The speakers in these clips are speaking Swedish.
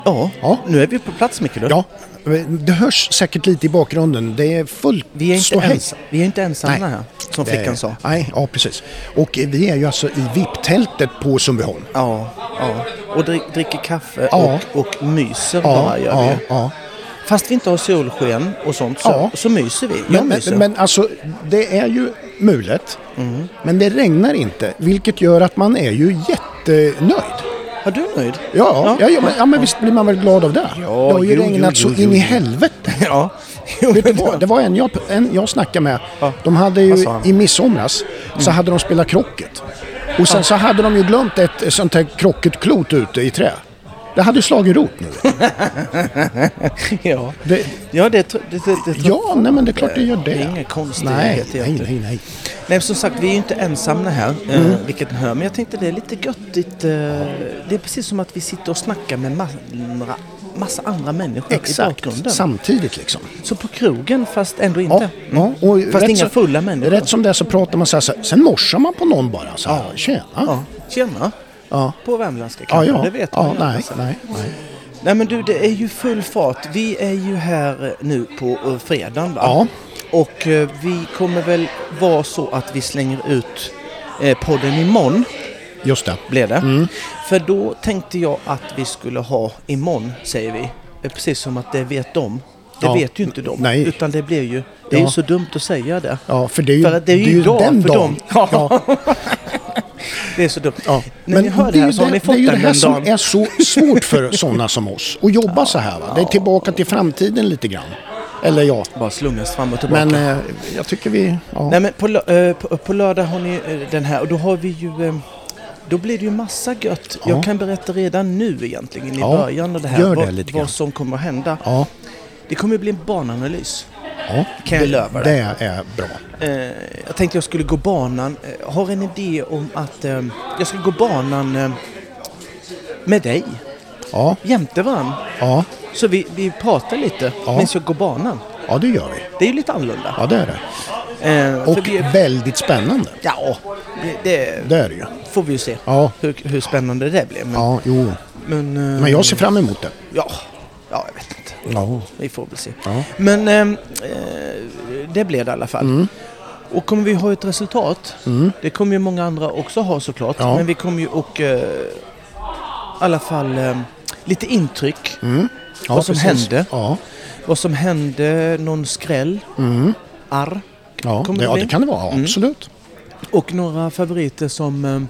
Ja, nu är vi på plats, Mikael. Ja, det hörs säkert lite i bakgrunden. Det är fullt vi är inte ensamma här, som flickan sa. Nej, ja precis. Och vi är ju alltså i VIP-tältet på Sundbyholm. Ja. Och dricker kaffe och myser bara gör vi. Ja. Fast vi inte har solsken och sånt så myser vi. Men alltså, det är ju mulet. Men det regnar inte, vilket gör att man är ju jättenöjd. Är du nöjd? Ja, men visst blir man väl glad av det. Det har ju regnat så in i helvete. Ja. Vet du vad? Det var en jag snackade med. De hade ju i midsomras så hade de spelat krocket. Och sen så hade de ju glömt ett sånt här krocketklot ute i trä. Det hade slagit rot nu. Ja, men det är klart det gör det. Det är inga konstigheter. Nej. Nej, som sagt, vi är ju inte ensamma här, vilket ni hör. Men jag tänkte det är lite göttigt. Det är precis som att vi sitter och snackar med massa andra människor i bakgrunden. Samtidigt liksom. Så på krogen, fast ändå inte. Ja. Och fast inga fulla människor. Rätt som det så pratar man så här, sen morsar man på någon bara. Så här, Tjena. Ja. På värmländska kanske, det vet man. Nej. Nej men du, det är ju full fart. Vi är ju här nu på fredagen, va? Ja. Och vi kommer väl vara så att vi slänger ut podden imorgon. Just det. Blev det. För då tänkte jag att vi skulle ha imorgon, säger vi. Precis som att det vet de. Det vet ju inte de. Nej. Utan det blir ju... Det är ju så dumt att säga det. Ja, för det är ju den för dagen. Ja. Det är så dumt. Ja. Men ni hör det här, så har ni fått det är ju det här som dagen. är så svårt för sådana som oss. Att jobba så här, va? Det är tillbaka till framtiden lite grann. Eller ja. Bara slungas fram och tillbaka. Men jag tycker vi... Ja. Nej, men på lördag har ni den här. Och då har vi ju... Då blir det ju massa gött. Ja. Jag kan berätta redan nu egentligen i början av det här. Gör det vad som kommer att hända. Ja. Det kommer att bli en bananalys. Ja, kan jag löva det är bra. Jag tänkte jag skulle gå banan. Har en idé om att jag ska gå banan med dig. Ja. Jämte varann. Ja. Så vi pratar lite medan jag går banan. Ja, det gör vi. Det är ju lite annorlunda. Ja, det är det. Och väldigt spännande. Ja, det är det ju. Får vi ju se hur spännande det blir. Men jag ser fram emot det. Ja, jag vet inte. Ja. Vi får väl se. Ja. Men det blev det i alla fall. Och kommer vi ha ett resultat, det kommer ju många andra också ha såklart. Ja. Men vi kommer ju i alla fall lite intryck. Vad som hände. Ja. Vad som hände, någon skräll. Arr. Ja, det kan det vara, absolut. Och några favoriter som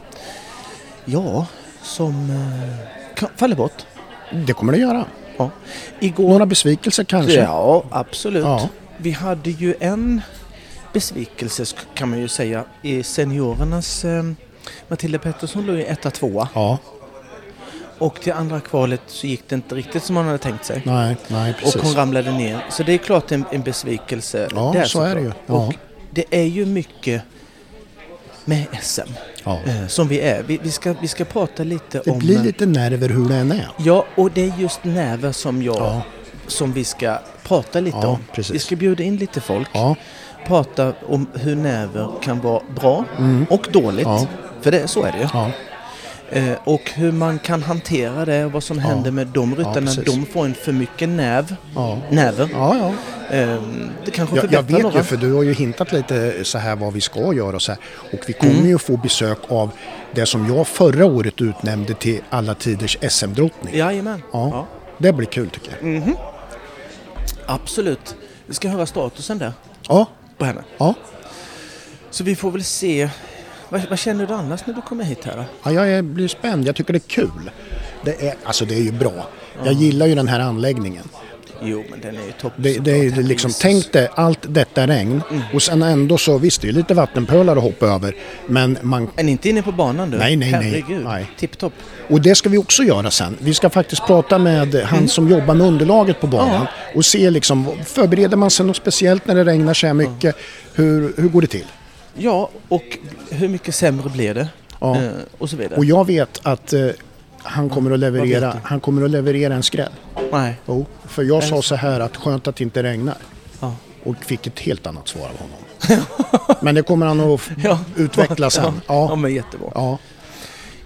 faller bort. Det kommer det göra. Ja. Igår... Några besvikelser kanske? Ja, absolut. Ja. Vi hade ju en besvikelse kan man ju säga i seniorernas Matilda Pettersson låg i 1-2. Ja. Och till andra kvalet så gick det inte riktigt som man hade tänkt sig. Nej, precis. Och hon ramlade ner. Så det är klart en besvikelse. Ja, där, så är det ju. Ja. Och det är ju mycket med SM som vi är. Vi ska prata lite om... Det blir lite nerver hur det än är. Ja, och det är just nerver som vi ska prata lite om. Precis. Vi ska bjuda in lite folk. Ja. Prata om hur nerver kan vara bra och dåligt. Ja. För så är det ju. Ja. Och hur man kan hantera det och vad som händer med de ryttarna när de får en för mycket nerver. Ja. Det kanske förbättrar jag vet några. ju, för du har ju hintat lite så här vad vi ska göra och så här. Och vi kommer ju få besök av det som jag förra året utnämnde till alla tiders SM-drottning. Jajamän. Ja. Det blir kul tycker jag. Absolut. Vi ska höra statusen där. Ja. På henne. Ja. Så vi får väl se. Vad känner du annars när du kommer hit här? Ja, jag blir spänd. Jag tycker det är kul. Det är ju bra. Jag gillar ju den här anläggningen. Jo, men den är ju topp. Det är liksom, tänk dig allt detta regn och sen ändå så visst det är lite vattenpölar att hoppa över, men man... Men inte inne på banan du? Nej. Herregud, tipptopp. Och det ska vi också göra sen. Vi ska faktiskt prata med han som jobbar med underlaget på banan och se liksom, förbereder man sig något speciellt när det regnar så här mycket? Hur går det till? Ja, och hur mycket sämre blir det? Ja. Och så vidare. Och jag vet att han kommer att leverera en skräll. Nej. För jag sa så här att skönt att det inte regnar. Ja. Och fick ett helt annat svar av honom. Men det kommer han att utveckla sen. Ja, men jättebra. Ja.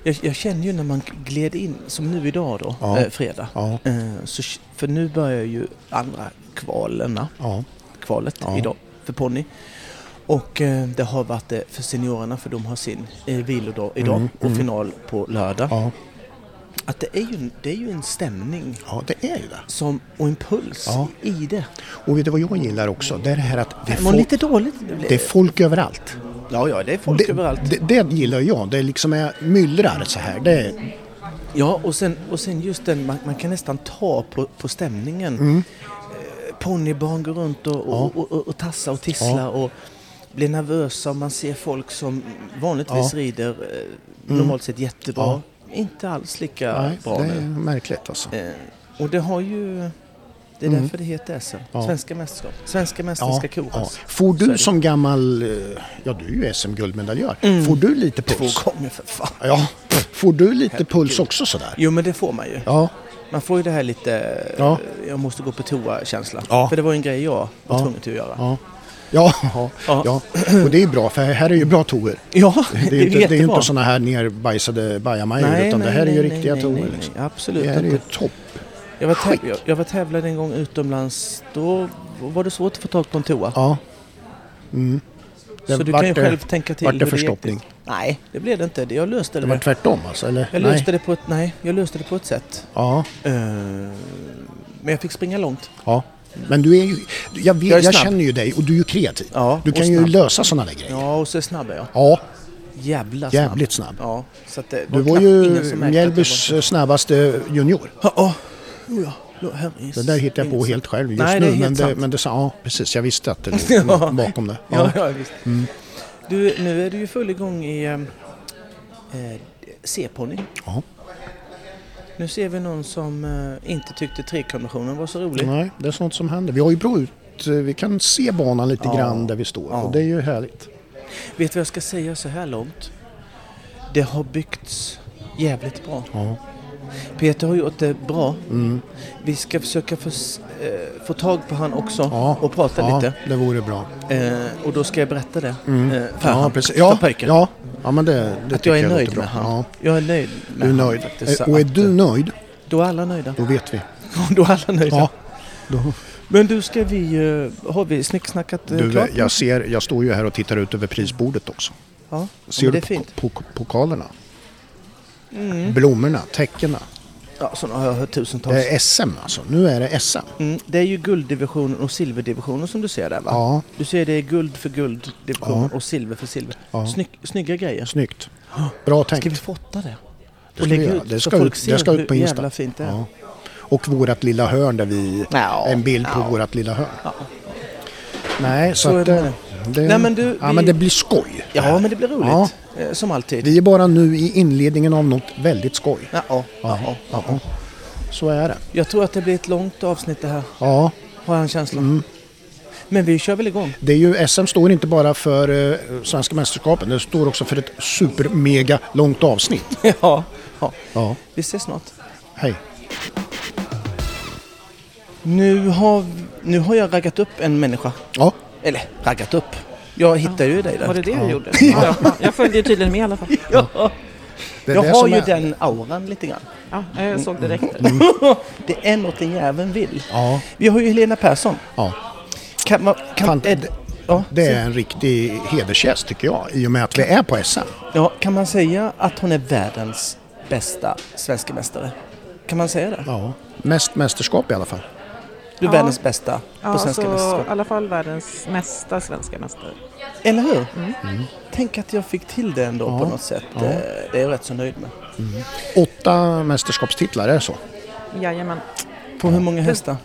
Jag känner ju när man gled in, som nu idag då, fredag. Ja. För nu börjar ju andra kvalet idag för ponny. Och det har varit det för seniorerna, för de har sin vilodag idag och final på lördag. Ja. Att det är ju en stämning. Ja, det är ju det. Och en puls i det. Och vet du vad jag gillar också? Det är det här att det är folk, lite dåligt. Det är folk överallt. Ja, det är folk överallt. Det gillar jag. Det liksom är myllrar så här. Det... Ja, och sen just den, man kan nästan ta på stämningen. Ponnybarn går runt och tassar och tisslar och blir nervösa, och man ser folk som vanligtvis rider normalt sett jättebra. Ja. Inte alls lika bra nu. Det är märkligt alltså. Och det har ju... Det är därför det heter SM. Svenska mästerskap. Svenska mästare ska koras. Får du som gammal... Ja, du är ju SM-guldmedaljör. Får du lite puls? 2 gånger för fan. Ja. Får du lite puls också sådär? Jo, men det får man ju. Ja. Man får ju det här lite... Jag måste gå på toa-känsla. Ja. För det var en grej jag var tvungen till att göra. Ja, och det är bra, för här är ju bra toer. Ja, det är ju inte såna här nerbajsade bajamajor, utan det här är ju riktiga toer. Liksom. Nej, absolut. Det här är ju topp. Jag var tävlade en gång utomlands, då var det svårt att få tag på en toa. Ja. Så du kan ju själv tänka till. Vart det förstoppning? Nej, det blev det inte. Jag löste det. Det var tvärtom alltså, eller? Jag löste det på ett sätt. Ja. Men jag fick springa långt. Ja. Men du är ju, jag känner ju dig och du är ju kreativ. Ja, du kan ju lösa sådana där grejer. Ja, och så är snabb jag. Ja. Jävligt snabb. Ja, så att du var ju Mjällbys snabbaste junior. Ja. Det där hittar jag på helt själv just nu. Men det sa, precis, jag visste att det var bakom det. Ja, visst. Du, nu är du ju full igång i C-ponny. Ja. Nu ser vi någon som inte tyckte trekonditionen var så rolig. Nej, det är sånt som händer. Vi har ju bra ut, vi kan se banan lite grann där vi står. Och det är ju härligt. Vet du vad jag ska säga så här långt? Det har byggts jävligt bra. Ja. Peter har gjort det bra. Vi ska försöka få tag på han också och prata lite. Det vore bra. Och då ska jag berätta det för pojken. Ja, men det att jag är nöjd med han. Jag är nöjd med han. Du är nöjd. Och är du nöjd? Då är alla nöjda. Då vet vi. Då är alla nöjda. Ja. Men du, har vi snicksnackat klart? Jag står ju här och tittar ut över prisbordet också. Ja, ser du pokalerna? Blommorna, täckena. Ja, så har jag hört tusentals. Det är SM alltså. Nu är det SM. Det är ju gulddivisionen och silverdivisionen som du ser där, va? Ja. Du ser det är guld för gulddivision och silver för silver. Ja. Snygga grejer. Snyggt. Bra tänkt. Ska vi fota det? Och lägga ut det ska ut på Insta. Jävla fint det är. Ja. Och vårat lilla hörn där vi... en bild på vårat lilla hörn. Ja. Nej, så att... men det blir skoj. Ja, men det blir roligt. Ja. Som alltid. Vi är bara nu i inledningen av något väldigt skoj. Ja. Så är det. Jag tror att det blir ett långt avsnitt det här. Ja. Har jag en känsla. Men vi kör väl igång. Det är ju, SM står inte bara för svenska mästerskapen. Det står också för ett super-mega långt avsnitt. Ja. Vi ses snart. Hej. Nu har jag raggat upp en människa. Ja. Eller raggat upp. Jag hittade ju dig där. Var det du gjorde? Ja. Jag följde ju tydligen med i alla fall. Ja. Jag har ju den auran lite grann. Ja, jag såg direkt. Det är något en jäveln vill. Ja. Vi har ju Helena Persson. Ja. Det är en riktig hedersgäst tycker jag, i och med att vi är på SM. Ja, kan man säga att hon är världens bästa svenska mästare? Kan man säga det? Ja, mest mästerskap i alla fall. Du är världens bästa på svenska mästerskap. I alla fall världens mesta svenska mästare. Eller hur? Tänk att jag fick till det ändå på något sätt. Det är jag rätt så nöjd med. 8 mästerskapstitlar, är det så? Jajamän. På hur många hästar?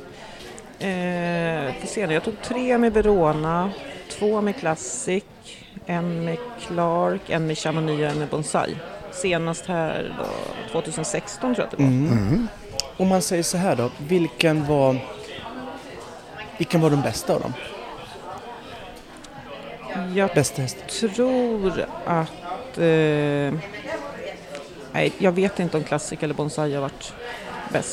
Jag tog 3 med Verona, 2 med Classic, 1 med Clark, 1 med Chamonix och 1 med Bonsai. Senast här då, 2016 tror jag att det var. Om man säger så här då, vilken var den bästa av dem? Jag tror att... nej, jag vet inte om Classic eller Bonsai har varit bäst.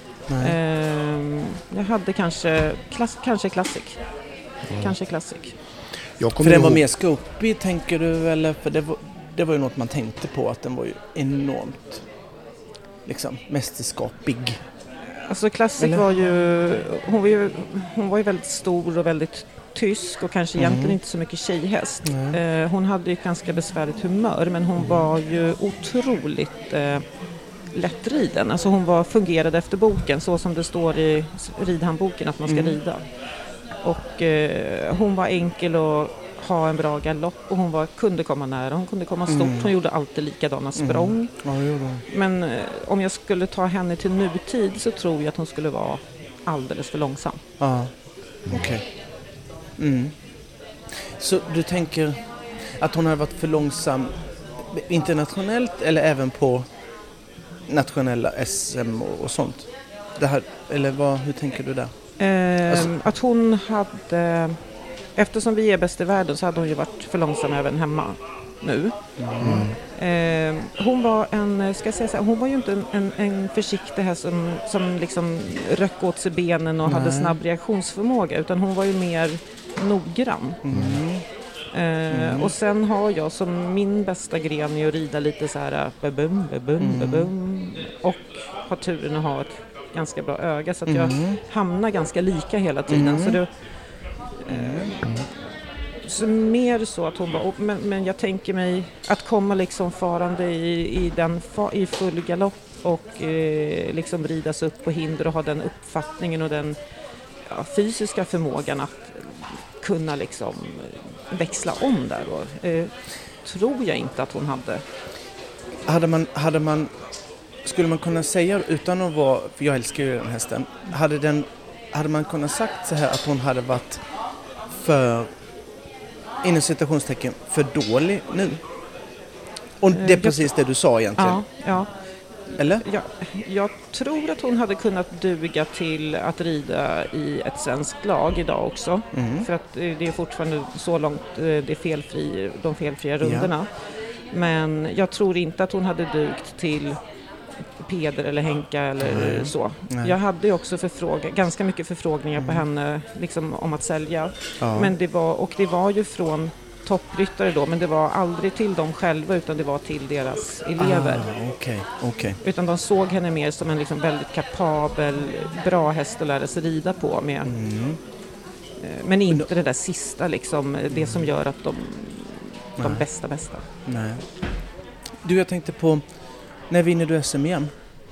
Jag hade kanske Classic. Kanske Classic. För den var mer scopig, tänker du? Eller för det det var ju något man tänkte på, att den var ju enormt liksom mästerskapig. Alltså Classic var ju, hon var ju väldigt stor och väldigt tysk och kanske egentligen inte så mycket tjejhäst. Hon hade ju ganska besvärligt humör, men hon var ju otroligt lättriden. Alltså hon fungerade efter boken, så som det står i ridhandboken att man ska rida. Och hon var enkel att ha en bra galopp, och hon kunde komma nära, hon kunde komma stort, hon gjorde alltid likadana språng. Men om jag skulle ta henne till nutid så tror jag att hon skulle vara alldeles för långsam. Okej. Så du tänker att hon har varit för långsam internationellt eller även på nationella SM och sånt? Det här, eller hur tänker du där? Att hon hade, eftersom vi är bäst i världen, så hade hon ju varit för långsam även hemma nu. Hon var hon var ju inte en försiktig häst som liksom röck åt sig benen och hade snabb reaktionsförmåga, utan hon var ju mer noggrann. Och sen har jag som min bästa gren är att rida lite så här babum, och har turen att ha ett ganska bra öga, så att jag hamnar ganska lika hela tiden. Så det så mer så att hon var, men jag tänker mig att komma liksom farande i full galopp och liksom ridas upp på hinder och ha den uppfattningen och den fysiska förmågan att kunna liksom växla om där då. Tror jag inte att hon hade man skulle man kunna säga, utan att vara, för jag älskar ju den hästen, hade man kunnat sagt så här att hon hade varit för, inom citationstecken, för dålig nu? Och det är precis det du sa egentligen. Ja. Eller? Jag tror att hon hade kunnat duga till att rida i ett svenskt lag idag också. För att det är fortfarande så långt det är de felfria rundorna. Men jag tror inte att hon hade dugt till Peder eller Henka eller så. Nej. Jag hade ju också ganska mycket förfrågningar på henne liksom, om att sälja. Men det var ju från toppryttare då, men det var aldrig till dem själva, utan det var till deras elever. Okay. Utan de såg henne mer som en liksom väldigt kapabel, bra häst att lära sig rida på med. Men inte det där sista liksom, det som gör att de bästa. Nej. Du, jag tänkte på, när vinner du SM igen?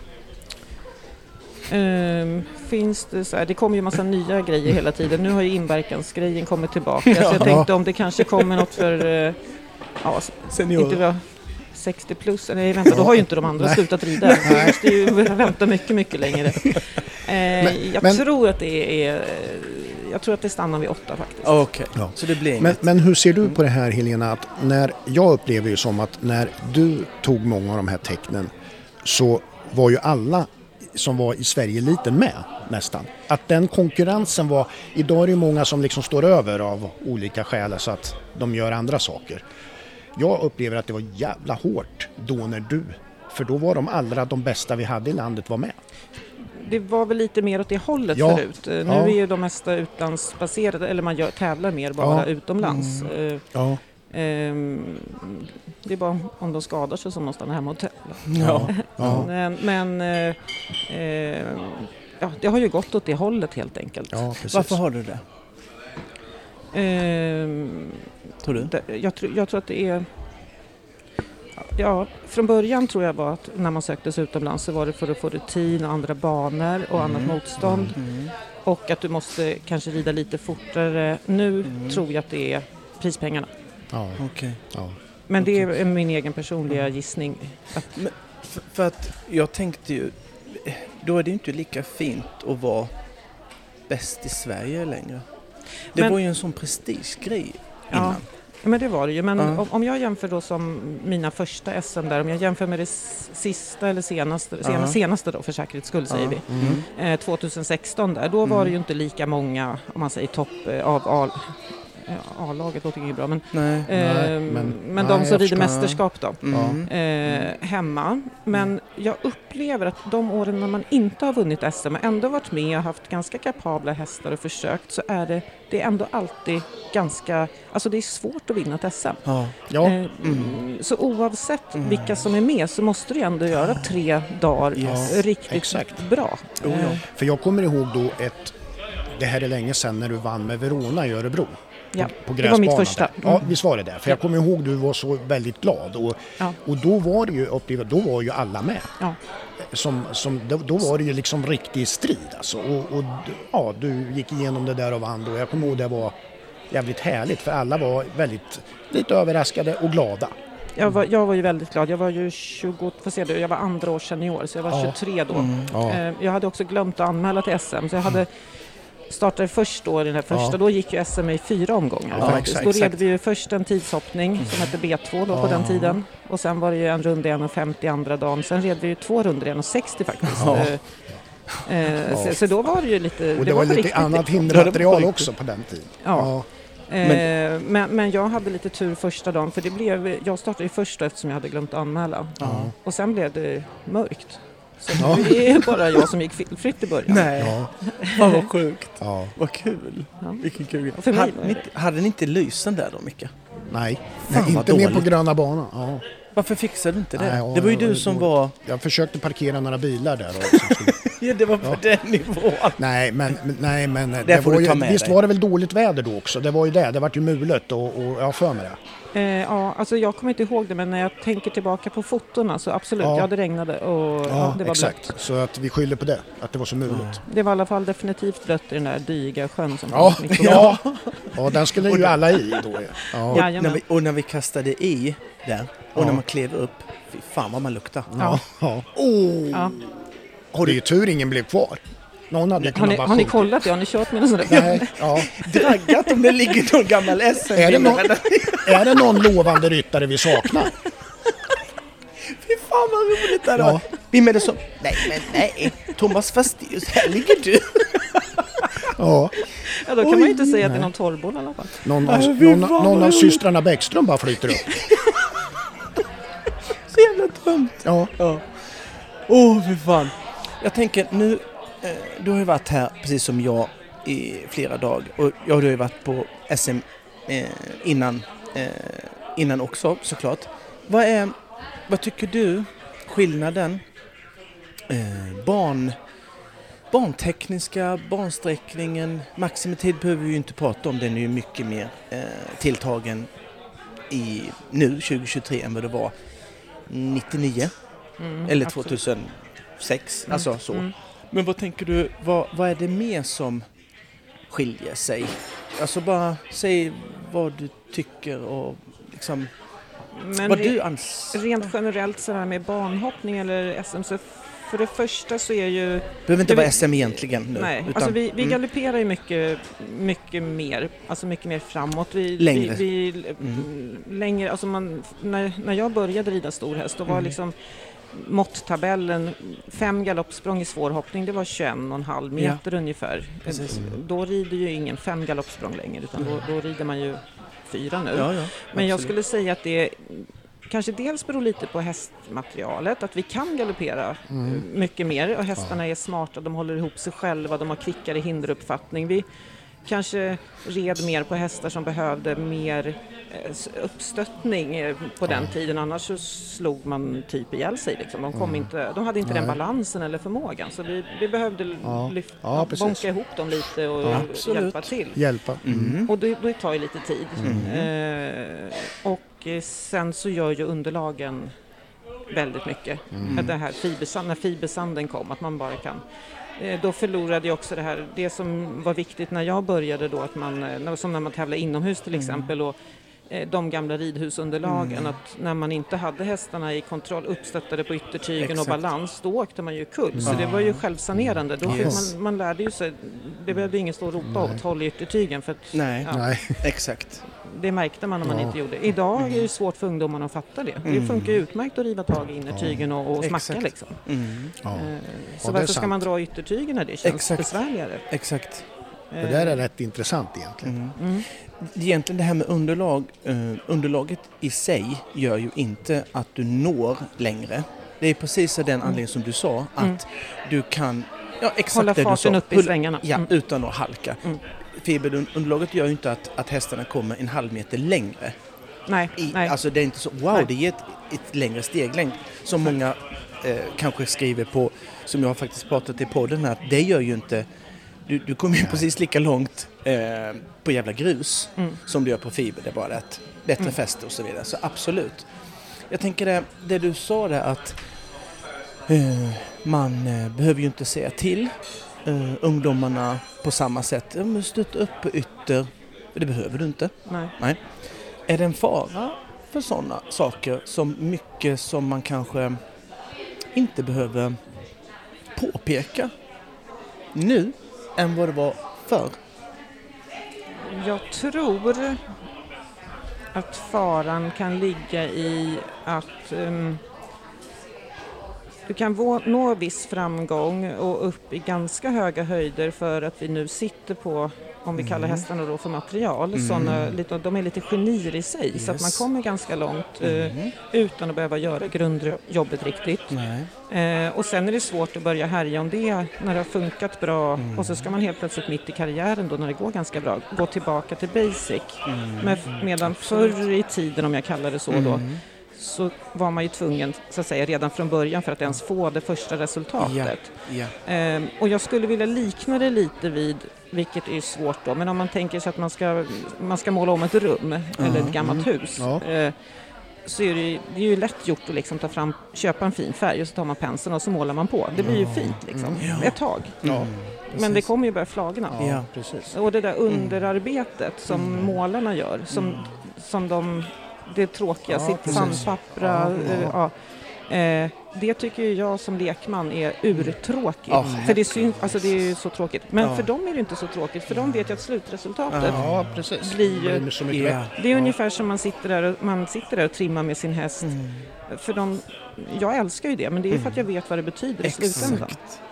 Finns det så här, det kommer ju massa nya grejer hela tiden. Nu har ju inverkansgrejen kommit tillbaka. Så jag tänkte om det kanske kommer något för senior. Inte var 60 plus. Nej, vänta, då har ju inte de andra slutat rida. Vi måste ju vänta mycket, mycket längre. Jag tror att det stannar vid 8 faktiskt. Okej. Ja. Så det blir inget. Men hur ser du på det här, Helena? Att jag upplever ju som att när du tog många av de här tecknen, så var ju alla som var i Sverige-eliten med nästan. Att den konkurrensen var, idag är det många som liksom står över av olika skäl så att de gör andra saker. Jag upplever att det var jävla hårt då för då var de bästa vi hade i landet var med. Det var väl lite mer åt det hållet förut. Nu är ju de mesta utlandsbaserade, eller man tävlar mer bara utomlands. Det är bara om de skadar sig som de stannar hemma och tävlar. Men det har ju gått åt det hållet helt enkelt. Ja, precis. Varför har du det? Tror du? Jag tror att det är... Ja, från början tror jag var att när man sökte sig utomlands så var det för att få rutin och andra banor och annat motstånd. Och att du måste kanske rida lite fortare. Nu tror jag att det är prispengarna. Ja, okej. Ja. Men det är min egen personliga gissning. Men, för att jag tänkte ju, då är det inte lika fint att vara bäst i Sverige längre. Det var ju en sån prestigegrej innan. Men det var det ju. Men om jag jämför då som mina första SM där, om jag jämför med det sista eller senaste då för säkerhets skull säger vi, 2016 där, då var det ju inte lika många, om man säger topp A-laget låter inget bra, men, men de som rider mästerskap då, hemma. Men jag upplever att de åren när man inte har vunnit SM och ändå varit med och haft ganska kapabla hästar och försökt, så är det är ändå alltid ganska, alltså det är svårt att vinna ett SM. Så oavsett vilka som är med så måste du ändå göra 3 dagar riktigt bra. För jag kommer ihåg då det här är länge sedan när du vann med Verona i Örebro. På det var mitt första. Ja, visst var det där. För jag kommer ihåg du var så väldigt glad. Och då var det ju då var ju alla med. Ja. Då var det ju liksom riktig strid alltså. Och du gick igenom det där och vann då. Jag kommer ihåg det var jävligt härligt, för alla var lite överraskade och glada. Jag var ju väldigt glad. Jag var ju 20, jag var andra år senior, så jag var 23 då. Jag hade också glömt att anmäla till SM, så jag startade först då i den här första. Då gick ju SM i 4 omgångar. Då red vi ju först en tidshoppning som hette B2 då på den tiden. Och sen var det ju en runda 1,50 andra dagen. Sen red vi ju 2 runder 1,60 faktiskt. Så då var det ju lite... Och det var lite annat hindermaterial också på den tiden. Ja. Men jag hade lite tur första dagen, för jag startade ju först eftersom jag hade glömt att anmäla. Och sen blev det mörkt. Så det är bara jag som gick fritt i början. Nej, vad sjukt. Vad kul. Vilken kul. Hade ni inte lysen där då, Micke? Nej, inte ner på gröna banan. Varför fixade du inte det? Det var ju du som var... Jag försökte parkera några bilar där. Ja, det var på den nivån. Nej, men det får du ta med. Visst var det väl dåligt väder då också? Det var ju det var ju mulet och jag för mig det. Alltså jag kommer inte ihåg det, men när jag tänker tillbaka på fotorna så absolut, det regnade och det var exakt. blött. Så att vi skyller på det, att det var så mulet. Det var i alla fall definitivt blött i den där diga sjön som Ja, den skulle ju alla i då. Och när vi kastade i där och när man klev upp, fy fan vad man luktar. Har du ju tur ingen blev kvar. Har ni kollat det? Har ni kört med någon sån där? Nej, draggat om det ligger någon gammal SM. Är det någon lovande ryttare vi saknar? Fy fan vad roligt det är. Vem är det som... Nej. Thomas Fastius, här ligger du. Ja, då kan man ju inte säga att det är någon torrboll i alla fall. Någon av systrarna Bäckström bara flyter upp. Så jävla dumt. Fy fan. Jag tänker nu... Du har ju varit här precis som jag i flera dagar, och jag har ju varit på SM innan också såklart. Vad tycker du skillnaden barntekniska, barnsträckningen, maximitid behöver vi ju inte prata om, den är ju mycket mer tilltagen nu 2023 än vad det var 99 eller 2006, alltså så. Men vad tänker du, vad är det mer som skiljer sig? Alltså bara säg vad du tycker och liksom vad du anser. Rent generellt så här med barnhoppning eller SM, så för det första så är ju... Behöver inte vara SM egentligen nu. Nej, utan, alltså vi galopperar ju mycket mer, alltså mycket mer framåt. Längre, alltså när jag började rida storhäst, då var liksom måtttabellen 5 galoppsprång i svårhoppning, det var 21,5 meter ungefär. Precis. Då rider ju ingen 5 galoppsprång längre, utan då rider man ju 4 nu. Men absolut. Jag skulle säga att det kanske dels beror lite på hästmaterialet, att vi kan galoppera mycket mer, och hästarna är smarta, de håller ihop sig själva, de har kvickare hinderuppfattning. Vi kanske red mer på hästar som behövde mer uppstöttning på den tiden, annars så slog man typ ihjäl sig liksom. De hade inte den balansen eller förmågan, så vi behövde bonka ihop dem lite och hjälpa till. Och det tar ju lite tid. Och sen så gör ju underlagen väldigt mycket. Det här när fibersanden kom, att man bara kan... Då förlorade jag också det som var viktigt när jag började då, att som när man tävlar inomhus till exempel, och de gamla ridhusunderlagen, att när man inte hade hästarna i kontroll, uppstöttade på yttertygen och balans, då åkte man ju kull. Så det var ju självsanerande. Då man lärde ju sig, det behövde ingen stå och ropa åt håll i yttertygen, för att, Nej, exakt. Det märkte man när man inte gjorde. Idag är det svårt för ungdomarna att fatta det. Det funkar utmärkt att riva tag i innertygen och smacka liksom. Så varför ska man dra yttertygen när det känns besvärligare? Exakt. Det där är rätt intressant egentligen. Egentligen det här med underlaget i sig gör ju inte att du når längre. Det är precis den anledningen som du sa, att du kan hålla farten upp i svängarna. Ja, utan att halka. Fiberunderlaget gör ju inte att hästarna kommer en halv meter längre. Nej. Alltså det är inte så, det ger ett längre steglängd som många kanske skriver på, som jag har faktiskt pratat i podden här, det gör ju inte, du kommer ju precis lika långt på jävla grus som du gör på fiber, det är bara ett bättre fäste och så vidare, så absolut. Jag tänker det du sa där att man behöver ju inte säga till ungdomarna på samma sätt, stötta upp på ytter, det behöver du inte. Nej. Är det en fara för sådana saker som mycket som man kanske inte behöver påpeka nu än vad det var förr? Jag tror att faran kan ligga i att du kan nå viss framgång och upp i ganska höga höjder för att vi nu sitter på, om vi kallar hästarna då för material, de är lite genier i sig, så att man kommer ganska långt utan att behöva göra grundjobbet riktigt. Och sen är det svårt att börja härja om det när det har funkat bra och så ska man helt plötsligt mitt i karriären då, när det går ganska bra, gå tillbaka till basic. Medan förr i tiden, om jag kallar det så då, så var man ju tvungen, så att säga, redan från början för att ens få det första resultatet. Och jag skulle vilja likna det lite vid, vilket är svårt då, men om man tänker sig att man ska måla om ett rum eller ett gammalt hus, så är det är ju lätt gjort att liksom köpa en fin färg och så tar man penseln och så målar man på. Det blir ju fint liksom, ett tag. Men det kommer ju börja flagna. Och det där underarbetet som målarna gör, som det tråkiga, sitt sandpappra, det tycker jag som lekman är urtråkigt. För det är ju så tråkigt. Men för dem är det inte så tråkigt, för de vet ju att slutresultatet blir ju... Det är ungefär som man sitter där och trimmar med sin häst. För jag älskar ju det, men det är för att jag vet vad det betyder i slutändan.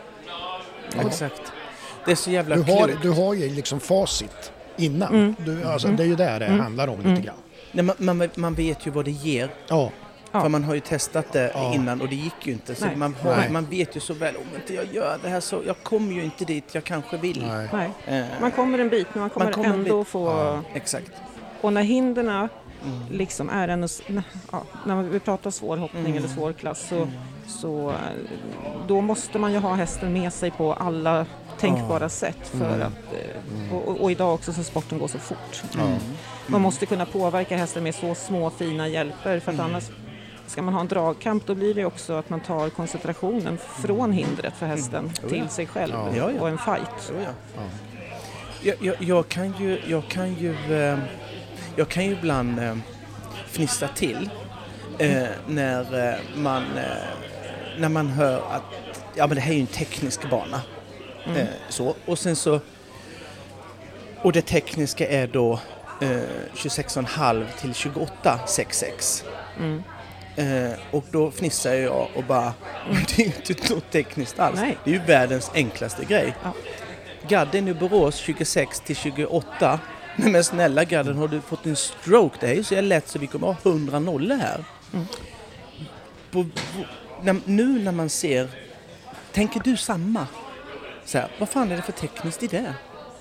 Exakt. Det är så jävla du har ju liksom facit innan. Det är ju där det handlar om lite grann. Nej, man vet ju vad det ger. För man har ju testat det innan och det gick ju inte. Så man vet ju så väl, om inte jag gör det här så jag kommer ju inte dit jag kanske vill. Man kommer en bit, men man kommer ändå få... Exakt. Och när hinderna liksom är när vi pratar svår hoppning eller svår klass, så då måste man ju ha hästen med sig på alla tänkbara sätt för att och idag också så sporten går så fort. Man måste kunna påverka hästen med så små fina hjälper, för att annars ska man ha en dragkamp, då blir det också att man tar koncentrationen från hindret för hästen till sig själv och en fight. Jag kan ju ibland fnissa till när man hör att men det här är ju en teknisk bana. Så. Och sen så, och det tekniska är då 26,5 till 28,66. Och då fnissar jag och bara, det är inte något tekniskt alls. Nej. Det är ju världens enklaste grej. Gadden i Borås 26 till 28. Men snälla Gadden, har du fått en stroke? Det är ju så lätt så vi kommer ha 100 nollor här. Nu när man ser, tänker du samma? Så här, vad fan är det för tekniskt i det?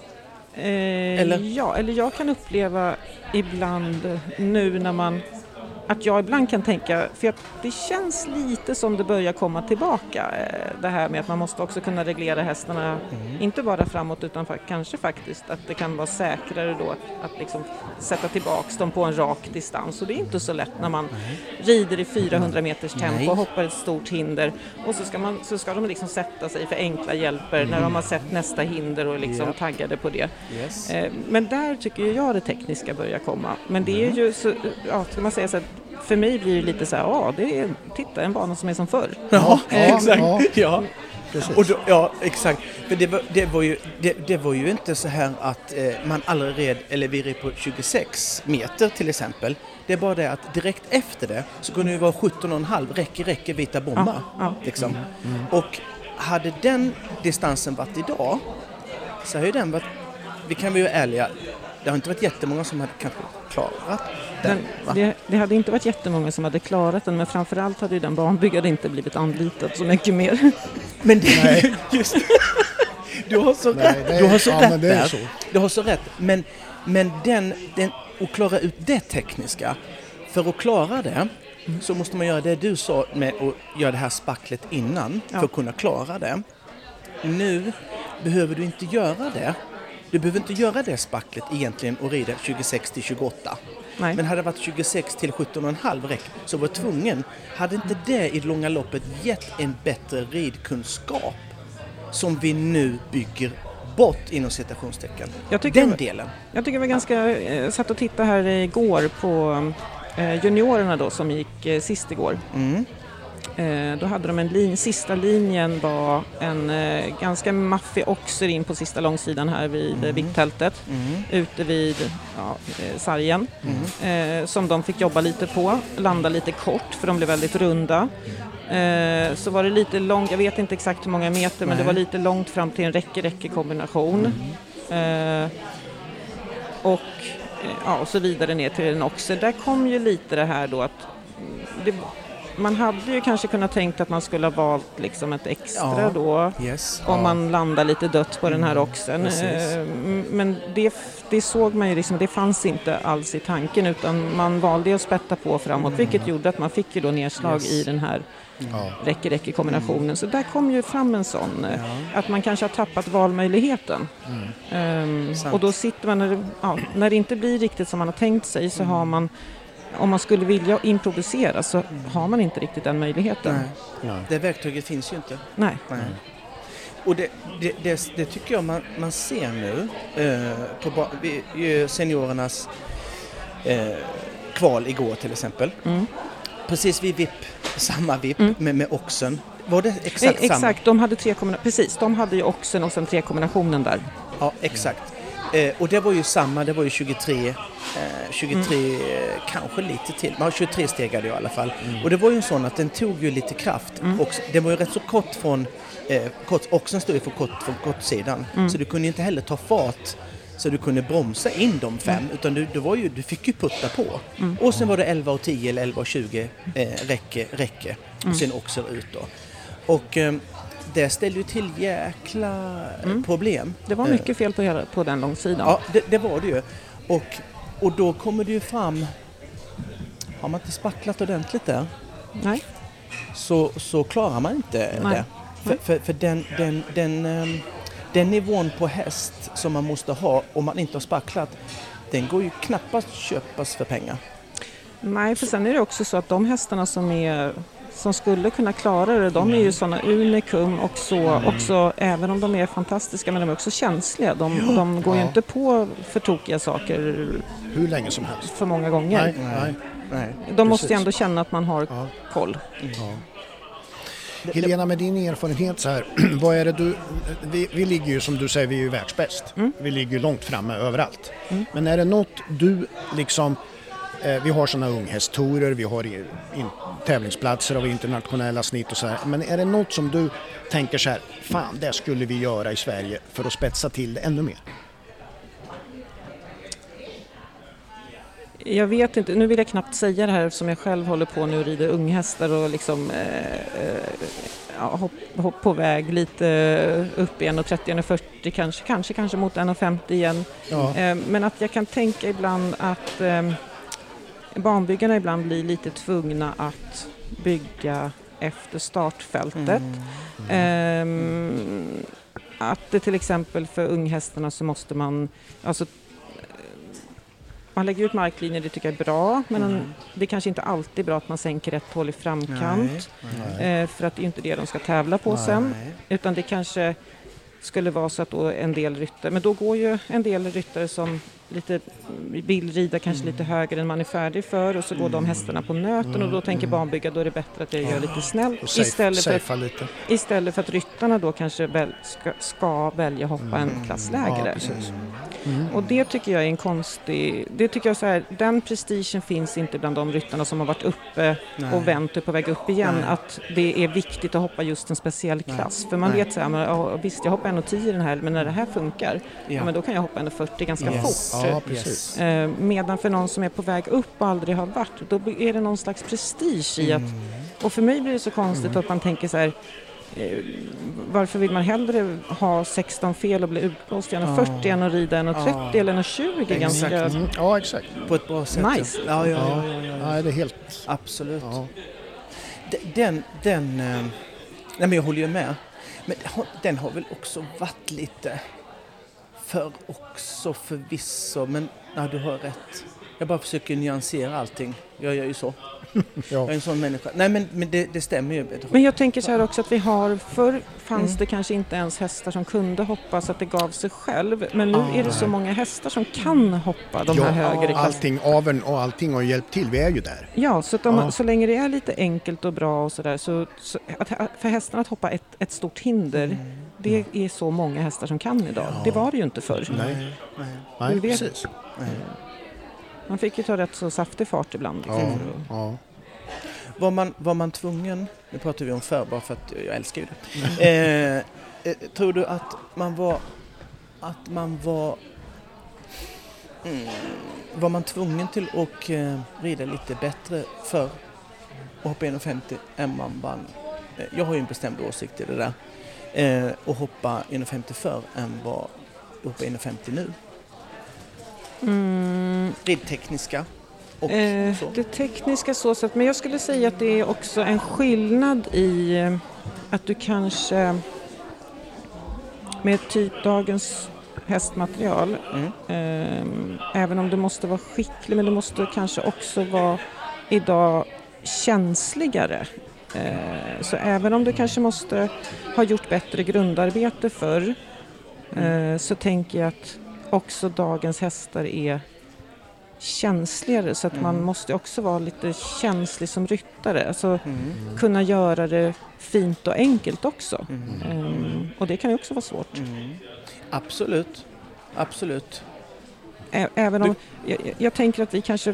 Eller jag kan uppleva ibland nu att jag ibland kan tänka, för det känns lite som det börjar komma tillbaka, det här med att man måste också kunna reglera hästarna, inte bara framåt utan kanske faktiskt att det kan vara säkrare då att liksom sätta tillbaks dem på en rak distans, och det är inte så lätt när man rider i 400 meters tempo och hoppar ett stort hinder och så ska de liksom sätta sig för enkla hjälper när de har sett nästa hinder och liksom taggade på det. Men där tycker jag det tekniska börjar komma, men det är ju så, ska man säga så att för mig blir det lite så här, det är en bana som är som förr. Exakt. Och då, exakt. För det var ju inte så här att man aldrig vi red på 26 meter till exempel. Det är bara det att direkt efter det så kunde det vara 17,5 räcker vita bomba. Liksom. Och hade den distansen varit idag så har ju den varit vi kan vara ärliga. Det har inte varit jättemånga som hade kanske klarat den. Det hade inte varit jättemånga som hade klarat den, men framförallt hade ju den banbyggaren inte blivit anlitad så mycket mer. Men det är just... Du har så rätt. Du har så rätt där. Du har så rätt. Men den att klara ut det tekniska, för att klara det så måste man göra det du sa med att göra det här spacklet innan för att kunna klara det. Nu behöver du inte göra det. Du behöver inte göra det spacklet egentligen och rida 26 till 28. Nej. Men hade det varit 26 till 17,5 räck så var tvungen. Hade inte det i det långa loppet gett en bättre ridkunskap som vi nu bygger bort inom citationstecken? Delen. Jag tycker vi ganska satt och tittade här igår på juniorerna då som gick sist igår. Då hade de sista linjen var en ganska maffig oxer in på sista långsidan här vid vikttältet. Ute vid sargen. Som de fick jobba lite på. Landa lite kort för de blev väldigt runda. Så var det lite långt, jag vet inte exakt hur många meter, men det var lite långt fram till en räcke-kombination. Och så vidare ner till en oxer. Där kom ju lite det här då att man hade ju kanske kunnat tänkt att man skulle ha valt liksom ett extra då om man landar lite dött på den här oxen. Men det såg man ju liksom, det fanns inte alls i tanken, utan man valde att spätta på framåt, vilket gjorde att man fick ju då nedslag i den här räcke-kombinationen. Så där kom ju fram en sån att man kanske har tappat valmöjligheten. Och då sitter man när det inte blir riktigt som man har tänkt sig, så har man, om man skulle vilja improvisera, så har man inte riktigt den möjligheten. Nej. Det verktyget finns ju inte. Nej. Och det tycker jag man ser nu på seniorernas kval igår till exempel. Precis vid samma vipp med oxen. Var det exakt samma? Exakt, de hade 3 kombinationer. Precis, de hade ju oxen och sen 3-kombinationen där. Ja, exakt. Och det var ju samma, det var ju 23 kanske lite till. Men 23 stegade jag i alla fall. Och det var ju en sån att den tog ju lite kraft. Och den var ju rätt så kort från oxen stod ju för kort från kortsidan. Så du kunde inte heller ta fart så du kunde bromsa in de 5, utan du fick ju putta på. Och sen var det 11 och 10 eller 11 och 20 räcke och sen också ut då. Och det ställde ju till jäkla problem. Det var mycket fel på den långsidan. Ja, det var det ju. Och då kommer det ju fram, har man inte spacklat ordentligt där, nej, så klarar man inte det. För den nivån på häst som man måste ha om man inte har spacklat, den går ju knappast köpas för pengar. Nej, för sen är det också så att de hästarna som skulle kunna klara det, de är ju sådana unikum också, även om de är fantastiska, men de är också känsliga. De går ju inte på för tokiga saker hur länge som helst. För många gånger. Nej. De måste ju ändå känna att man har koll. Helena, med din erfarenhet så här, vad är det vi ligger ju, som du säger, vi är ju världsbäst. Vi ligger ju långt framme överallt. Men är det något du liksom, vi har sådana unghästtorer, vi har tävlingsplatser av internationella snitt och så här. Men är det något som du tänker så här, fan, det skulle vi göra i Sverige för att spetsa till det ännu mer? Jag vet inte, nu vill jag knappt säga det här som jag själv håller på nu och rider unghästar och liksom hopp på väg lite upp igen och 30-40 kanske mot 1,50 igen. Men att jag kan tänka ibland att banbyggarna ibland blir lite tvungna att bygga efter startfältet. Att det till exempel för unghästarna så måste man, alltså man lägger ut marklinjer, det tycker jag är bra, men det är kanske inte alltid är bra att man sänker rätt håll i framkant. För att det är inte det de ska tävla på sen, utan det kanske skulle vara så att då en del ryttare, men då går ju en del ryttare som lite vill rida kanske lite högre än man är färdig för, och så går de hästarna på nöten och då tänker banbygga, då är det bättre att jag gör lite snällt istället för att ryttarna då kanske ska välja hoppa en klass lägre. Och det tycker jag är en konstig... Det tycker jag så här, den prestigen finns inte bland de ryttarna som har varit uppe och vänt och på väg upp igen. Att det är viktigt att hoppa just en speciell klass. För man vet så här, visst jag hoppar 1,10 i den här, men när det här funkar, men då kan jag hoppa 1,40 ganska fort. Ja, precis. Medan för någon som är på väg upp och aldrig har varit, då är det någon slags prestige i att... Och för mig blir det så konstigt att man tänker så här, varför vill man hellre ha 16 fel och bli utblåst i 1,40 än att rida 1,30 eller 1,20 ganska... Ja, exakt. På ett bra sätt. Nice. Ja, det är helt... Absolut. Ja. Nej, men jag håller ju med. Men den har väl också varit lite för också förvisso. Men du har rätt. Jag bara försöker nyansera allting. Jag gör ju så. Jag är en sån människa. Nej, men det stämmer ju. Men jag tänker så här också att förr fanns det kanske inte ens hästar som kunde hoppa så att det gav sig själv. Men nu är det så många hästar som kan hoppa de här högre klasserna. Allting aveln och allting har hjälpt till. Vi är ju där. Ja, så att så länge det är lite enkelt och bra och sådär så för hästarna att hoppa ett stort hinder, det är så många hästar som kan idag. Det var det ju inte förr. Nej, precis. Man fick ju ta rätt så saftig fart ibland. Liksom. Var man tvungen, nu pratar vi om förr bara för att jag älskar ju det. Tror du att man var man tvungen till att rida lite bättre för att hoppa 1,50 än man vann? Jag har ju en bestämd åsikt i det där. Och hoppa 1,50 för än vad hoppa 1,50 nu. Ridtekniska och så. Det tekniska så sätt, men jag skulle säga att det är också en skillnad i att du kanske med typ dagens hästmaterial även om du måste vara skicklig, men du måste kanske också vara idag känsligare. Så även om du kanske måste ha gjort bättre grundarbete förr, så tänker jag att också dagens hästar är känsligare, så att man måste också vara lite känslig som ryttare, alltså kunna göra det fint och enkelt också. Och det kan ju också vara svårt. Absolut. Även om jag tänker att vi kanske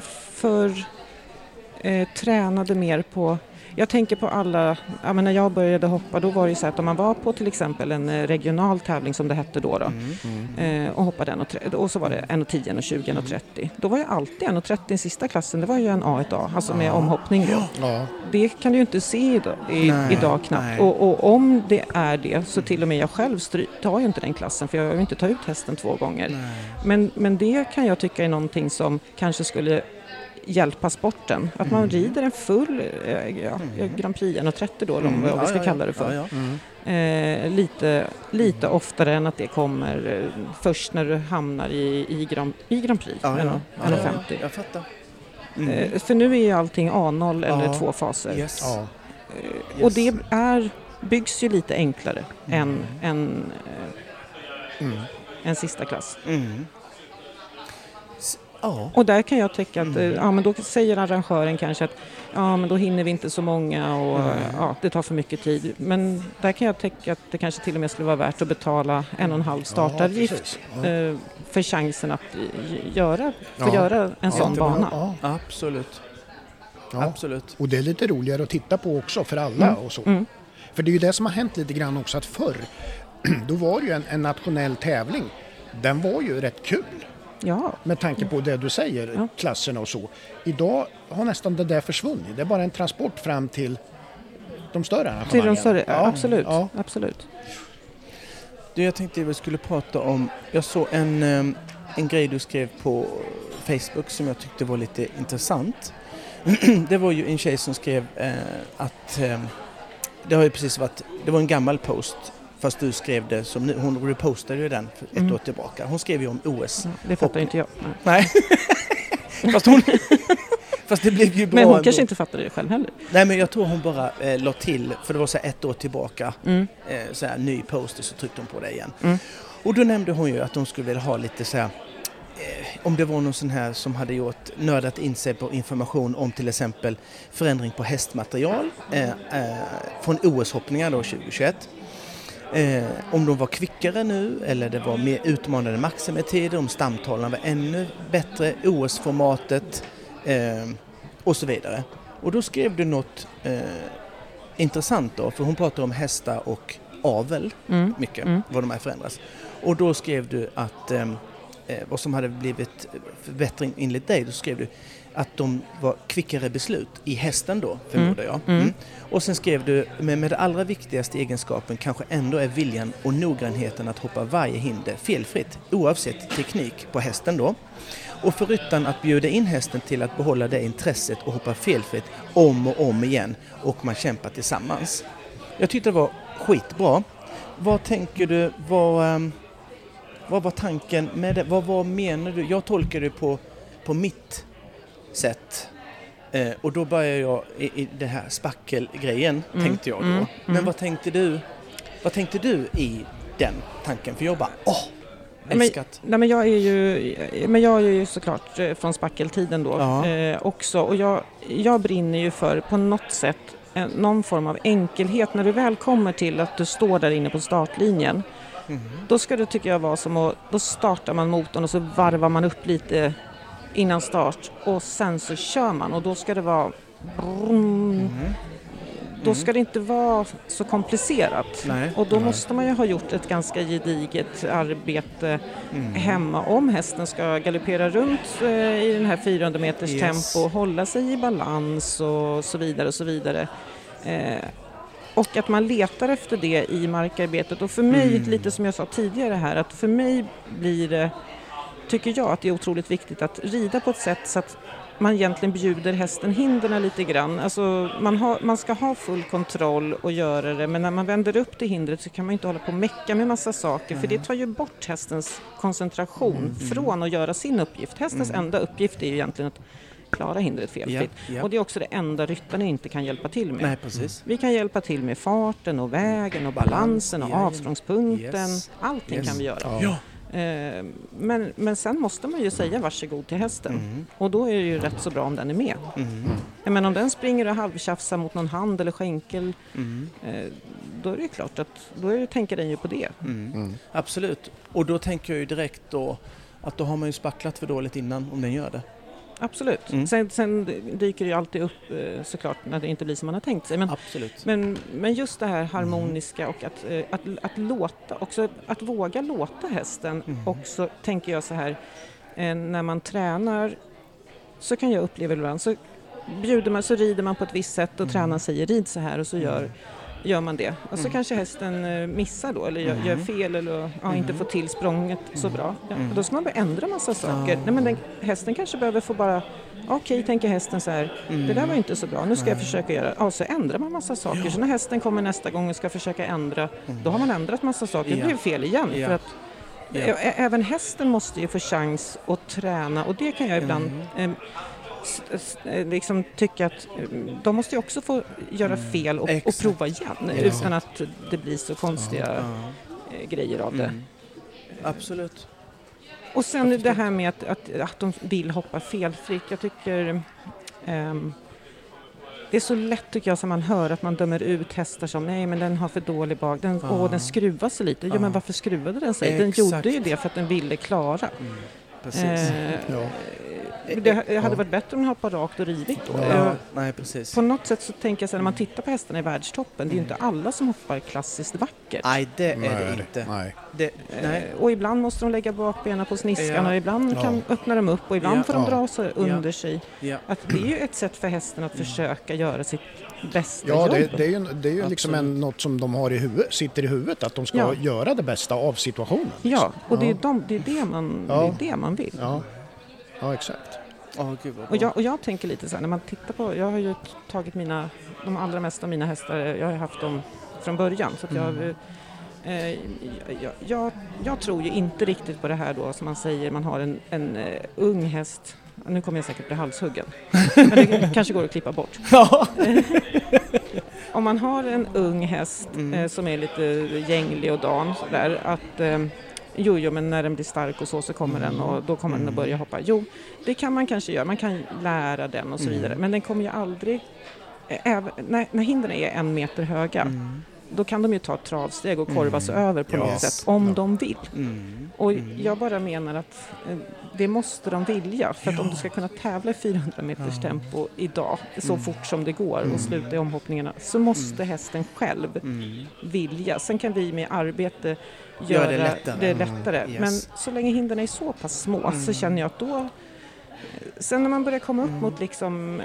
tränade mer på... Jag tänker på alla, när jag började hoppa, då var det så att om man var på till exempel en regional tävling som det hette då och hoppade 1,30, och så var det 1,10, 1,20, 1,30. Då var ju alltid 1,30 i sista klassen, det var ju en A1A, alltså med omhoppning då. Det kan du ju inte se idag knappt. Och om det är det, så till och med jag själv tar ju inte den klassen, för jag vill inte ta ut hästen 2 gånger. Men det kan jag tycka är någonting som kanske skulle hjälpa sporten. Att man rider en full Grand Prix 1,30 då, vad vi ska kalla det för. Lite oftare än att det kommer först när du hamnar i Grand Prix 1,50. Jag fattar. För nu är ju allting A0 eller 2 faser. Yes. Och det byggs ju lite enklare än en sista klass. Och där kan jag tycka att men då säger arrangören kanske att men då hinner vi inte så många och det tar för mycket tid. Men där kan jag tycka att det kanske till och med skulle vara värt att betala 1,5 startavgift för chansen att göra en sån bana. Absolut. Absolut. Och det är lite roligare att titta på också för alla och så. För det är ju det som har hänt lite grann också, att förr då var det ju en nationell tävling. Den var ju rätt kul. Ja. Med tanke på det du säger, klasserna och så. Idag har nästan det där försvunnit. Det är bara en transport fram till de större arrangemangen. Till de större, absolut. Du, jag tänkte att vi skulle prata om... Jag såg en grej du skrev på Facebook som jag tyckte var lite intressant. Det var ju en tjej som skrev att... det har ju precis varit... Det var en gammal post... Fast du skrev det som nu. Hon repostade ju den för ett år tillbaka. Hon skrev ju om OS. Det fattar inte jag. Nej. Fast det blev ju bra. Men hon ändå. Kanske inte fattade det själv heller. Nej, men jag tror hon bara la till. För det var så här 1 år tillbaka. Så här ny poster, så tryckte hon på det igen. Och då nämnde hon ju att de skulle vilja ha lite så här... om det var någon sån här som hade nördat in sig på information om till exempel förändring på hästmaterial. Från OS-hoppningar då 2021. Om de var kvickare nu eller det var mer utmanande maximitider, om stamtalen var ännu bättre, OS-formatet och så vidare. Och då skrev du något intressant då, för hon pratade om hästar och avel mycket, vad de här förändras. Och då skrev du att vad som hade blivit förbättring enligt dig, då skrev du att de var kvickare beslut i hästen då, förmodar jag. Och sen skrev du, med det allra viktigaste egenskapen kanske ändå är viljan och noggrannheten att hoppa varje hinder felfritt, oavsett teknik på hästen då. Och för ryttaren att bjuda in hästen till att behålla det intresset och hoppa felfritt om och om igen, och man kämpar tillsammans. Jag tyckte det var skitbra. Vad tänker du, vad var tanken med det? Vad menar du? Jag tolkar det på mitt sätt. Och då börjar jag i det här spackelgrejen, tänkte jag då. Men vad tänkte du i den tanken? För jag bara, älskat. Men jag är ju såklart från spackeltiden då också. Och jag brinner ju för på något sätt någon form av enkelhet. När du väl kommer till att du står där inne på startlinjen, då ska det, tycker jag, vara som att då startar man motorn och så varvar man upp lite innan start och sen så kör man, och då ska det vara då ska det inte vara så komplicerat. Och då måste man ju ha gjort ett ganska gediget arbete hemma om hästen ska galoppera runt i den här 400 meters tempo, hålla sig i balans och så vidare och så vidare. Och att man letar efter det i markarbetet. Och för mig, lite som jag sa tidigare här, att för mig blir det, tycker jag, att det är otroligt viktigt att rida på ett sätt så att man egentligen bjuder hästen hindren lite grann. Alltså man ska ha full kontroll och göra det, men när man vänder upp det hindret så kan man inte hålla på och mecka med massa saker, för det tar ju bort hästens koncentration från att göra sin uppgift. Hästens enda uppgift är ju egentligen att klara hindret felfritt. Och det är också det enda ryttaren inte kan hjälpa till med. Nej, precis. Vi kan hjälpa till med farten och vägen och balansen och avsprångspunkten. Allting kan vi göra. Men sen måste man ju säga varsågod till hästen. Och då är det ju rätt så bra om den är med. Men om den springer och halvtjafsar mot någon hand eller skänkel, då är det ju klart att tänker den ju på det. Absolut. Och då tänker jag ju direkt då att då har man ju spacklat för dåligt innan om den gör det. Absolut. Sen dyker det ju alltid upp såklart när det inte blir som man har tänkt sig. Absolut. Men just det här harmoniska och att låta, också att våga låta hästen. Också tänker jag så här, när man tränar så kan jag uppleva ibland, så rider man på ett visst sätt och tränaren säger rid så här, och så gör man det. Och så kanske hästen missar då, eller gör fel, eller inte får till språnget så bra. Då ska man börja ändra massa saker. Nej, men hästen kanske behöver få bara, tänker hästen så här, det där var inte så bra, nu ska jag försöka göra. Så ändrar man massa saker. Så när hästen kommer nästa gång och ska försöka ändra, då har man ändrat massa saker. Det blir fel igen. För att även hästen måste ju få chans att träna, och det kan jag ibland liksom tycka att de måste ju också få göra fel och prova igen utan att det blir så konstiga grejer av det. Absolut. Och sen det här med att de vill hoppa felfritt. Jag tycker det är så lätt, tycker jag, som man hör att man dömer ut hästar som nej, men den har för dålig bak, den skruvar sig lite. Ja, men varför skruvade den sig? Den gjorde ju det för att den ville klara. Precis. Det hade varit bättre om den hoppade rakt och rivigt då. Nej, precis. På något sätt så tänker jag så när man tittar på hästarna i världstoppen, det är ju inte alla som hoppar klassiskt vackert. Nej, det är det inte. Nej. Och ibland måste de lägga bakbenen på sniskan och ibland öppnar de upp och ibland får de dra sig under sig. Att det är ju ett sätt för hästen att försöka göra sitt bästa jobb. Det är ju liksom något som de har sitter i huvudet, att de ska göra det bästa av situationen. Liksom. Ja, och det är det man vill. Ja, exakt. Och jag tänker lite så här, när man tittar på, jag har ju tagit de allra mesta av mina hästar, jag har haft dem från början, så att jag tror ju inte riktigt på det här då, som man säger, man har en ung häst. Nu kommer jag säkert bli halshuggen, men det kanske går att klippa bort. Om man har en ung häst som är lite gänglig och dan så där, att men när den blir stark och så kommer den, och då kommer den att börja hoppa. Jo, det kan man kanske göra. Man kan lära den och så vidare. Men den kommer ju aldrig, när hindren är 1 meter höga, då kan de ju ta ett travsteg och korvas över på något sätt om de vill. Och jag bara menar att det måste de vilja, för att om du ska kunna tävla i 400 meters tempo idag så fort som det går och sluta i omhoppningarna, så måste hästen själv vilja. Sen kan vi med arbete göra det lättare. Men så länge hindren är så pass små så känner jag att då, sen när man börjar komma upp mot liksom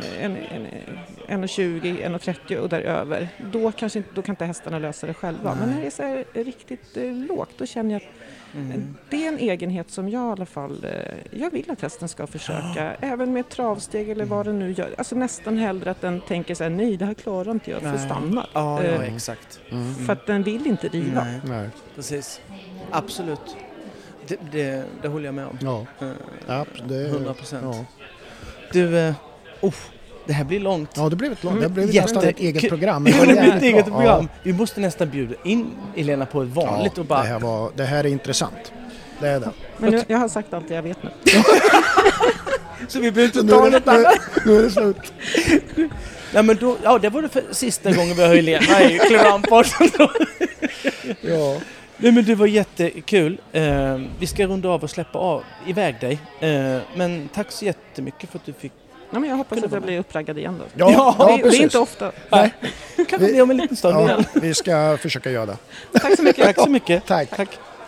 1,20, 1,30 och däröver, då kan inte hästarna lösa det själva. Men när det är så här riktigt lågt, då känner jag att det är en egenhet som jag i alla fall, jag vill att hästen ska försöka, även med travsteg eller vad den nu gör. Alltså nästan hellre att den tänker så här: nej, det här klarar inte jag, för stanna. Ja, exakt. För att den vill inte riva. Nej. Precis. Absolut. Det håller jag med om. Ja. 100%. Ja. Du, det här blir långt. Ja, det blir ett långt. Det blir nästan ett eget program. Vi måste nästan bjuda in Elena på ett vanligt och bara... Det här är intressant. Det är det. Men jag har sagt allt jag vet nu. Så vi behöver inte ta något annat. Nu är det slut. Nej, men då, det var det för sista gången vi har Elena i Klevanporsen. Ja. Nej, men det var jättekul. Vi ska runda av och släppa iväg dig. Men tack så jättemycket för att du fick... Ja, men jag hoppas att jag blir uppraggad igen då. Ja, det är inte ofta. Nej. Kanske det om en liten stund igen. Vi ska försöka göra det. Tack så mycket. Tack så mycket. Tack.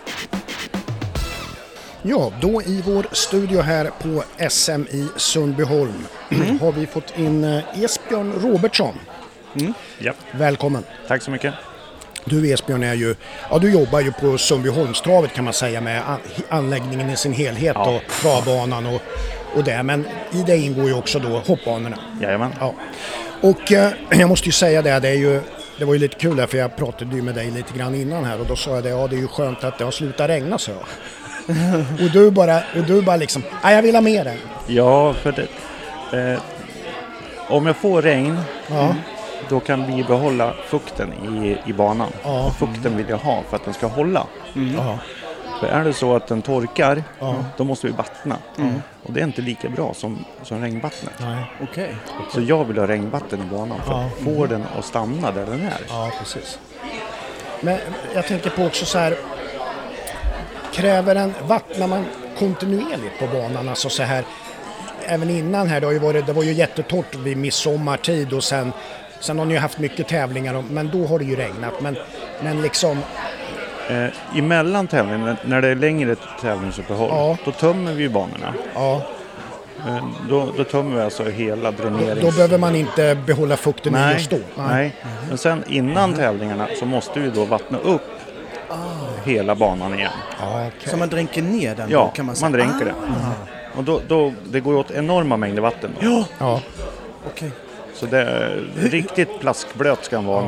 Ja, då i vår studio här på SM i Sundbyholm har vi fått in Esbjörn Robertsson. Ja. Välkommen. Tack så mycket. Du Esbjörn du jobbar ju på Sundbyholmstravet kan man säga, med anläggningen i sin helhet och travbanan och det. Men i det ingår ju också då hoppbanorna. Jajamän. Ja. Och jag måste ju säga det var ju lite kul där, för jag pratade ju med dig lite grann innan här och då sa jag det är ju skönt att det har slutat regna, så. och du bara liksom, jag vill ha mer än. Ja, för det, om jag får regn då kan vi behålla fukten i banan. Och fukten vill jag ha för att den ska hålla. För är det så att den torkar, då måste vi vattna. Och det är inte lika bra som regnvattnet. Okay. Så jag vill ha regnvatten i banan för att få den att stanna där den är. Ja, precis. Men jag tänker på också så här, vattnar man kontinuerligt på banan? Alltså så här, även innan här, det var ju jättetorrt vid midsommartid och sen har ni ju haft mycket tävlingar, men då har det ju regnat. Men liksom... Emellan tävlingen, när det är längre tävlingsuppehåll, då tömmer vi banorna. Ja. Då tömmer vi alltså hela dränerings... Då behöver man inte behålla fukten i just då. Nej. Men sen innan tävlingarna så måste vi då vattna upp hela banan igen. Okay. Så man dränker ner den? Ja, kan man säga. Man dränker det. Och då det går åt enorma mängder vatten. Då. Ja. Okej. Så det är riktigt plaskblöt ska den vara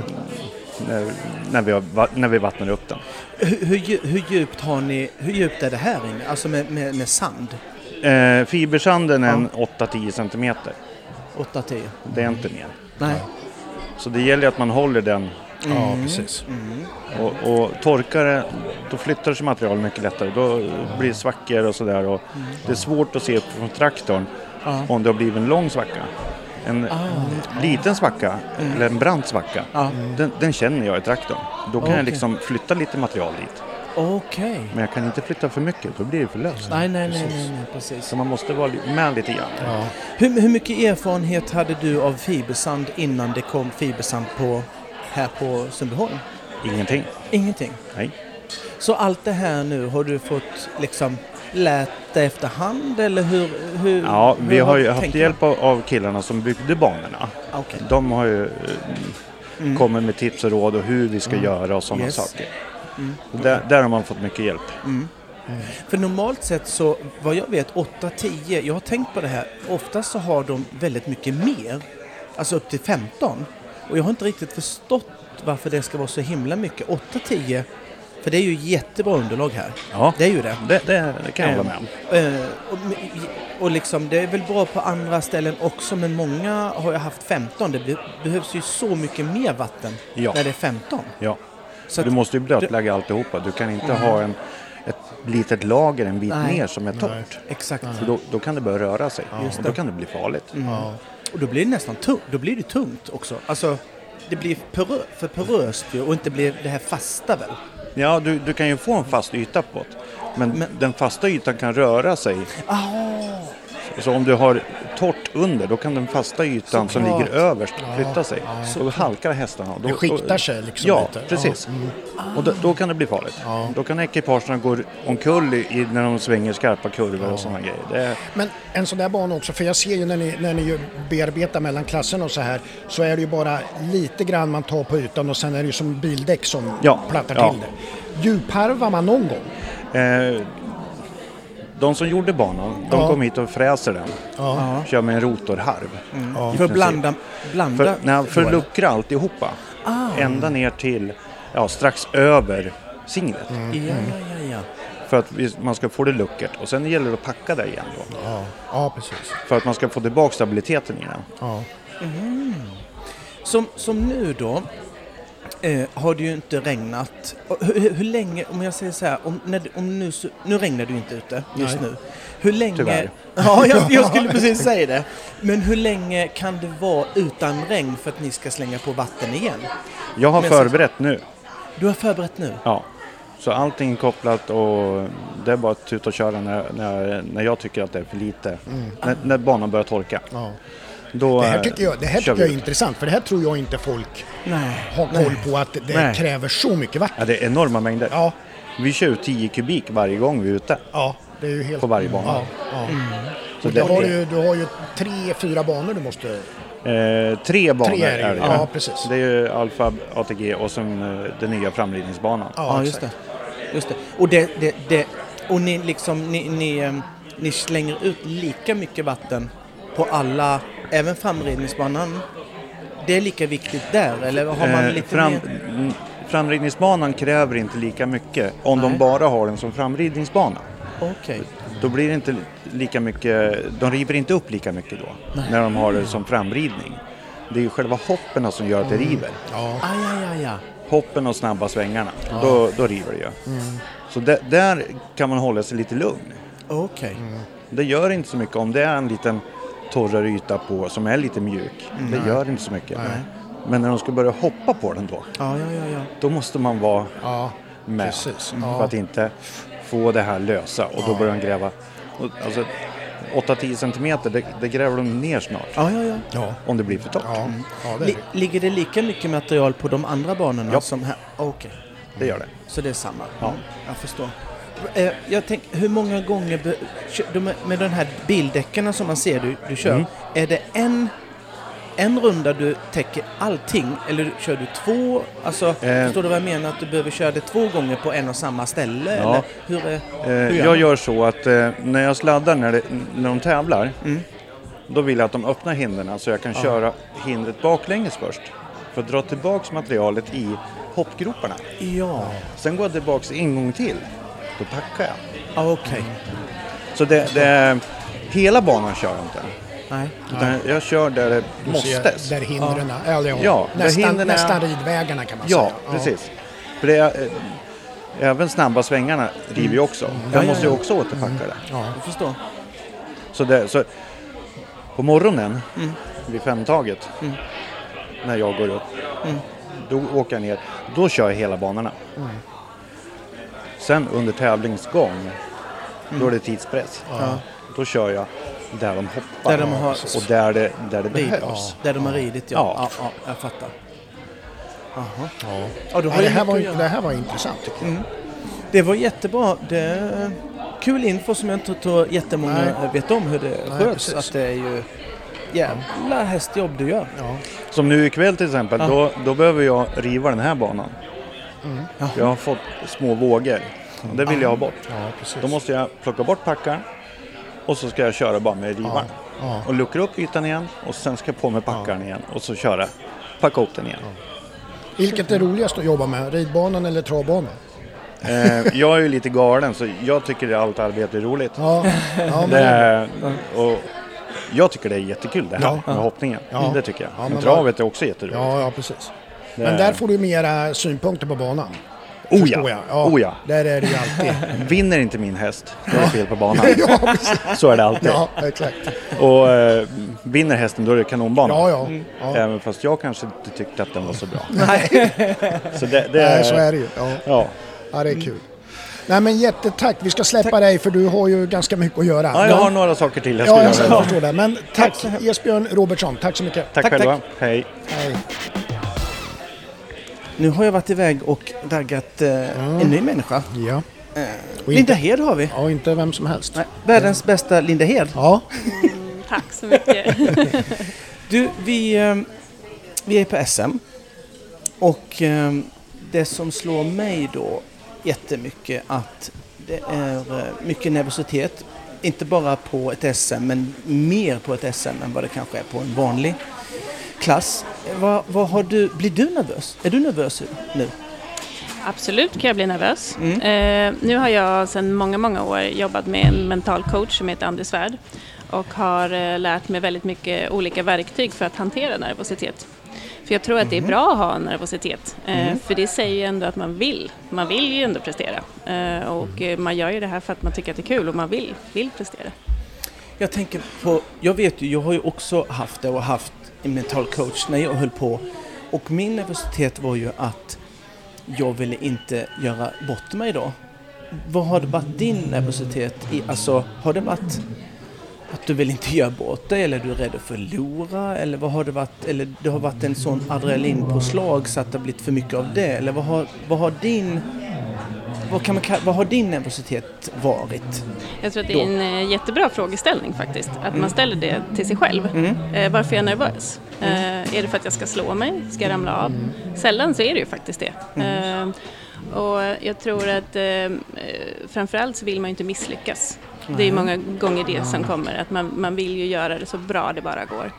när vi vattnar upp den. Hur djupt är det här inne? Alltså med sand? Fibersanden är 8-10 centimeter. 8-10? Det är inte mer. Nej. Så det gäller att man håller den. Ja, precis. Och torkar det, då flyttar sig material mycket lättare. Då blir det svackor och sådär. Och det är svårt att se upp från traktorn om det har blivit en lång svacka. En liten svacka eller en brant svacka, den känner jag i traktorn. Då kan jag liksom flytta lite material dit. Okej. Men jag kan inte flytta för mycket, då blir det för löst. Nej, precis. Så man måste vara med lite grann. Ja. Hur mycket erfarenhet hade du av fibersand innan det kom fibersand här på Sundbyholm? Ingenting? Nej. Så allt det här nu har du fått liksom lärt dig efterhand, eller hur? Ja, vi har ju haft hjälp av killarna som byggde banorna. Okay. De har ju kommit med tips och råd och hur vi ska göra och sådana saker. Där har man fått mycket hjälp. För normalt sett så, vad jag vet, 8-10, jag har tänkt på det här, oftast så har de väldigt mycket mer, alltså upp till 15. Och jag har inte riktigt förstått varför det ska vara så himla mycket. 8-10, för det är ju jättebra underlag här. Ja, det är ju det. Det kan jag hålla med om. Och liksom, det är väl bra på andra ställen också, men många har ju haft 15. Det behövs ju så mycket mer vatten när det är 15. Ja, så du måste ju blötlägga alltihopa. Du kan inte ha ett litet lager en bit ner som är torrt. Exakt. För då kan det börja röra sig. Och då kan det bli farligt. Och då blir det nästan tungt. Då blir det tungt också. Alltså, det blir för poröst ju, och inte blir det här fasta väl? Ja, du kan ju få en fast yta på det. Men den fasta ytan kan röra sig. Så om du har torrt under, då kan den fasta ytan som ligger överst flytta sig. Så då halkar hästarna. Det skiktar sig liksom lite. Precis. Och då kan det bli farligt. Då kan ekipagerna gå omkull när de svänger skarpa kurvor och sådana grejer. Men en sån där bana också, för jag ser ju när ni bearbetar mellan klasserna och så här, så är det ju bara lite grann man tar på ytan och sen är det ju som bildäck som plattar till det. Djupharvar man någon gång? De som gjorde banan, de kom hit och fräser den. Kör med en rotorharv. För att blanda? För att luckra alltihopa. Ända ner till strax över singlet. Ja. För att man ska få det luckert. Och sen gäller det att packa där igen då. Ja, precis. För att man ska få tillbaka stabiliteten i den. Som nu då, har det ju inte regnat. Hur länge, om jag säger så här, nu regnar det ju inte ute just nu. Hur länge? Tyvärr. Ja, jag skulle precis säga det. Men hur länge kan det vara utan regn för att ni ska slänga på vatten igen? Jag har förberett nu. Du har förberett nu? Ja. Så allting är kopplat och det är bara att tuta och köra när jag tycker att det är för lite. När banan börjar torka. Då, det här tycker jag är intressant, för det här tror jag inte folk har koll på, att det kräver så mycket vatten. Ja, det är enorma mängder. Ja. Vi kör 10 kubik varje gång vi är ute. Ja, det är ju helt... På varje bana. Så du har ju 3-4 banor du måste... 3 banor är det. Ja, precis. Det är ju Alfa, ATG och sen den nya framridningsbanan. Ja, just det. Och ni liksom ni slänger ut lika mycket vatten på alla, även framridningsbanan. Det är lika viktigt där, eller har man lite mer? Framridningsbanan kräver inte lika mycket om de bara har den som framridningsbana. Okej. Då blir det inte lika mycket, de river inte upp lika mycket då när de har det som framridning. Det är ju själva hopperna som gör att det river. Ja. Hoppen och snabba svängarna, då river det ju. Så där kan man hålla sig lite lugn. Okej. Det gör inte så mycket om det är en liten torrare yta på som är lite mjuk. Det gör inte så mycket. Men när de ska börja hoppa på den då, då måste man vara med. Precis. För att inte få det här lösa. Och då börjar de gräva. Alltså 8-10 centimeter, det gräver de ner snart. Ja. Om det blir för torrt. Ligger det lika mycket material på de andra banorna som här? Okej. Det gör det. Så det är samma? Ja. Jag förstår. Jag tänker, hur många gånger med den här bildäckarna som man ser du kör, är det en runda du täcker allting, eller kör du 2? Alltså, förstår du vad jag menar? Att du behöver köra det 2 gånger på en och samma ställe? Eller hur jag gör så att när jag sladdar när de tävlar, då vill jag att de öppnar hindren så jag kan köra hindret baklänges först. För att dra tillbaks materialet i hoppgroparna. Ja. Sen går jag tillbaks en gång till. Då packar jag. Okej. Så det hela banan kör jag inte. Nej. Utan jag kör där det måste. Där hindren nästan ridvägarna kan man säga. Ja, precis. För det är, även snabba svängarna river ju också. Jag måste ju också återpacka det. Ja, jag förstår. Så på morgonen vid 5-taget när jag går upp, då åker jag ner. Då kör jag hela banorna. Sen under tävlingsgång, då är det tidspress. Då kör jag där de hoppar. Där de har, och där det behövs. Där de har ridit, ja, jag fattar. Det här var intressant tycker jag. Det var jättebra. Det är kul info som jag inte tror jättemånga vet om hur det sköts. Att det är ju jävla hästjobb du gör. Ja. Som nu ikväll till exempel, då behöver jag riva den här banan. Jag har fått små vågor. Det vill jag ha bort. Då måste jag plocka bort packaren. Och så ska jag köra bara med rivaren. Och luckra upp ytan igen. Och sen ska jag på med packaren igen. Och så packa upp den igen. Vilket är roligast att jobba med? Ridbanan eller travbanan? Jag är ju lite galen. Så jag tycker att allt arbete är roligt. Och jag tycker det är jättekul det här med hoppningen. Det tycker jag. Men travet är också jätteroligt. Ja, precis. Men där får du mera synpunkter på banan. förstår jag. Ja. Där är det ju alltid. Vinner inte min häst, då är det fel på banan. Ja, så är det alltid. Ja, exakt. Och vinner hästen, då är det kanonbana. Ja. Även fast jag kanske inte tyckte att den var så bra. Nej, så så är det ju. Ja, det är kul. Nej, men jättetack. Vi ska släppa dig för du har ju ganska mycket att göra. Ja, jag har några saker till jag förstår det. Men tack Esbjörn Robertsson. Tack så mycket. Tack själva. Hej. Nu har jag varit iväg och raggat en ny människa. Ja. Linda Hed har vi. Ja, inte vem som helst. Nej, världens bästa Linda Hed. Ja. Tack så mycket. Du, vi är på SM. Och det som slår mig då jättemycket att det är mycket nervositet. Inte bara på ett SM, men mer på ett SM än vad det kanske är på en vanlig klass. Blir du nervös? Är du nervös nu? Absolut kan jag bli nervös. Nu har jag sedan många år jobbat med en mental coach som heter Anders Svärd och har lärt mig väldigt mycket olika verktyg för att hantera nervositet. För jag tror att det är bra att ha nervositet. För det säger ju ändå att man vill ju ändå prestera. Och man gör ju det här för att man tycker att det är kul och man vill prestera. Jag tänker på, jag vet ju, jag har ju också haft en mental coach när jag höll på. Och min nervositet var ju att jag ville inte göra bort mig då. Vad har det varit din nervositet i? Alltså, har det varit att du vill inte göra bort dig, eller du är rädd att förlora, eller vad har det varit, eller det har varit en sån adrenalinpåslag så att det har blivit för mycket av det, eller vad har din nervositet varit? Jag tror att det är en jättebra frågeställning faktiskt, att man ställer det till sig själv. Varför är jag nervös? Är det för att jag ska slå mig? Ska jag ramla av? Sällan så är det ju faktiskt det. Och jag tror att framförallt så vill man ju inte misslyckas. Det är många gånger det som kommer, att man vill ju göra det så bra det bara går.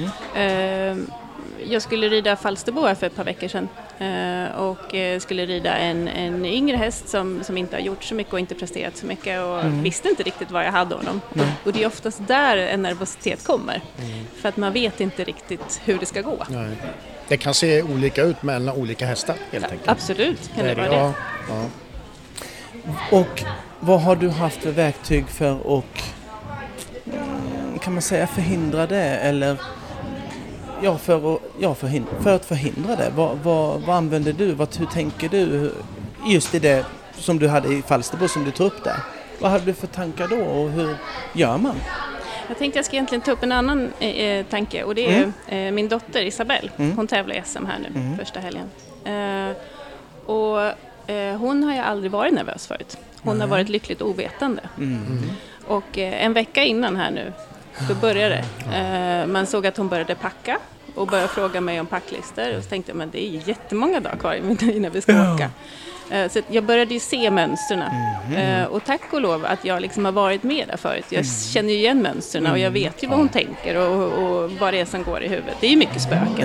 Jag skulle rida Falsterbo här för ett par veckor sedan och skulle rida en yngre häst som inte har gjort så mycket och inte presterat så mycket och visste inte riktigt vad jag hade honom. Och det är oftast där en nervositet kommer, för att man vet inte riktigt hur det ska gå. Nej. Det kan se olika ut mellan olika hästar helt enkelt. Absolut, kan det vara det. Ja. Och vad har du haft för verktyg för att, kan man säga, förhindra det, eller för att förhindra det? Vad använder du? Hur tänker du just i det som du hade i Falsterbo som du tog upp där? Vad hade du för tankar då och hur gör man? Jag tänkte jag ska egentligen ta upp en annan tanke, och det är min dotter Isabelle. Hon tävlar i SM här nu första helgen. Hon har ju aldrig varit nervös förut. Hon har varit lyckligt ovetande. Och en vecka innan här nu, då började det. Man såg att hon började packa och började fråga mig om packlistor. Och så tänkte jag, men det är jättemånga dagar kvar innan vi ska åka. Så jag började ju se mönstren. Och tack och lov att jag liksom har varit med där förut. Jag känner ju igen mönstren och jag vet ju vad hon tänker och vad det är som går i huvudet. Det är ju mycket spöken.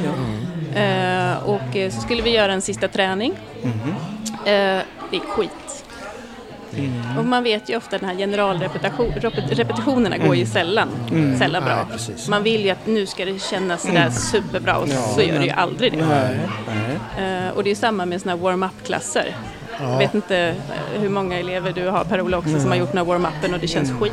Och så skulle vi göra en sista träning. Det är skit. Och man vet ju ofta att den här generalrepetitionerna går ju sällan bra. Man vill ju att nu ska det kännas sådär superbra, och så gör det ju aldrig det. Och det är samma med såna här warm-up-klasser. Jag vet inte hur många elever du har, Per-Ola, också, som har gjort några warm-upen och det känns skit.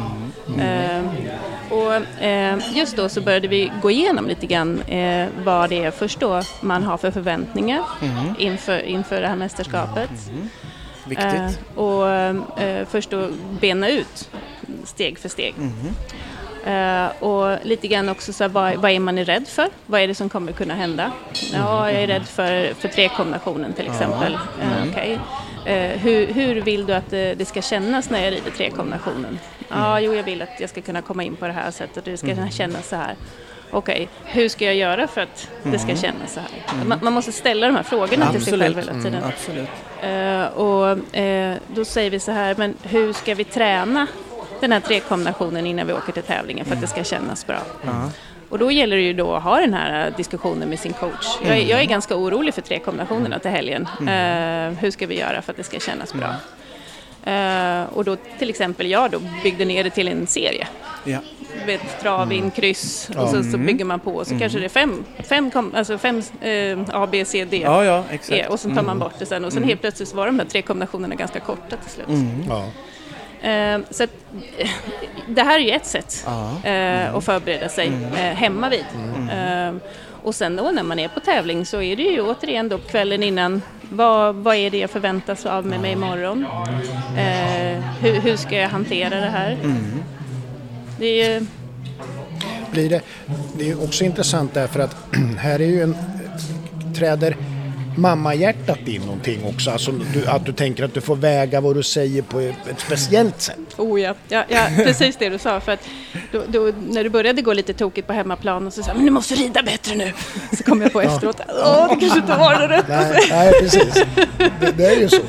Just då så började vi gå igenom lite grann vad det är först då man har för förväntningar inför det här mästerskapet. Viktigt. Och först då bena ut steg för steg. Och lite grann också så här, vad är man rädd för? Vad är det som kommer kunna hända? Ja, jag är rädd för trekombinationen till exempel. Okej. Hur vill du att det ska kännas när jag rider trekombinationen? Jag vill att jag ska kunna komma in på det här sättet och det ska kännas så här. Okej, hur ska jag göra för att det ska kännas så här? Man måste ställa de här frågorna till sig själv hela tiden. Absolut. Då säger vi så här, men hur ska vi träna den här trekombinationen innan vi åker till tävlingen för att det ska kännas bra? Och då gäller det ju då att ha den här diskussionen med sin coach. Jag är ganska orolig för trekombinationerna till helgen. Hur ska vi göra för att det ska kännas bra? Och då till exempel jag då byggde ner det till en serie. Ja. Trav in, kryss och så bygger man på och så kanske det är fem A, B, C, D exakt. Och så tar man bort det sen och sen helt plötsligt var de där 3 kombinationerna ganska korta till slut. Så att, det här är ju ett sätt att förbereda sig hemma vid. Och sen då när man är på tävling så är det ju återigen då kvällen innan, vad är det jag förväntas av mig imorgon? Hur ska jag hantera det här? Det är ju... Det är också intressant därför att här är ju träder mammahjärtat in någonting också. Alltså att du tänker att du får väga vad du säger på ett speciellt sätt. Ja, precis det du sa. För att då, när du började gå lite tokigt på hemmaplan och så sa men du måste rida bättre nu. Så kom jag på efteråt, det kanske inte var det rätt. Nej, precis. Det är ju så.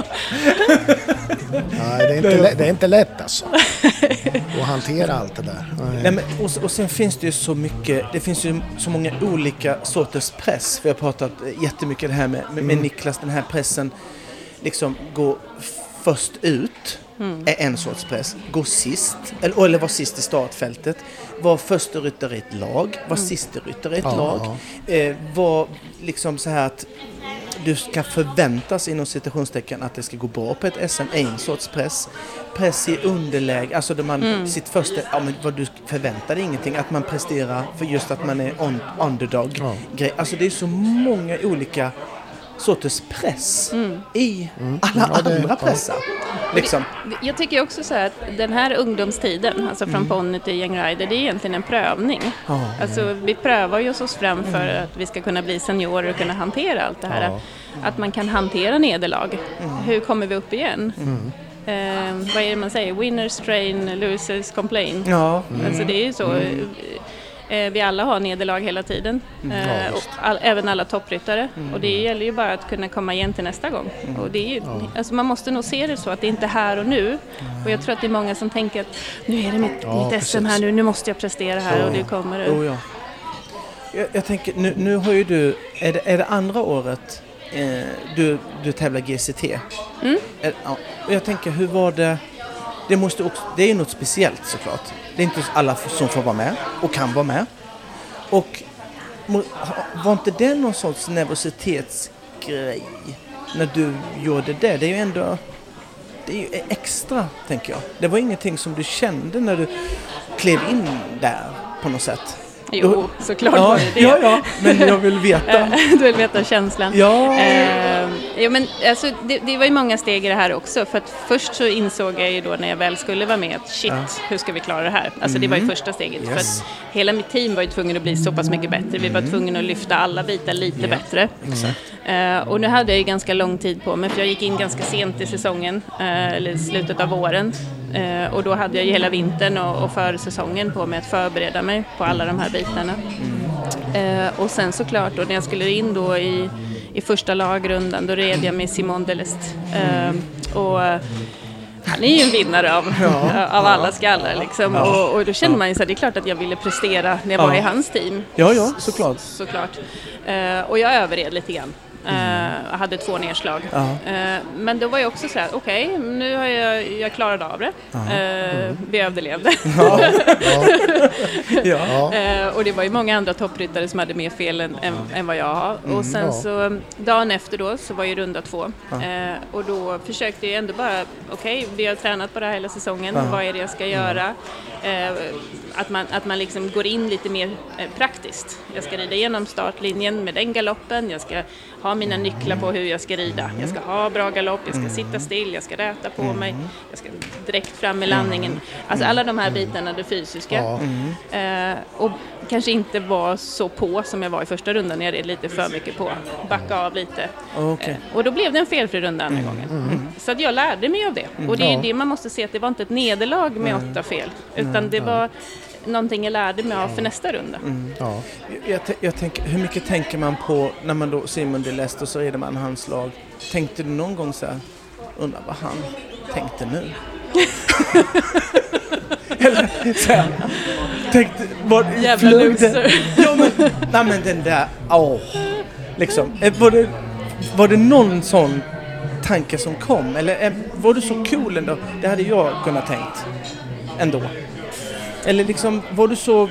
Nej, det är inte lätt alltså. Att hantera allt det där. Nej, men, och sen finns det ju så mycket, det finns ju så många olika sorters press. Vi har pratat jättemycket det här med Niklas, den här pressen liksom gå först ut är en sorts press. Gå sist, eller vara sist i startfältet. Var första ryttare i ett lag, var sista ryttare i ett lag. Var liksom så här att du ska förväntas inom citationstecken att det ska gå bra på ett SM, en sorts press. Press i underläge, alltså där man sitt första, men vad du förväntar dig ingenting, att man presterar för just att man är underdog. Alltså det är så många olika sorters press i alla andra pressar. Liksom. Jag tycker också så här att den här ungdomstiden, alltså från ponny till young rider, det är egentligen en prövning. Alltså vi prövar ju oss fram för att vi ska kunna bli seniorer och kunna hantera allt det här. Att man kan hantera nederlag. Hur kommer vi upp igen? Vad är det man säger? Winners train, losers complain. Alltså det är ju så. Vi alla har nederlag hela tiden. Även alla toppryttare. Och det gäller ju bara att kunna komma igen till nästa gång. Och det är ju, alltså man måste nog se det så att det inte är här och nu. Och jag tror att det är många som tänker att nu är det mitt SM här, nu måste jag prestera här och det kommer det. Jag tänker, nu har ju du, är det andra året du tävlar GCT? Och jag tänker, hur var det? Det är ju något speciellt såklart. Det är inte alla som får vara med och kan vara med. Och var inte det någon sorts nervositetsgrej när du gjorde det? Det är ju ändå, det är ju extra, tänker jag. Det var ingenting som du kände när du klev in där på något sätt. Jo, såklart var det det. Ja, men jag vill veta. Du vill veta känslan. Men alltså, det var ju många steg i det här också. För att först så insåg jag ju då när jag väl skulle vara med att hur ska vi klara det här? Alltså det var ju första steget. För att hela mitt team var ju tvungen att bli så pass mycket bättre. Vi var tvungna att lyfta alla bitar lite bättre. Och nu hade jag ju ganska lång tid på mig. För jag gick in ganska sent i säsongen. Eller slutet av våren. Och då hade jag ju hela vintern och försäsongen på mig att förbereda mig på alla de här bitarna. Och sen såklart då när jag skulle in då i första lagrundan, då red jag med Simon Delest. Och han är ju en vinnare av alla skallar liksom. Och då kände man ju så här, det är klart att jag ville prestera när jag var i hans team. Ja, såklart. Och jag överred lite grann. Jag hade 2 nedslag. Men då var jag också så här, okej, nu har jag klarat av det. Vi överlevde. Och det var ju många andra toppryttare som hade mer fel än vad jag har. Och sen så dagen efter då så var ju runda 2. Och då försökte jag ändå bara, okej, vi har tränat på det här hela säsongen. Vad är det jag ska göra? Att man liksom går in lite mer praktiskt. Jag ska rida igenom startlinjen med den galoppen. Jag ska ha mina nycklar på hur jag ska rida. Jag ska ha bra galopp, jag ska sitta still, jag ska räta på mig. Jag ska direkt fram i landningen. Alltså alla de här bitarna, det fysiska. Och kanske inte var så på som jag var i första rundan när jag red lite för mycket på. Backa av lite. Och då blev det en felfri runda den här gången. Så att jag lärde mig av det. Och det är det man måste se, att det var inte ett nederlag med 8 fel. Utan det var någonting jag lärde mig av för nästa runda. Jag tänker, hur mycket tänker man på när man då Simon Delest och så rider man hans lag? Tänkte du någon gång så här, undrar vad han tänkte nu? Eller så här, tänkte, jävla loser. Nej men den där, liksom, var det någon sån tanke som kom? Eller var du så cool ändå? Det hade jag kunnat tänkt ändå. Eller liksom, var du så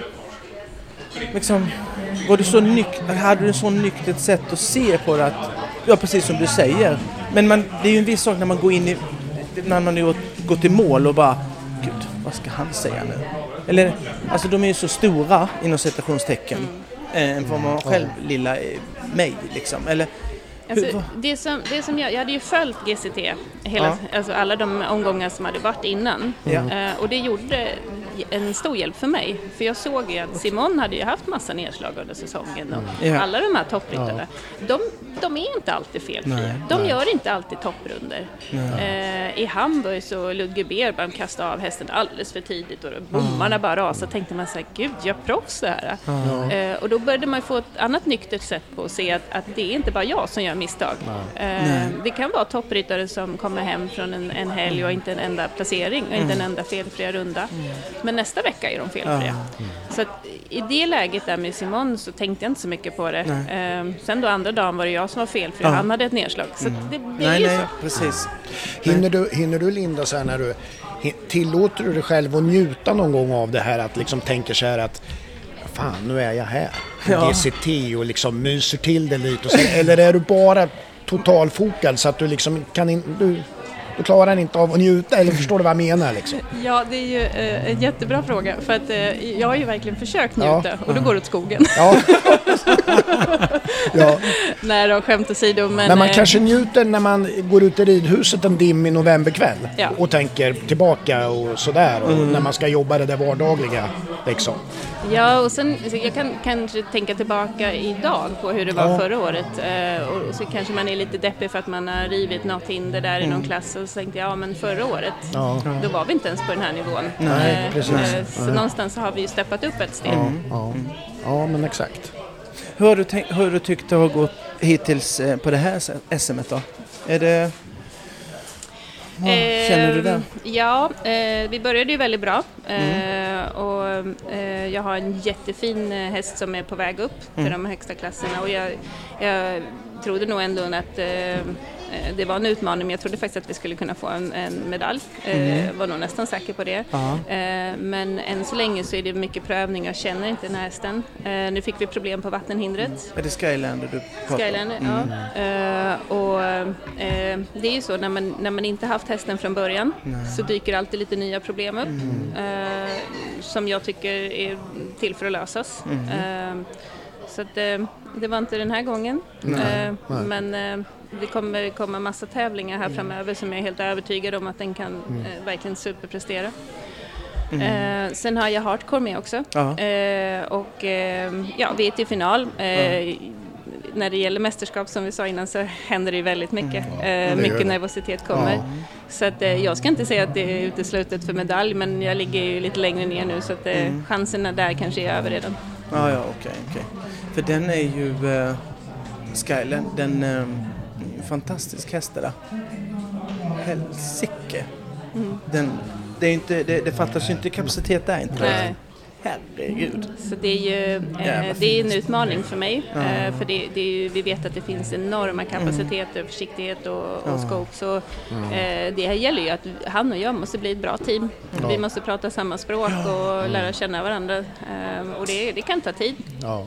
hade du en sån nyktert sätt att se på det att, ja precis som du säger. Men det är ju en viss sak när man går in i, när man går till mål och bara, gud, vad ska han säga nu? Eller, alltså de är ju så stora inom citationstecken. Än vad man själv lilla mig liksom. Eller, alltså, det som jag hade ju följt GCT alltså alla de omgångar som hade varit innan. Och det gjorde en stor hjälp för mig. För jag såg ju att Simon hade ju haft massa nedslag under säsongen. Och alla de här toppryttarna, de är inte alltid felfria. De gör inte alltid topprunder. I Hamburg så Ludger Beerbaum kastade av hästen alldeles för tidigt och bommarna bara rasade. Tänkte man så här, gud, jag proffs det här. Och då började man få ett annat nyktert sätt på att se att det är inte bara jag som gör misstag. Det kan vara toppryttare som kommer hem från en helg och inte en enda placering och inte en enda felfria runda. Men nästa vecka är de felfria. Så att i det läget där med Simon så tänkte jag inte så mycket på det. Sen då andra dagen var det jag som var felfri. Han hade ett nedslag. Så det är ju så. Precis. Hinner du Linda så här när du tillåter du dig själv att njuta någon gång av det här att liksom tänker så här att fan, nu är jag här på GCT och liksom myser till det lite och så, eller är du bara totalfokad så att du liksom du klarar inte av att njuta, eller förstår du vad jag menar liksom? Ja, det är ju en jättebra fråga för att jag har ju verkligen försökt njuta och då går det åt skogen. Nej då, skämt åsido. Men man kanske njuter när man går ut i ridhuset en dimmig novemberkväll och tänker tillbaka och sådär och när man ska jobba det där vardagliga liksom. Ja, och sen jag kan kanske tänka tillbaka idag på hur det var förra året och så kanske man är lite deppig för att man har rivit något hinder där i någon klass och så tänkte jag, men förra året då var vi inte ens på den här nivån. Nej, precis. Så någonstans har vi ju steppat upp ett steg. Ja, men exakt. Hur har du tyckt det har gått hittills på det här SM:et då? Är det... känner du det? Ja, vi började ju väldigt bra och jag har en jättefin häst som är på väg upp till de högsta klasserna och jag trodde nog ändå att det var en utmaning, men jag trodde faktiskt att vi skulle kunna få en medalj. Var nog nästan säker på det. Men än så länge så är det mycket prövning. Jag känner inte den här hästen. Nu fick vi problem på vattenhindret. Är det Skylander du pratar om? Skylander, och det är ju så när man inte haft hästen från början så dyker alltid lite nya problem upp som jag tycker är till för att lösas. Så att, det var inte den här gången. Men det kommer komma massa tävlingar här framöver som jag är helt övertygad om att den kan verkligen superprestera. Sen har jag Hardcore med också. Och vi är till final. När det gäller mästerskap som vi sa innan så händer det väldigt mycket. Mycket nervositet kommer. Så att, jag ska inte säga att det är uteslutet för medalj, men jag ligger ju lite längre ner nu så att chanserna där kanske är över redan. Okej. För den är ju Skyland, den fantastisk häst där. Helsike. Det är inte det fattas ju inte kapacitet där inte. Nej. Herregud. Så det är ju det är en utmaning för mig. För det är ju, vi vet att det finns enorma kapaciteter, försiktighet och scope. Så det här gäller ju att han och jag måste bli ett bra team. Vi måste prata samma språk och lära känna varandra. Och det kan ta tid.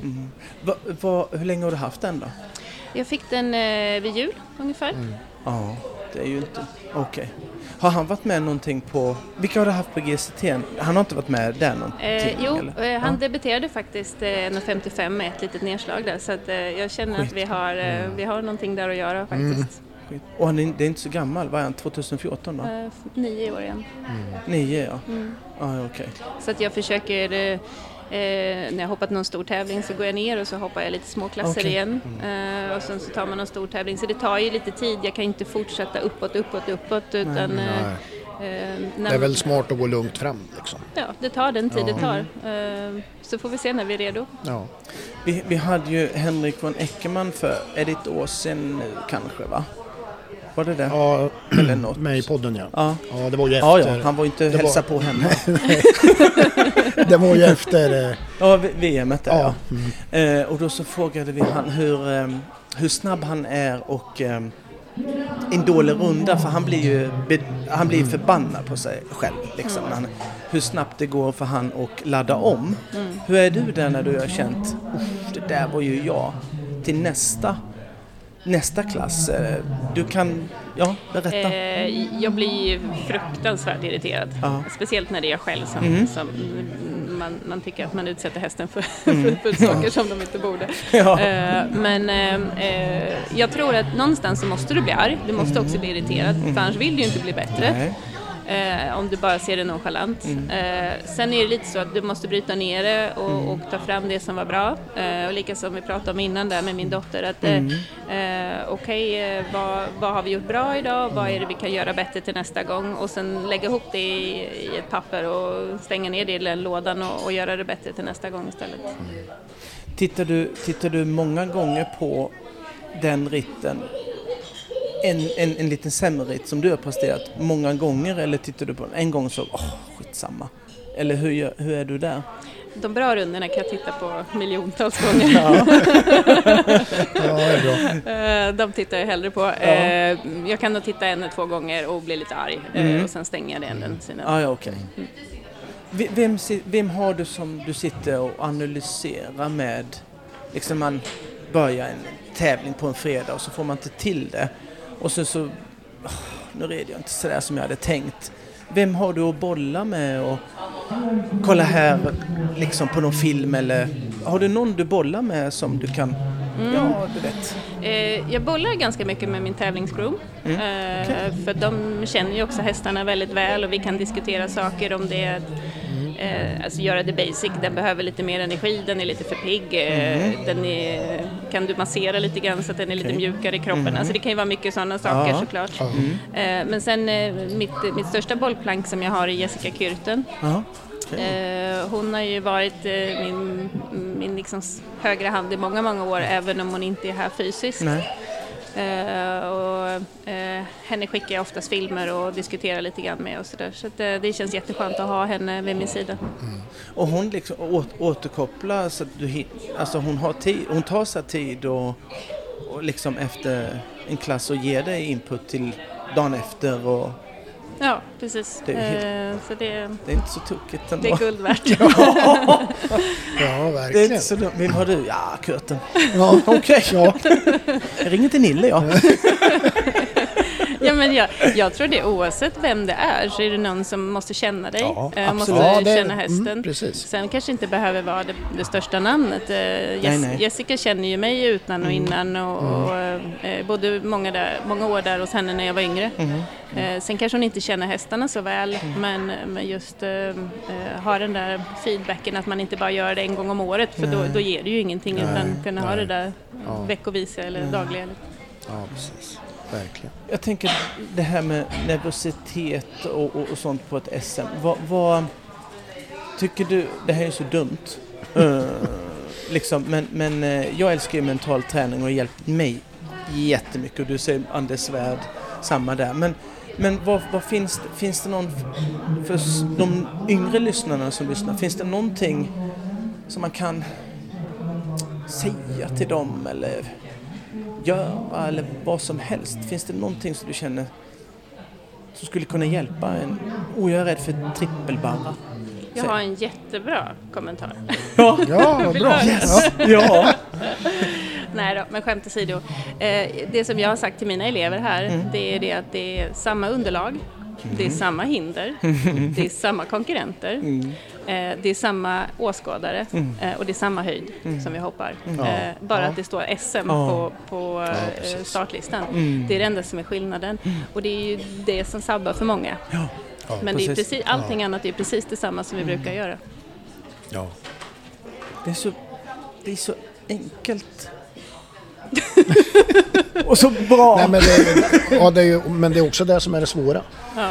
Hur länge har du haft den då? Jag fick den vid jul ungefär. Ja, det är ju inte... Okej. Har han varit med någonting på... Vilka har du haft på GCT? Han har inte varit med där någonting? Han debuterade faktiskt 1,55 med ett litet nedslag där. Så att, jag känner att vi har någonting där att göra faktiskt. Och det är inte så gammal, var han 2014 då? 9 år igen. 9, okej. Så att jag försöker... när jag hoppat någon stor tävling så går jag ner och så hoppar jag lite små klasser igen. Och sen så tar man någon stor tävling. Så det tar ju lite tid. Jag kan inte fortsätta uppåt. Utan, det är väl smart att gå lugnt fram liksom. Ja, det tar den tid det tar. Så får vi se när vi är redo. Ja. Vi hade ju Henrik von Eckermann för ett år sedan kanske, va? Var det? Ja, eller något? Med i podden, ja. Ja, det var ju efter... han var inte hälsa på henne. Det var ju efter... VM:et där, och då så frågade vi han hur snabb han är och en dålig runda, för han blir förbannad på sig själv liksom, hur snabbt det går för han att ladda om. Hur är du där när du har känt det där var ju jag till nästa klass? Du kan berätta. Jag blir fruktansvärt irriterad. Speciellt när det är jag själv som man tycker att man utsätter hästen för saker som de inte borde. Men jag tror att någonstans så måste du bli arg. Du måste också bli irriterad. För annars vill du ju inte bli bättre. Om du bara ser det nonchalant. Sen är det lite så att du måste bryta ner det och ta fram det som var bra. Och lika som vi pratade om innan där med min dotter, att vad har vi gjort bra idag? Vad är det vi kan göra bättre till nästa gång? Och sen lägga ihop det i ett papper och stänga ner det i den lådan och göra det bättre till nästa gång istället. Tittar du många gånger på den ritten, en liten sämre ritt som du har presterat många gånger, eller tittar du på en gång så skitsamma? Eller hur är du där? De bra rundorna kan jag titta på miljontals gånger. Det är bra. De tittar jag hellre på. Jag kan nog titta 1 eller 2 gånger och bli lite arg. Och sen stänger jag det den sidan. Okay. Vem har du som du sitter och analyserar med? Liksom man börjar en tävling på en fredag och så får man inte till det. Och så nu red jag inte sådär som jag hade tänkt. Vem har du att bolla med och kolla här liksom på någon film, eller har du någon du bollar med som du kan, du vet? Jag bollar ganska mycket med min tävlingscrew. För de känner ju också hästarna väldigt väl och vi kan diskutera saker om det. Alltså göra det basic, den behöver lite mer energi, den är lite för pigg, kan du massera lite grann så att den är lite mjukare i kroppen. Alltså det kan ju vara mycket sådana saker såklart. Men sen mitt största bollplank som jag har är Jessica Kürten. Hon har ju varit min liksom högra hand i många år, även om hon inte är här fysiskt. Henne skickar jag oftast filmer och diskuterar lite grann med och sådär. Så att, det känns jätteskönt att ha henne vid min sida. Och hon liksom återkopplar så att alltså hon tar sig tid och liksom efter en klass och ger dig input till dagen efter och ja, precis. Det är, så det är inte så tokigt ändå. Det är guld värt. Ja, verkligen. Det är inte så dumt. Vem har du? Ja, Kürten. Ja, okej. Ja. Jag ringer till Nille, Ja, men jag tror det oavsett vem det är så är det någon som måste känna dig. Måste känna hästen. Sen kanske inte behöver vara det största namnet. Jessica känner ju mig utan och innan och både många år där hos henne när jag var yngre. Sen kanske hon inte känner hästarna så väl, men just har den där feedbacken att man inte bara gör det en gång om året, för då ger det ju ingenting utan kunna ha det där veckovisa eller dagliga. Ja, precis. Verkligen. Jag tänker det här med nervositet och sånt på ett SM. Vad tycker du, det här är så dumt, liksom, men jag älskar ju mental träning och har hjälpt mig jättemycket, och du säger Anders Svärd, samma där. Men vad finns det någon, för de yngre lyssnarna som lyssnar, finns det någonting som man kan säga till dem eller göra eller vad som helst? Finns det någonting som du känner som skulle kunna hjälpa en? Jag är rädd för trippelbarra. Jag har en jättebra kommentar. Ja, bra. Yes. Ja. Nej då, men skämt åsido. Det som jag har sagt till mina elever här, det är det att det är samma underlag, det är samma hinder, det är samma konkurrenter, det är samma åskådare och det är samma höjd som vi hoppar. Bara att det står SM på startlistan. Det är det enda som är skillnaden. Och det är ju det som sabbar för många. Men det är precis, allting annat är precis detsamma som vi brukar göra. Ja. Det är så enkelt. Och så bra. Nej, men det är också det som är det svåra. Ja.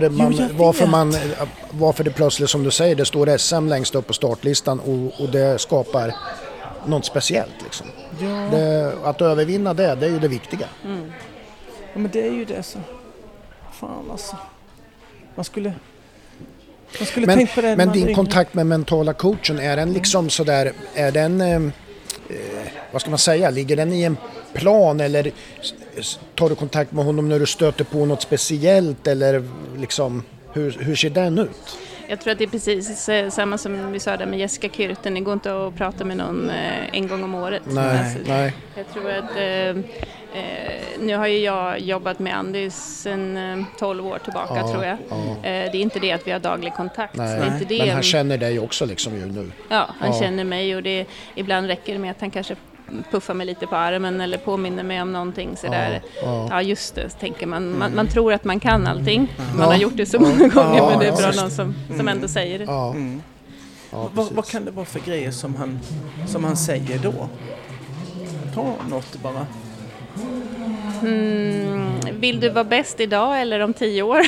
Varför det plötsligt, som du säger, det står SM längst upp på startlistan och det skapar något speciellt liksom. Att övervinna det är ju det viktiga. Ja, men det är ju det så. Fan alltså. Man skulle tänka på det. Men din kontakt med mentala coachen, är den liksom sådär, är den vad ska man säga, ligger den i en plan eller tar du kontakt med honom när du stöter på något speciellt eller liksom, hur ser den ut? Jag tror att det är precis samma som vi sa där med Jessica Kyrten. Det går inte att prata med någon en gång om året. Nej. Jag tror att nu har ju jag jobbat med Andy sedan 12 år tillbaka tror jag. Det är inte det att vi har daglig kontakt. Nej. Det är inte det. Men han känner dig också liksom ju nu. Ja, han känner mig och ibland räcker det med att han kanske puffar mig lite på armen eller påminner mig om någonting sådär. Ja, just det, tänker man. Man tror att man kan allting. Man har gjort det så många gånger, men det är bra någon som ändå säger det. Ja. Vad kan det vara för grejer som han säger då? Ta något bara. Vill du vara bäst idag eller om 10 år?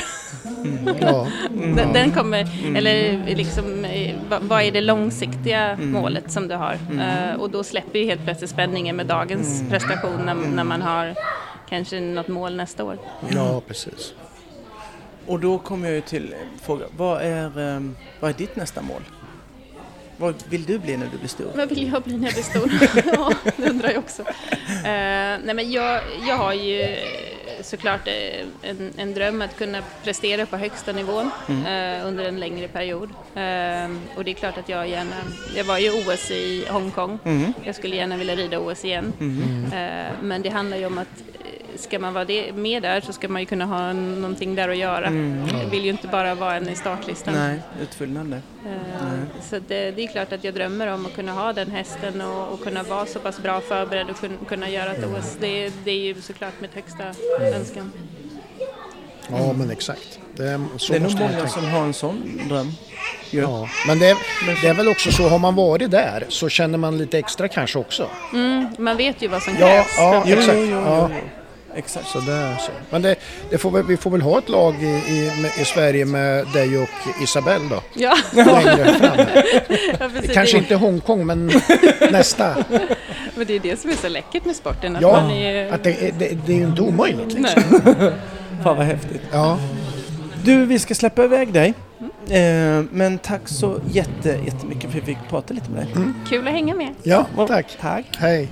Den kommer, eller liksom, vad är det långsiktiga målet som du har? Och då släpper ju helt plötsligt spänningen med dagens prestation när man har kanske något mål nästa år. Ja, precis. Och då kommer jag ju till fråga, vad är ditt nästa mål? Vad vill du bli när du blir stor? Vad vill jag bli när jag blir stor? Ja, det undrar jag också. Nej, men jag har ju såklart en dröm att kunna prestera på högsta nivån under en längre period. Och det är klart att jag var ju OS i Hongkong. Jag skulle gärna vilja rida OS igen. Men det handlar ju om att ska man vara med där så ska man ju kunna ha någonting där att göra. Jag vill ju inte bara vara en i startlistan. Nej, utfyllande. Så det är klart att jag drömmer om att kunna ha den hästen och kunna vara så pass bra förberedd och kunna göra ett OS. Det är ju såklart mitt högsta önskan. Ja, men exakt. Det är nog många som har en sån dröm. Ja. Men det är väl också så, har man varit där så känner man lite extra kanske också. Man vet ju vad som krävs. Ja, exakt. Ja. Exakt. Så där, så. Men vi får väl ha ett lag i Sverige med dig och Isabelle då. Ja. Längre fram. Ja, kanske inte Hongkong, men nästa. Men det är det som är så läckert med sporten. Att ja, man är... att det är ju inte omöjligt liksom. Fan vad häftigt. Ja. Du, vi ska släppa iväg dig. Men tack så jättemycket för att vi fick prata lite med dig. Kul att hänga med. Ja, tack. Hej.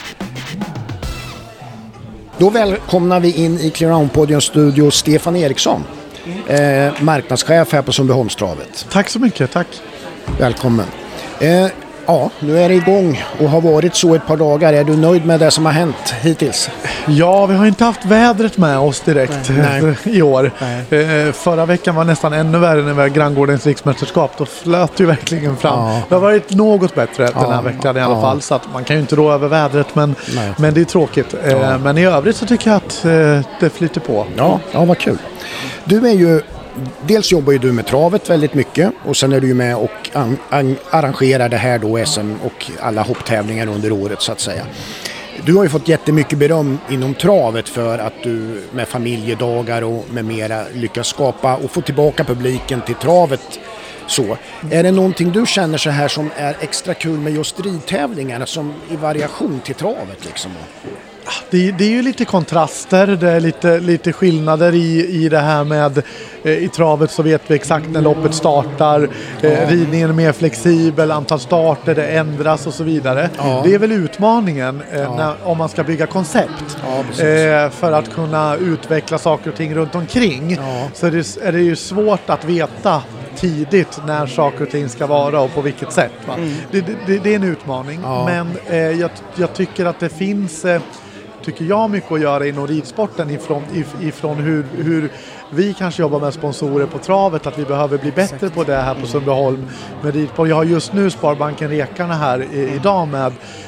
Då välkomnar vi in i Clearound-podions studio Stefan Eriksson, marknadschef här på Sundbyholmstravet. Tack så mycket, tack. Välkommen. Ja, nu är det igång och har varit så ett par dagar. Är du nöjd med det som har hänt hittills? Ja, vi har inte haft vädret med oss direkt i år. Förra veckan var nästan ännu värre när vi var Granngårdens riksmästerskap. Då flöt ju verkligen fram. Ja. Det har varit något bättre den här veckan i alla fall. Så att man kan ju inte rå över vädret, men det är tråkigt. Men i övrigt så tycker jag att det flyter på. Ja, vad kul. Du är ju... Dels jobbar ju du med travet väldigt mycket och sen är du ju med och arrangerar det här då SM och alla hopptävlingar under året så att säga. Du har ju fått jättemycket beröm inom travet för att du med familjedagar och med mera lyckas skapa och få tillbaka publiken till travet. Så, är det någonting du känner så här som är extra kul med just ridtävlingarna som i variation till travet liksom? Det är ju lite kontraster, det är lite skillnader i det här med i travet så vet vi exakt när loppet startar, ridningen är mer flexibel, antal starter, det ändras och så vidare. Det är väl utmaningen om man ska bygga koncept för att kunna utveckla saker och ting runt omkring. Så är det ju svårt att veta tidigt när saker och ting ska vara och på vilket sätt. Va? Det är en utmaning, men jag tycker att det finns... tycker jag mycket att göra inom ridsporten ifrån hur vi kanske jobbar med sponsorer på travet, att vi behöver bli bättre på det här på Sundbyholm med ridsport. Jag har just nu Sparbanken Rekarna här idag med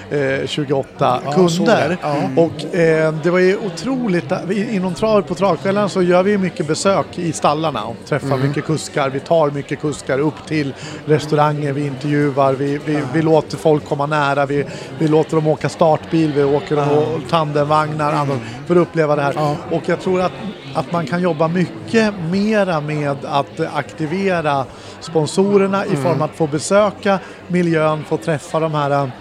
28 kunder och det var ju otroligt inom travet på travkvällen så gör vi mycket besök i stallarna och träffar mycket kuskar, vi tar mycket kuskar upp till restauranger, vi intervjuar, vi låter folk komma nära, vi låter dem åka startbil, vi åker och tandemvagnar för att uppleva det här och jag tror att man kan jobba mycket mera med att aktivera sponsorerna i form av att få besöka miljön, få träffa de här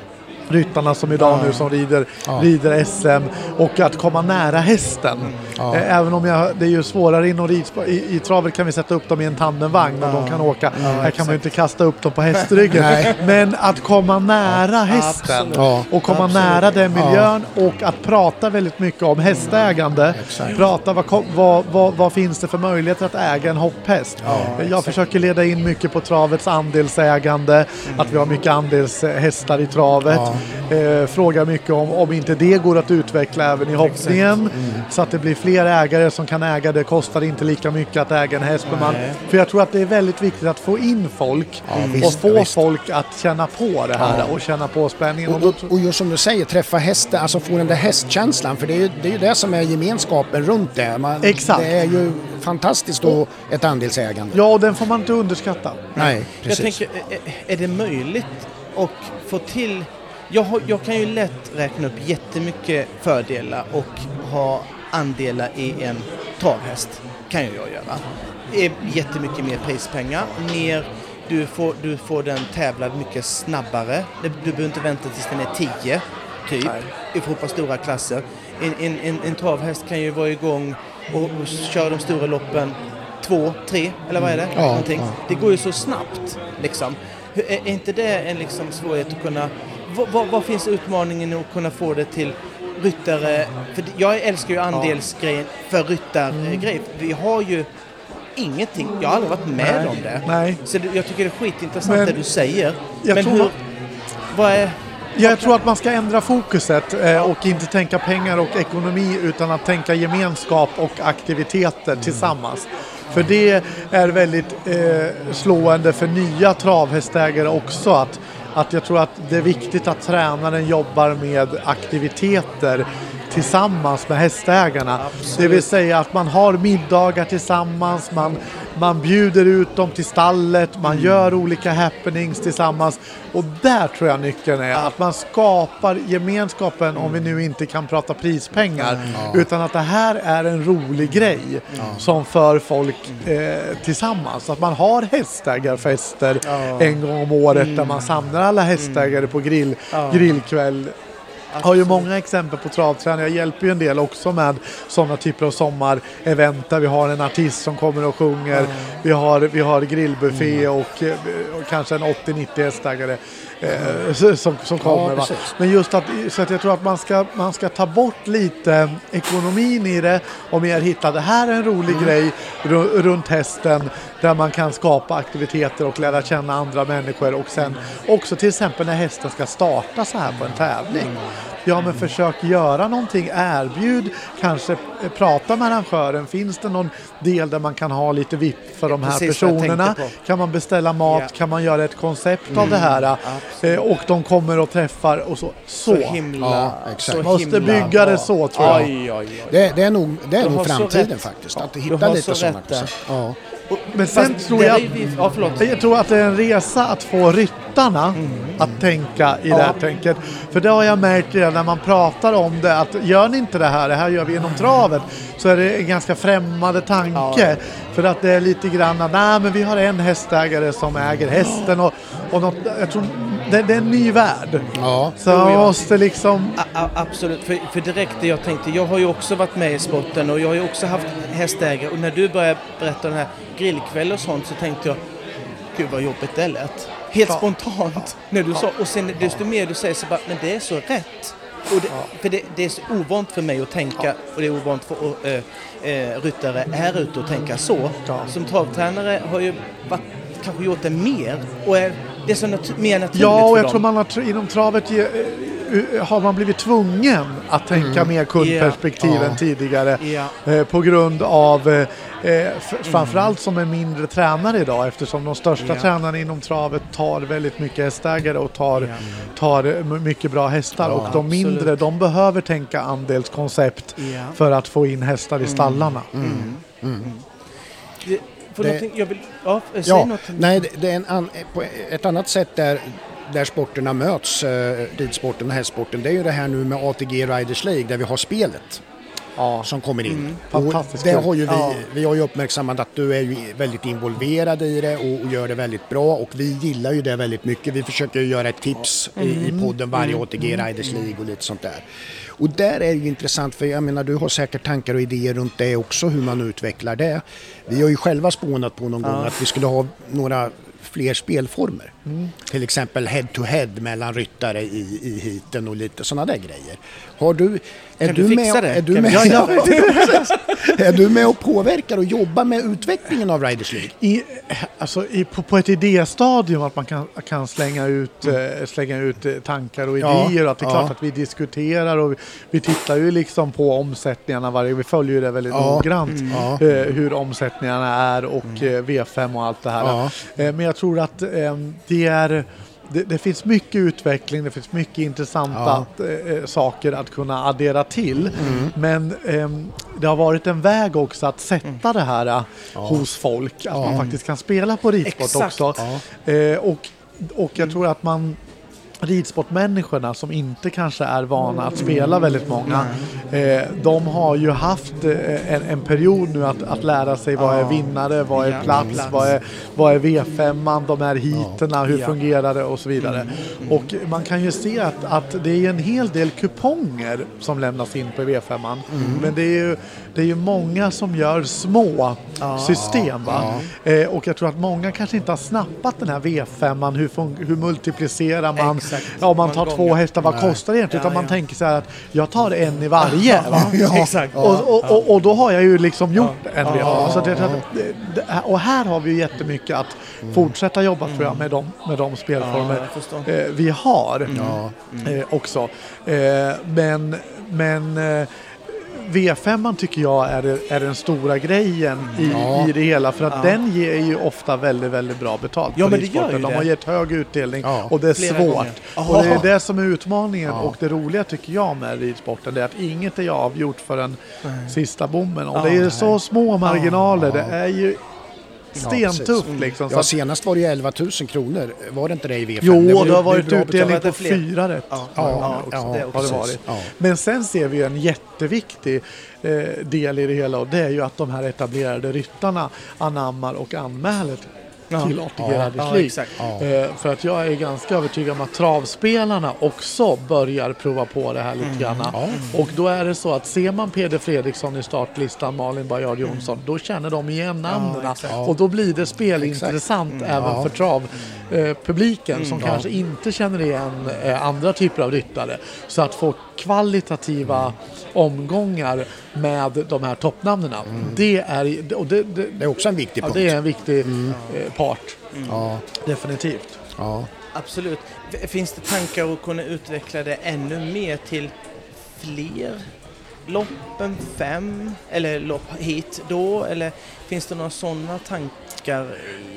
ryttarna som idag nu som rider SM och att komma nära hästen. Även om det är ju svårare i travet kan vi sätta upp dem i en tandemvagn och de kan åka. Här kan man ju inte kasta upp dem på hästryggen. Men att komma nära hästen och komma nära den miljön och att prata väldigt mycket om hästägande. Prata vad finns det för möjligheter att äga en hopphäst. Jag försöker leda in mycket på travets andelsägande, att vi har mycket andelshästar i travet. Frågar mycket om inte det går att utveckla även i hoppningen så att det blir fler ägare som kan äga det. Kostar inte lika mycket att äga en häst. För jag tror att det är väldigt viktigt att få in folk och få folk att känna på det här och känna på spänningen. Och just som du säger, träffa hästen, alltså få den där hästkänslan, för det är ju det som är gemenskapen runt det. Exakt. Det är ju fantastiskt och ett andelsägande. Ja, och den får man inte underskatta. Nej, precis. Jag tänker, är det möjligt att få till... Jag kan ju lätt räkna upp jättemycket fördelar och ha andelar i en travhäst. Kan ju jag göra. Jättemycket mer prispengar. Du får den tävlad mycket snabbare. Du behöver inte vänta tills den är 10 typ. I fotboll stora klasser. En travhäst kan ju vara igång och köra de stora loppen 2, 3 eller vad är det? Någonting. Det går ju så snabbt liksom. Är inte det en liksom svårighet att kunna... Vad finns utmaningen att kunna få det till ryttare? För jag älskar ju andelsgrejen för ryttargrej. Vi har ju ingenting. Jag har aldrig varit med om det. Nej. Så jag tycker det är skitintressant det du säger. Jag tror att man ska ändra fokuset och inte tänka pengar och ekonomi utan att tänka gemenskap och aktiviteter tillsammans. För det är väldigt slående för nya travhästägare också att jag tror att det är viktigt att tränaren jobbar med aktiviteter tillsammans med hästägarna. Absolut. Det vill säga att man har middagar tillsammans, man bjuder ut dem till stallet, man gör olika happenings tillsammans. Och där tror jag nyckeln är att man skapar gemenskapen, om vi nu inte kan prata prispengar, utan att det här är en rolig grej som för folk tillsammans. Att man har hästägarfester en gång om året där man samlar alla hästägare på grillkväll. Jag har ju många exempel på travträning. Jag hjälper ju en del också med sådana typer av sommarevent där vi har en artist som kommer och sjunger. Vi har grillbuffé och kanske en 80-90 hästägare som kommer. Va? Men just så att jag tror att man ska ta bort lite ekonomin i det och mer hitta det här är en rolig grej runt hästen där man kan skapa aktiviteter och lära känna andra människor och sen också till exempel när hästen ska starta så här på en tävling. Ja, men försök göra någonting, erbjud, kanske prata med arrangören. Finns det någon del där man kan ha lite vipp för de här personerna? Kan man beställa mat? Kan man göra ett koncept av det här? Och de kommer och träffar och så himla. Exakt. Man måste bygga det så, tror jag. Det är nog framtiden faktiskt. Att hitta lite sådana. Men sen tror jag att det är en resa att få ryttarna att tänka i det här tänket. För det har jag märkt redan när man pratar om det, att gör ni inte det här gör vi inom travet, så är det en ganska främmande tanke. För att det är lite grann, men vi har en hästägare som äger hästen och något, jag tror det är en ny värld. Så man måste liksom... Absolut, för direkt det jag tänkte, jag har ju också varit med i sporten och jag har ju också haft hästägare, och när du började berätta den här grillkväll och sånt så tänkte jag, gud vad jobbigt det lät. Helt spontant när du sa, och sen desto mer du säger så bara, men det är så rätt. Och för det är så ovant för mig att tänka, och det är ovant för ryttare här ute att tänka så. Som travtränare har ju kanske gjort det mer, och det är så mer naturligt. Ja, och jag tror man har inom travet har man blivit tvungen att tänka mer kundperspektiv än tidigare på grund av framförallt som en mindre tränare idag, eftersom de största tränarna inom travet tar väldigt mycket hästägare och tar mycket bra hästar, och de mindre, de behöver tänka andelskoncept för att få in hästar i stallarna. Det är ett annat sätt där sporterna möts, ridsporten och hästsporten, det är ju det här nu med ATG Riders League där vi har spelet. som kommer in. Fantastiskt. Det har ju vi har ju uppmärksammat att du är ju väldigt involverad i det och gör det väldigt bra, och vi gillar ju det väldigt mycket. Vi försöker ju göra ett tips i podden varje ATG Riders League och lite sånt där. Och där är ju intressant, för jag menar, du har säkert tankar och idéer runt det också, hur man utvecklar det. Vi har ju själva spånat på någon gång att vi skulle ha några fler spelformer. Till exempel head-to-head mellan ryttare i heaten och lite sådana där grejer. Är du med och påverkar och jobbar med utvecklingen av Riders League? På ett idéstadium, att man kan slänga ut tankar och idéer, och att det är klart att vi diskuterar, och vi tittar ju liksom på omsättningarna vi följer ju det väldigt noggrant, hur omsättningarna är och V5 och allt det här. Men jag tror att det finns mycket utveckling, det finns mycket intressanta saker att kunna addera till. Men det har varit en väg också att sätta det här hos folk, att man faktiskt kan spela på ridsport också. Och jag tror att ridsportmänniskorna som inte kanske är vana att spela väldigt många, de har ju haft en period nu att lära sig vad är vinnare, vad är plats, vad är V5, de här heaterna, hur fungerar det och så vidare. Och man kan ju se att det är en hel del kuponger som lämnas in på V5, men det är ju många som gör små system, va? Och jag tror att många kanske inte har snappat den här V5, hur multiplicerar man. Om man tar 2 hästar, vad kostar det egentligen? Utan man tänker så här att jag tar en i varje. Exakt. Och då har jag ju liksom gjort en V5. Så och här har vi ju jättemycket att fortsätta jobba, tror jag, med de spelformer vi har också. Men V5 tycker jag är den stora grejen i det hela, för att den ger ju ofta väldigt, väldigt bra betalt. Ja, men det gör ju de har gett hög utdelning och det är svårt. Och det är det som är utmaningen och det roliga tycker jag med ridsporten, det är att inget är avgjort för den sista bommen. Och det är så små marginaler, det är ju stentufft liksom. Ja, senast var det ju 11 000 kronor. Var det inte det i V5? Jo, det har varit utdelning på 4 rätt. Det har det varit. Men sen ser vi en jätteviktig del i det hela, och det är ju att de här etablerade ryttarna anammar och anmäler till ATG Riders League. För att jag är ganska övertygad om att travspelarna också börjar prova på det här lite grann. Och då är det så att ser man Peder Fredriksson i startlistan, Malin Bajard Jonsson, då känner de igen namnen. Och då blir det spelintressant även för travpubliken som kanske inte känner igen andra typer av ryttare. Så att få kvalitativa omgångar med de här toppnamnen. Det är också en viktig punkt. Det är en viktig part. Definitivt. Absolut. Finns det tankar att kunna utveckla det ännu mer till fler lopp än 5 eller lopp hit då, eller finns det några sådana tankar i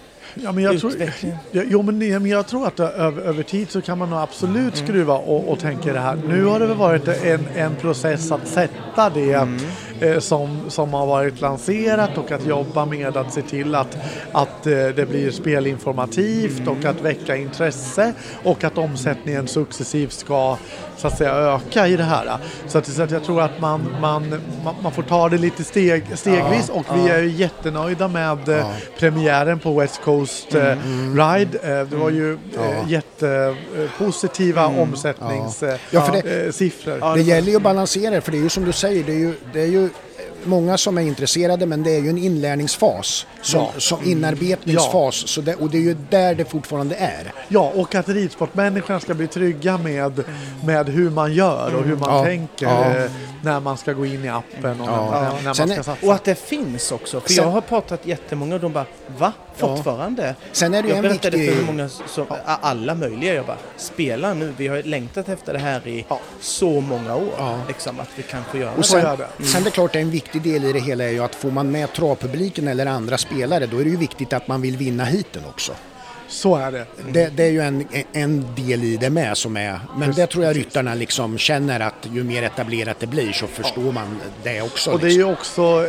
men jag tror att över tid så kan man nog absolut skruva och tänka det här. Nu har det väl varit en process att sätta det som har varit lanserat, och att jobba med att se till att det blir spelinformativt och att väcka intresse, och att omsättningen successivt ska så att säga öka i det här. Så att jag tror att man får ta det lite stegvis, och vi är ju jättenöjda med premiären på West Coast Ride. Det var ju jättepositiva omsättningssiffror. Det gäller ju att balansera, för det är ju som du säger, det är ju många som är intresserade, men det är ju en inlärningsfas, som inarbetningsfas, så och det är ju där det fortfarande är. Ja, och att ridsportmänniskorna ska bli trygga med hur man gör och hur man tänker när man ska gå in i appen och när man ska satsa. Och att det finns också, för jag har pratat jättemånga och de bara, va? Fortfarande? Sen är det jag berättade för hur många alla möjliga, jag bara, spela nu, vi har längtat efter det här i så många år, liksom, att vi kan få göra och sen det är klart, en viktig del i det hela är ju att får man med travpubliken eller andra spelare, då är det ju viktigt att man vill vinna hiten också. Så är det. Det är ju en del i det med som är, men det tror jag ryttarna liksom känner, att ju mer etablerat det blir så förstår man det också. Och det är ju också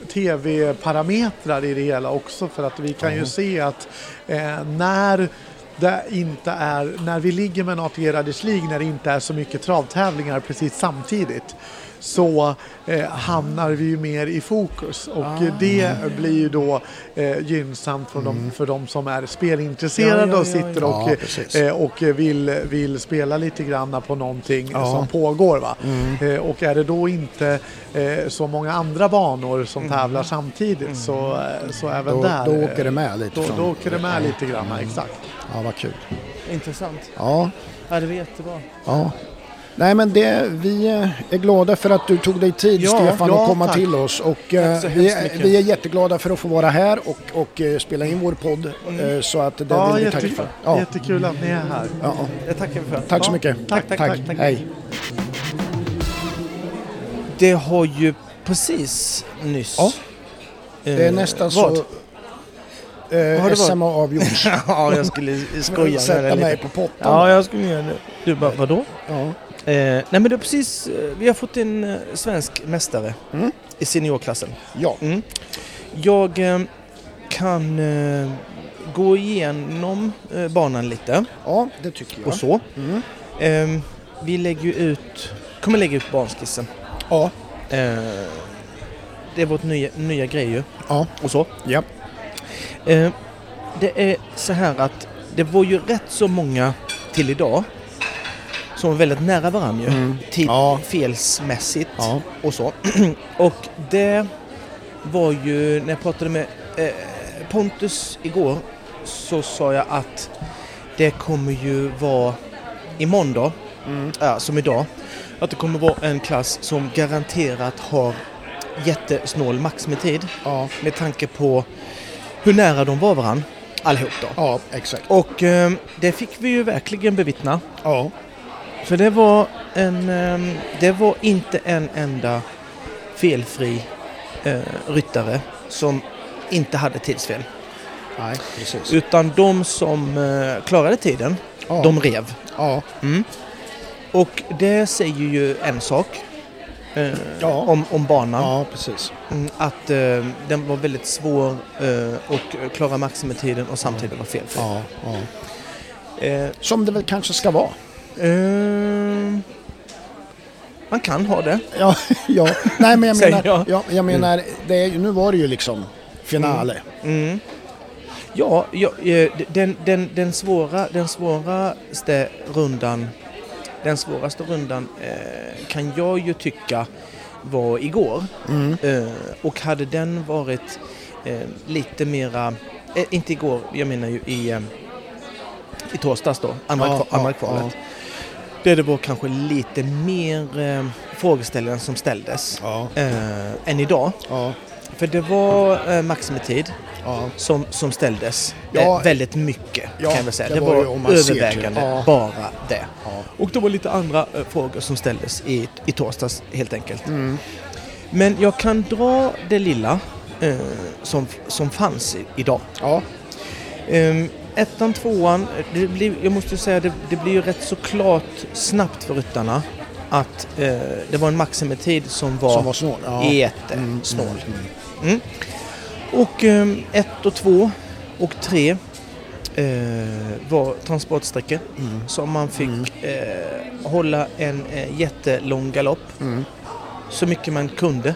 tv-parametrar i det hela också, för att vi kan ju se att när det inte är, när vi ligger med något i Gerhardus League, när det inte är så mycket travtävlingar precis samtidigt, så hamnar vi ju mer i fokus och det blir ju då gynnsamt för de som är spelintresserade och sitter och vill spela lite grann på någonting som pågår, va? Och är det då inte så många andra banor som tävlar samtidigt så även då åker det med lite. Då åker det med lite grann, exakt. Ja, vad kul. Intressant. Ja, det var jättebra. Ja. Nej, men vi är glada för att du tog dig tid, Stefan, att komma till oss. Och vi är jätteglada för att få vara här och spela in vår podd. Så att det vill vi tacka för. Ja. Jättekul att ni är här. Ja. Det tackar vi för. Tack så mycket. Tack. Hej. Det har ju precis nyss... Ja. Det är nästan så... SMA avgjorts. Ja, jag skulle skoja sätta mig på potten. Ja, jag skulle göra det. Du bara, vadå? Ja. Nej, men det är precis... Vi har fått en svensk mästare i seniorklassen. Ja. Jag kan gå igenom banan lite. Ja, det tycker jag. Och så. Vi kommer lägga ut banskissen. Ja. Det är vårt nya grej ju. Ja. Och så. Ja. Det är så här att det var ju rätt så många till idag som var väldigt nära varandra ju. Felsmässigt och så. Och det var ju, när jag pratade med Pontus igår, så sa jag att det kommer ju vara imorgon då, som idag, att det kommer vara en klass som garanterat har jättesnål maximitid med tanke på hur nära de var varann allihop då. Ja, exakt. Och det fick vi ju verkligen bevittna. Ja. För det var inte en enda felfri ryttare som inte hade tidsfel. Nej, precis. Utan de som klarade tiden, de rev. Ja. Och det säger ju en sak om banan. Ja, precis. Att den var väldigt svår att klara maximitiden och samtidigt var felfri. Som det väl kanske ska vara. Man kan ha det. Ja. Nej, men jag menar, nu var det ju liksom finale. Ja, den svåraste rundan kan jag ju tycka var igår. Och hade den varit lite mera, inte igår, jag menar ju i torsdags då, andra kvalet. Det var kanske lite mer frågeställningar som ställdes än idag. För det var maximitid som ställdes väldigt mycket, kan jag väl säga. Det var övervägande bara det. Och det var lite andra frågor som ställdes i torsdags helt enkelt. Men jag kan dra det lilla som fanns idag. Ettan, tvåan, jag måste säga det blir ju rätt så klart snabbt för ryttarna att det var en maximitid som var snål. Snål. Och 1 och 2 och 3 var transportsträckor som man fick hålla en jättelång galopp så mycket man kunde.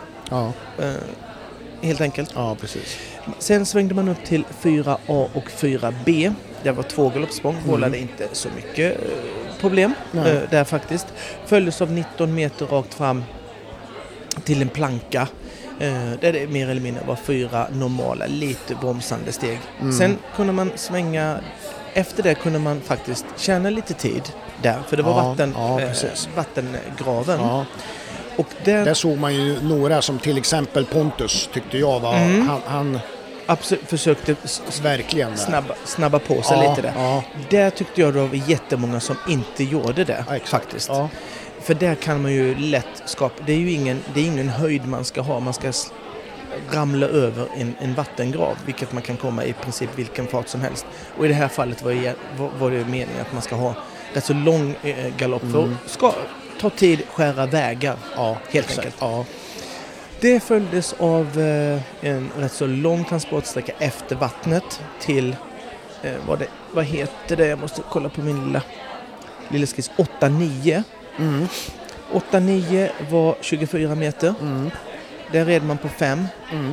Helt enkelt. Ja, precis. Sen svängde man upp till 4A och 4B. Det var 2 galoppsprång. Vållade inte så mycket problem där faktiskt. Följdes av 19 meter rakt fram till en planka. Där det mer eller mindre var 4 normala, lite bromsande steg. Sen kunde man svänga. Efter det kunde man faktiskt tjäna lite tid där. För det var vattengraven. Och där såg man ju några som till exempel Pontus tyckte jag var han absolut försökte verkligen snabba på sig lite där. Där tyckte jag det var jättemånga som inte gjorde det faktiskt. För där kan man ju lätt skapa, det är ingen höjd man ska ha, man ska ramla över en vattengrav, vilket man kan komma i princip vilken fart som helst. Och i det här fallet var det meningen att man ska ha rätt så lång galopp för ska ta tid, skära vägar, helt enkelt. Det följdes av en rätt så lång transportsträcka efter vattnet till vad heter det? Jag måste kolla på min lilla skiss. 8-9. 8-9 var 24 meter. Där red man på 5.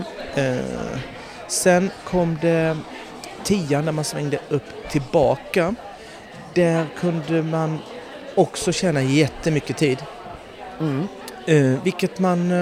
Sen kom det 10 när man svängde upp tillbaka. Där kunde man också tjäna jättemycket tid. Vilket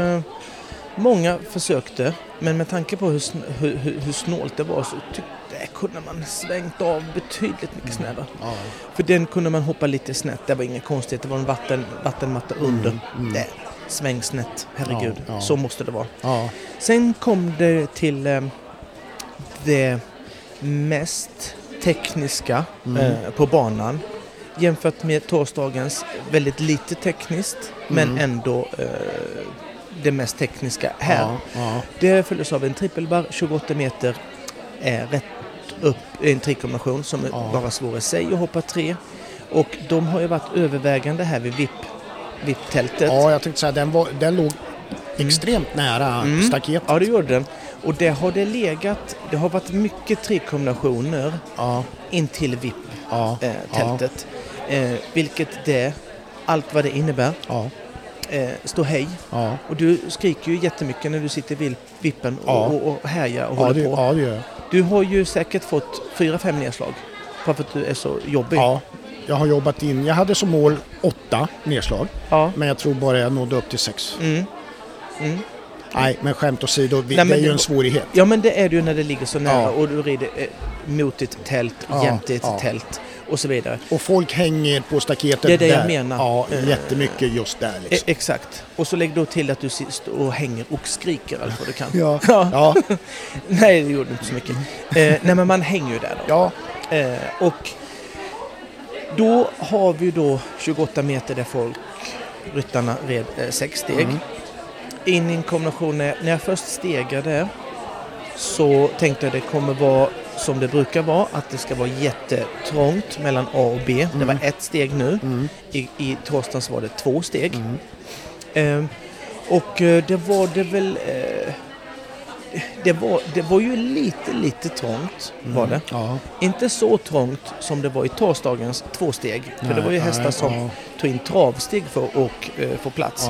många försökte. Men med tanke på hur snålt det var så kunde man svängt av betydligt mycket snävare. För den kunde man hoppa lite snett. Det var inget konstigt. Det var en vattenmatta under. Det sväng snett. Herregud. Så måste det vara. Sen kom det till det mest tekniska på banan. Jämfört med torsdagens väldigt lite tekniskt. Men ändå det mest tekniska här. Det följdes av en trippelbar 28 meter rätt upp, en trikombination som är bara svår i sig att hoppa 3. Och de har ju varit övervägande här vid VIP-tältet. Ja, jag tänkte säga den låg extremt nära staketet. Ja, det gjorde den. Och det har varit mycket trikombinationer in till VIP-tältet. Vilket allt vad det innebär. Stå hej. Och du skriker ju jättemycket när du sitter vid vippen och härjar och håller på. Ja, det gör. Du har ju säkert fått 4-5 nedslag för att du är så jobbig. Ja, jag har jobbat in. Jag hade som mål 8 nedslag. Men jag tror bara jag nådde upp till 6. Nej, men skämt åsido, det är ju en svårighet. Ja, men det är det ju när det ligger så nära och du rider mot ett tält, jämte ett tält och så vidare. Och folk hänger på staketet där. Det är det jag menar. Ja, jättemycket just där liksom. Exakt. Och så lägg då till att du sitter och hänger och skriker allt vad du kan. Ja. Nej, det gjorde inte så mycket. Nej, men man hänger ju där då. Ja. Och då har vi då 28 meter där ryttarna red 6 steg. In i en kombination när jag först stegade så tänkte jag det kommer vara som det brukar vara, att det ska vara jättetrångt mellan A och B. Det var 1 steg nu. I torsdags var det 2 steg. Och det var det väl... Det var ju lite trångt var det. Inte så trångt som det var i torsdagens 2 steg. För det var ju hästar som tog in travsteg för att få plats.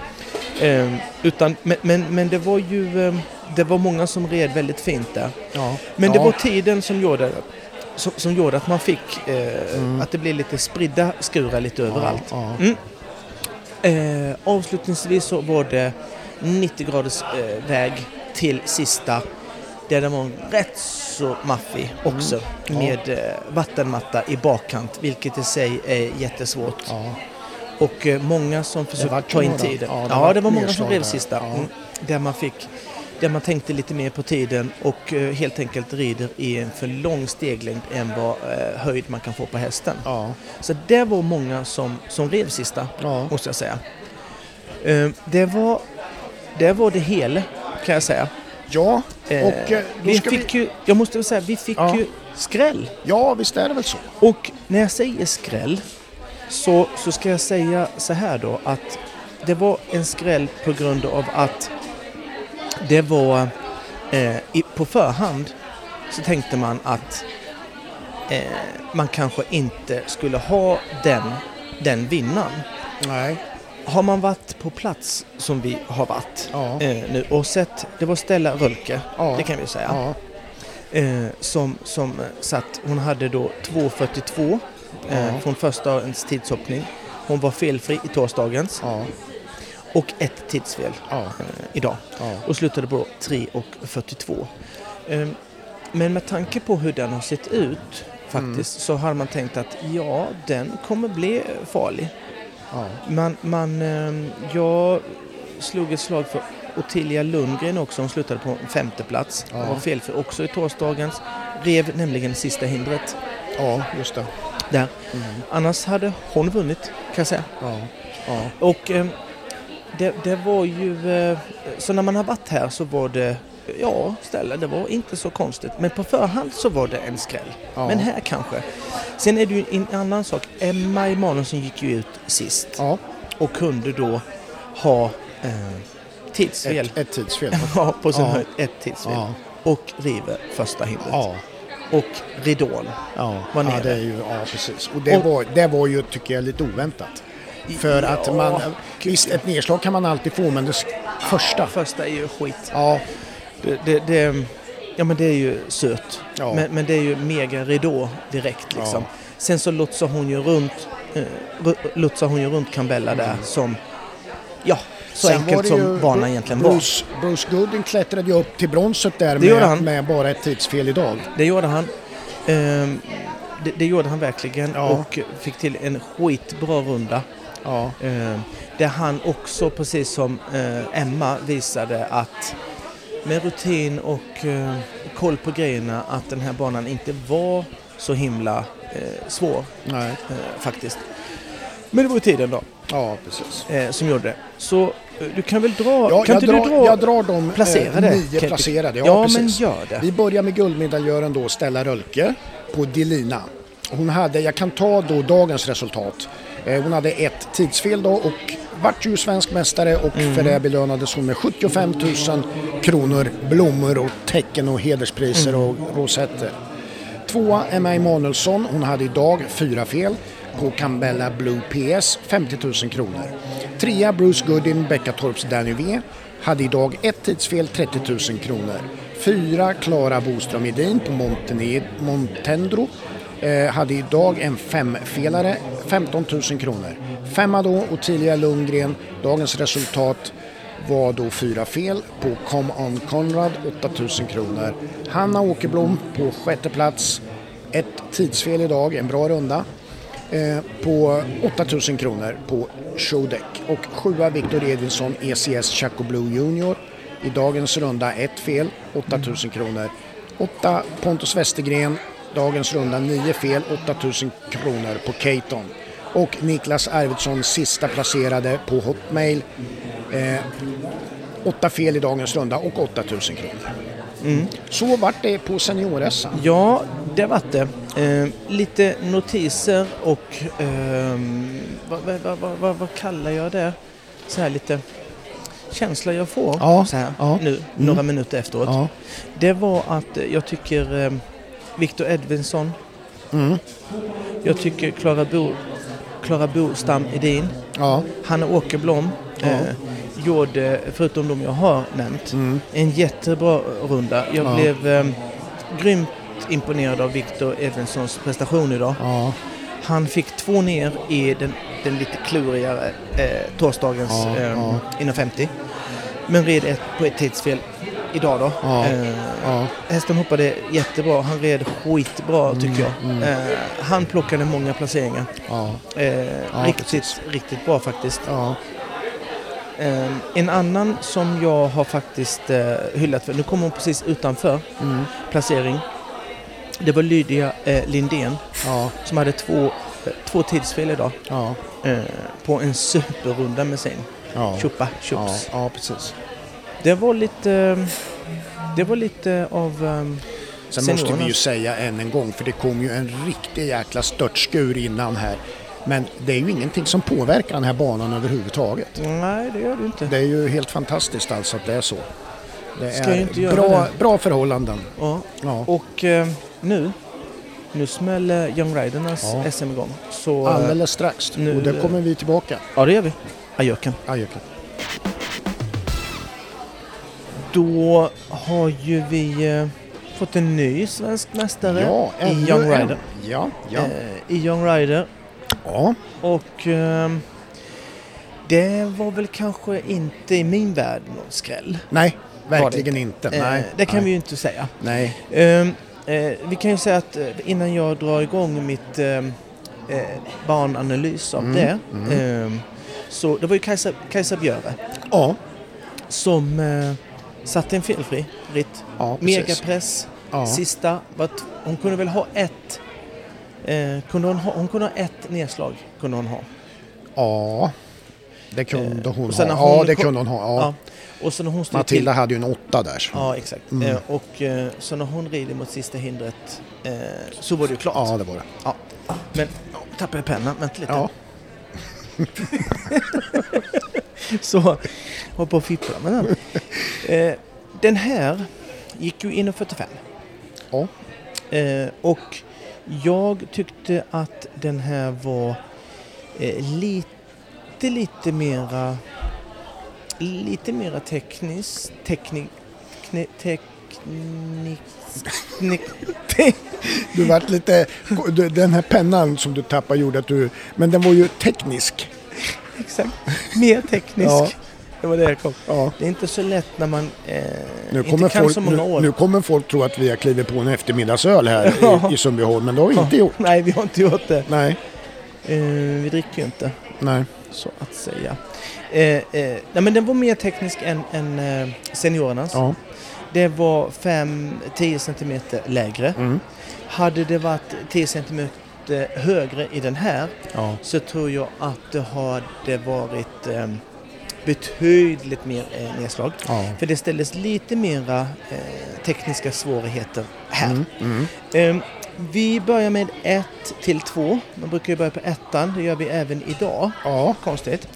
Men det var ju det var många som red väldigt fint där. Men det var tiden som gjorde att man fick att det blev lite spridda skurar lite överallt. Avslutningsvis så var det 90 graders väg till sista, där det var en rätt så maffig också med vattenmatta i bakkant, vilket i sig är jättesvårt. Och många som försökte ta in tiden. Ja, det var många som blev sista. Där man tänkte lite mer på tiden och helt enkelt rider i en för lång steglängd än vad höjd man kan få på hästen. Så det var många som rev sista, måste jag säga. Det var det hela, kan jag säga. Ja, och vi fick ju skräll. Ja, visst är det väl så. Och när jag säger skräll så ska jag säga så här då, att det var en skräll på grund av att det var på förhand så tänkte man att man kanske inte skulle ha den vinnaren. Nej. Har man varit på plats som vi har varit nu och sett, det var Stella Rölke, det kan vi säga, som satt, hon hade då 2.42 från första tidshoppning. Hon var felfri i torsdagens och 1 tidsfel idag och slutade på 3.42. Men med tanke på hur den har sett ut faktiskt så har man tänkt att den kommer bli farlig. Jag slog ett slag för Ottilia Lundgren också. Hon slutade på 5:e plats. Hon var fel för också i torsdagens. Rev nämligen sista hindret. Ja, just det. Där. Annars hade hon vunnit, kan jag säga. Och det var ju... Så när man har varit här så var det... det var inte så konstigt. Men på förhand så var det en skräll. Men här kanske. Sen är det ju en annan sak. Emma Emanuelsson gick ju ut sist. Och kunde då ha tidsfel. Ett tidsfel. På sin höjd. Ett tidsfel. Och river första hindret. och ridån var nere. Ja, det är ju, precis. Och det var ju, tycker jag, lite oväntat. För att visst, ett nedslag kan man alltid få, men det första är ju skit. Ja. Men det är ju sött. Ja. Men det är ju mega ridå direkt liksom. Ja. Sen så lotsar hon ju runt Cambella där som så sen enkelt som banan egentligen var. Bruce Gooding klättrade ju upp till bronset där med bara ett tidsfel idag. Det gjorde han. Det gjorde han verkligen och fick till en skitbra runda. Ja. Där han också, precis som Emma, visade att med rutin och koll på grejerna att den här banan inte var så himla svår. Nej. Faktiskt. Men det var ju tiden då. Ja, precis. Som gjorde det. Så du kan väl dra... Ja, jag drar de placerade. 9 placerade. Ja, precis. Men gör det. Vi börjar med guldmedaljören då, Stella Rölke på Delina. Hon hade, jag kan ta då dagens resultat. Hon hade ett tidsfel då och vart ju svensk mästare och för det belönades hon med 75 000 kronor, blommor och tecken och hederspriser och rosetter. 2 Emma Emanuelsson, hon hade idag 4 fel på Cambella Blue PS, 50 000 kronor. 3 Bruce Gooding, Bäckatorps Danny V, hade idag ett tidsfel, 30 000 kronor. 4 Klara Boström Edin på Montendro. Hade idag en 5-felare, 15 000 kronor. 5 då Ottilia Lundgren. Dagens resultat var då 4 fel på Come On Conrad, 8 000 kronor. Hanna Åkerblom på 6:e plats. Ett tidsfel idag, en bra runda. På 8 000 kronor på Showdeck. Och 7 Victor Edvinsson, ECS Chaco Blue Junior. I dagens runda ett fel, 8 000 kronor. 8 Pontus Westergren. Dagens runda 9 fel, 8 000 kronor på Caton. Och Niklas Arvidsson sista placerade på Hotmail. 8 fel i dagens runda och 8 000 kronor. Så vart det på senior-SM? Ja, det vart det. Lite notiser och vad kallar jag det? Så här lite känsla jag får så här nu, några minuter efteråt. Ja. Det var att jag tycker Victor Edvinsson. Jag tycker Klara Bostam Edin. Ja. Hanna Åkerblom. Gjorde, förutom de jag har nämnt, en jättebra runda. Jag blev grymt imponerad av Victor Edvinssons prestation idag. Ja. Han fick 2 ner i den lite klurigare torsdagens inom 50. Men red på ett tidsfel idag då. Hästen hoppade jättebra. Han red skitbra tycker jag. Han plockade många placeringar. Riktigt bra faktiskt. En annan som jag har faktiskt hyllat för, nu kommer hon precis utanför placering. Det var Lydia Lindén som hade 2 tidsfel idag på en superrunda med sin Chupa Chups. Ja, precis. Det var lite av sen måste vi ju säga än en gång, för det kom ju en riktig jäkla störtskur innan här. Men det är ju ingenting som påverkar den här banan överhuvudtaget. Nej, det gör det inte. Det är ju helt fantastiskt alltså att det är så. Det är bra förhållanden. Ja. Och nu smäller Young Ridernas SM igång. Så, alldeles strax. Och där kommer vi tillbaka. Ja, det gör vi. Adjöken. Då har ju vi fått en ny svensk mästare i Young Rider. I Young Rider. Ja. Och det var väl kanske inte i min värld någon skräll. Nej, verkligen inte. Nej. Det kan vi ju inte säga. Nej. Vi kan ju säga att innan jag drar igång mitt bananalys av det. Så det var ju Kajsa Björe. Ja. Som satte en felfri ritt. Ja, megapress. Ja. Sista. Hon kunde väl ha ett. Hon kunde ha ett nedslag. Kunde hon ha. Ja. Det kunde hon ha. Det kunde hon ha. Ja. Och så när hon Matilda hade ju en 8 där. Så. Ja, exakt. Och så när hon rider mot sista hindret så var det ju klart. Ja, det var det. Ja. Men tappade jag pennan. Vänta lite. Ja. Så hoppa och fippla med den. Den här gick ju in 45. Ja. Och jag tyckte att den här var lite mera teknisk. Du vart lite... Den här pennan som du tappade gjorde att du... Men den var ju teknisk. Exakt. Mer teknisk. Ja. Det var det jag kom. Ja. Det är inte så lätt när man inte kan så många år. Nu kommer folk tro att vi har klivit på en eftermiddagsöl här i Sundbyholm, men det har vi inte gjort. Nej, vi har inte gjort det. Nej. Vi dricker ju inte. Nej. Så att säga. Nej, men den var mer teknisk än seniorernas. Ja. Det var 5-10 cm lägre. Hade det varit 10 cm högre i den här så tror jag att det hade varit betydligt mer nedslag. Ja. För det ställdes lite mera tekniska svårigheter här. Vi börjar med 1-2. Man brukar ju börja på 1. Det gör vi även idag. Ja. Konstigt.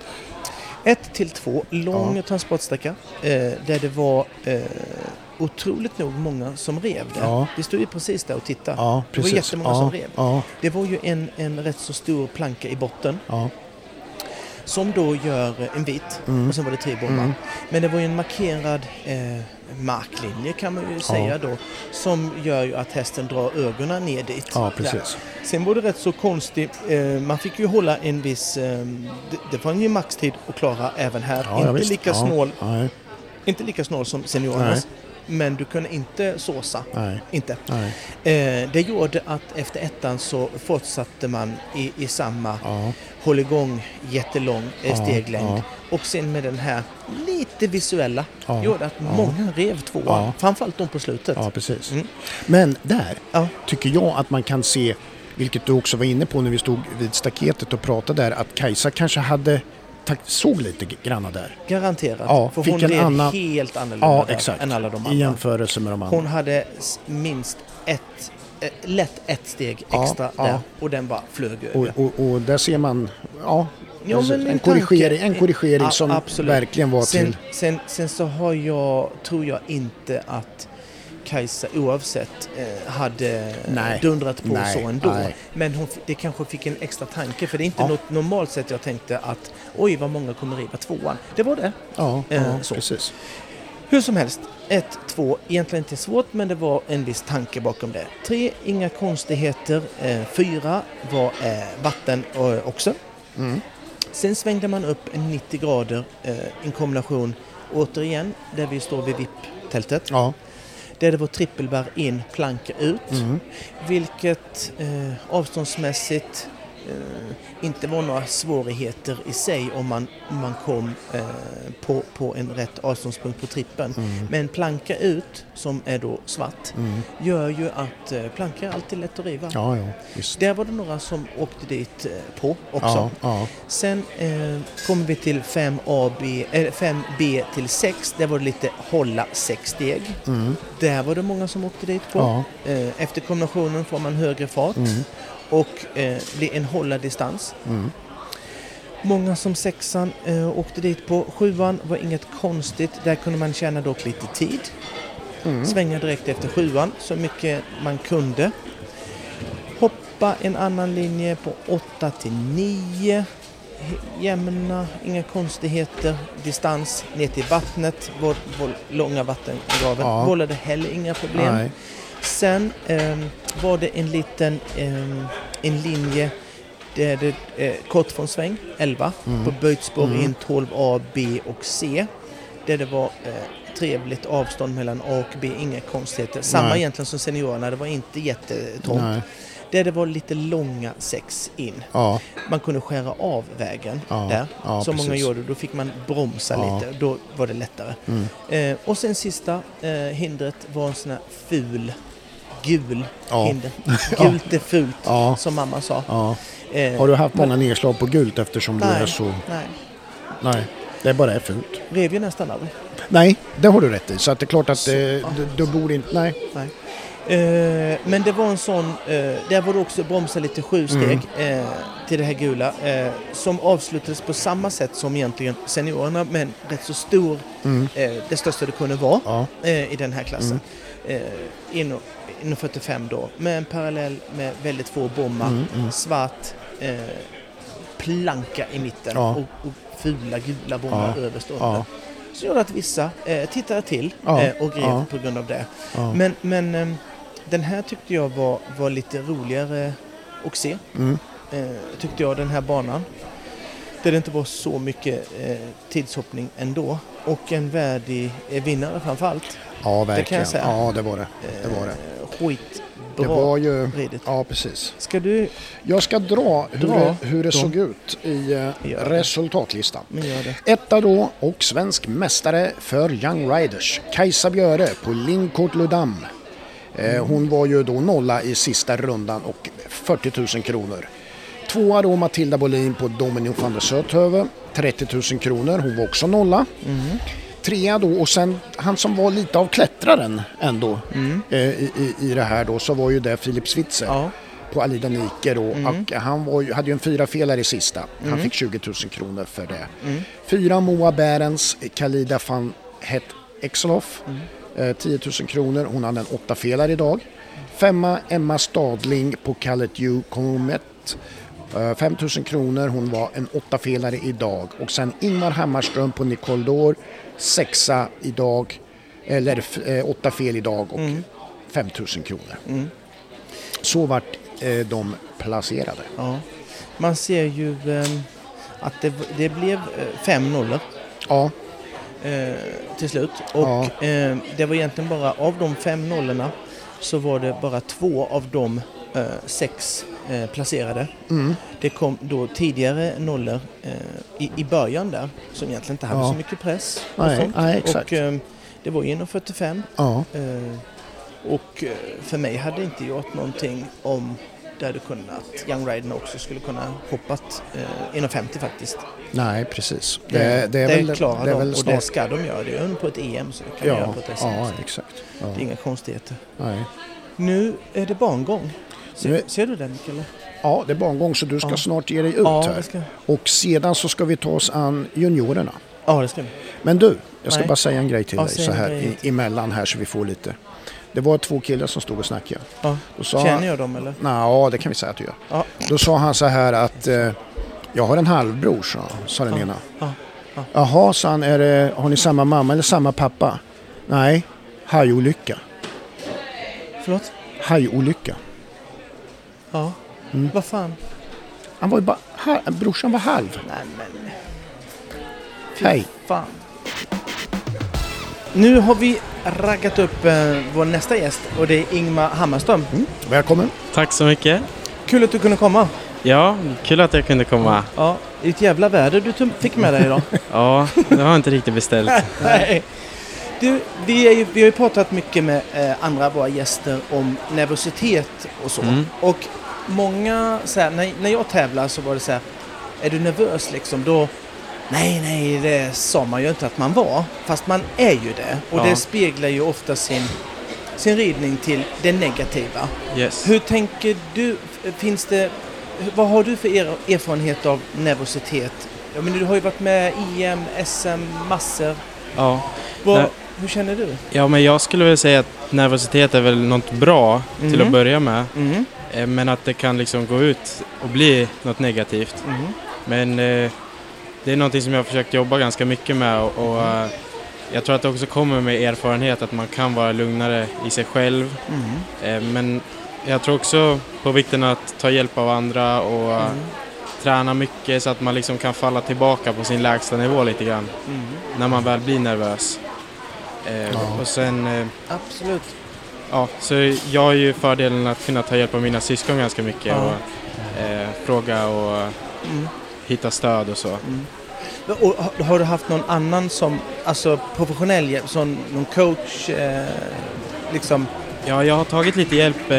1-2. Lång transportsträcka. Där det var otroligt nog många som rev det. Ja. Vi stod ju precis där och tittade. Ja, det var jättemånga som rev. Ja. Det var ju en rätt så stor planka i botten. Ja. Som då gör en vit och sen var det 3 bommar. Men det var ju en markerad marklinje kan man ju säga då, som gör ju att hästen drar ögonen ner dit. Ja, precis. Sen var det rätt så konstigt, man fick ju hålla en viss, det var ju maxtid att klara även här. Ja, inte lika snål. Ja. Inte lika snål som seniorernas. Men du kunde inte såsa. Nej. Inte. Nej. Det gjorde att efter 1 så fortsatte man i samma hålligång jättelång steglängd. Och sen med den här lite visuella gjorde att många rev 2. Framförallt de på slutet. Ja, precis. Men där tycker jag att man kan se, vilket du också var inne på när vi stod vid staketet och pratade där, att Kajsa kanske såg lite granna där. Garanterat. Ja, för hon rev helt annorlunda än alla de andra. I jämförelse med de andra. Hon hade minst lätt ett steg extra där och den bara flög över. Och där ser man en korrigering som absolut. Verkligen var till... Sen så tror jag inte att Kajsa oavsett hade dundrat på så ändå. Nej. Men det kanske fick en extra tanke, för det är inte något normalt sätt jag tänkte att oj vad många kommer riva 2. Det var det. Ja, så. Precis. Hur som helst, 1-2, egentligen inte svårt, men det var en viss tanke bakom det. 3, inga konstigheter. 4 var vatten också. Sen svängde man upp en 90 grader, en kombination återigen där vi står vid VIP-tältet. Ja. Där det var trippelbär in, planka ut. Vilket avståndsmässigt inte var några svårigheter i sig om man kom på en rätt avståndspunkt på trippen. Men planka ut, som är då svart, gör ju att planka är alltid lätt att riva. Ja, just. Där var det några som åkte dit på också. Sen kommer vi till 5B till 6. Där var det lite hålla 6 steg. Där var det många som åkte dit på. Efter kombinationen får man högre fart. Och blir en hålla distans. Många som 6 åkte dit på. 7 var inget konstigt. Där kunde man tjäna dock lite tid. Svänga direkt efter 7 så mycket man kunde. Hoppa en annan linje på 8-9. Jämna, inga konstigheter. Distans ner till vattnet. Vår långa vattengraven vållade heller inga problem. Nej. Sen var det en liten en linje där det kort från sväng 11 på böjtspår in 12A, B och C. Där det var trevligt avstånd mellan A och B, inga konstigheter. Samma egentligen som seniorerna, det var inte jättetrångt. Där det var lite långa 6 in. Ja. Man kunde skära av vägen där. Ja, som många gjorde. Då fick man bromsa lite. Då var det lättare. Och sen sista hindret var en sån här ful gul hinder. Gult är fult, som mamma sa. Har du haft många nedslag på gult eftersom du är så... Nej, det bara är fult. Rev ju nästan aldrig. Nej, det har du rätt i. Så att det är klart att du borde inte... Nej. Men det var en sån, där var det också bromsa lite 7 steg till det här gula, som avslutades på samma sätt som egentligen seniorerna, men rätt så stor, det största det kunde vara i den här klassen. Inom 45 då, med en parallell med väldigt få bommar, svart planka i mitten och fula gula bommar överst under. Så gjorde att vissa tittade till och grev på grund av det. Men den här tyckte jag var lite roligare att se. Tyckte jag, den här banan. Där det inte var så mycket tidshoppning ändå. Och en värdig vinnare framförallt. Ja, verkligen. Det kan jag säga. Ja, det var det. Skitbra. Det var ju... Redigt. Ja, precis. Ska du... Jag ska dra hur det såg ut i resultatlistan. Etta då och svensk mästare för Young Riders. Kajsa Björe på Linkort Ludam. Hon var ju då nolla i sista rundan och 40 000 kronor. Tvåa då Matilda Bolin på Dominion van der Söthöve. 30 000 kronor. Hon var också nolla. Trea då, och sen han som var lite av klättraren ändå i det här då, så var ju det Filip Switzer på Alida Nike då, och han hade ju en 4-felare i sista. Han fick 20 000 kronor för det. 4 Moa Bärens, Kalida van Het Exelof, 10 000 kronor. Hon hade en 8-felare idag. 5 Emma Stadling på Callet U Comet, 5 000 kronor. Hon var en 8-felare idag. Och sen Ingmar Hammarström på Nicole Dor, 6 idag, eller 8 fel idag och 5 000 kronor. Så vart de placerade. Ja. Man ser ju att det blev 5 nollor. Ja. Till slut. Och det var egentligen bara av de 5 nollorna, så var det bara 2 av de 6 placerade. Det kom då tidigare nollor i början där, som egentligen inte hade så mycket press. Nej, exakt. Och det var 1,45. Och för mig hade det inte gjort någonting om det hade kunnat, Young Rider också skulle kunna hoppat 1,50 faktiskt. Nej, precis. Det klarar de, och det ska de göra. Det är på ett EM, så det kan de göra på ett SM. Ja, exakt. Ja. Det är inga konstigheter. Nej. Nu är det barngång. Ser du den, Mikael? Ja, det är barngång, så du ska snart ge dig ut här. Och sedan så ska vi ta oss an juniorerna. Ja, det ska vi. Men du, jag ska bara säga en grej till dig så här emellan här, så vi får lite. Det var 2 killar som stod och snackade. Ja. Känner jag dem eller? Nej, det kan vi säga att du gör. Ja. Då sa han så här att jag har en halvbror, sa den ena. Jaha, sa han, har ni samma mamma eller samma pappa? Nej, hajolycka. Förlåt? Hajolycka. Ja, vad fan? Han var ju bara, brorsan var halv. Nej men... Hej. Fan. Nu har vi raggat upp vår nästa gäst, och det är Ingmar Hammarström. Välkommen. Tack så mycket. Kul att du kunde komma. Ja, kul att jag kunde komma. Ja, det är ett jävla väder du fick med dig idag. Ja, det har jag inte riktigt beställt. Nej. Du, vi har ju pratat mycket med andra av våra gäster om nervositet och så. Och många, så här, när jag tävlar så var det så här, är du nervös liksom? Då, nej, det sa man ju inte att man var. Fast man är ju det. Och det speglar ju ofta sin ridning till det negativa. Yes. Hur tänker du, vad har du för erfarenhet av nervositet? Jag menar, du har ju varit med i EM, SM, massor. Ja. Hur känner du? Ja, men jag skulle väl säga att nervositet är väl något bra till att börja med. Men att det kan liksom gå ut och bli något negativt. Men det är någonting som jag har försökt jobba ganska mycket med, och jag tror att det också kommer med erfarenhet att man kan vara lugnare i sig själv. Men jag tror också på vikten att ta hjälp av andra och träna mycket så att man liksom kan falla tillbaka på sin lägsta nivå lite grann när man väl blir nervös. Och sen... Absolut. Ja, så jag har ju fördelen att kunna ta hjälp av mina syskon ganska mycket och fråga och hitta stöd och så. Och har du haft någon annan som, alltså professionell hjälp, som någon coach liksom? Ja, jag har tagit lite hjälp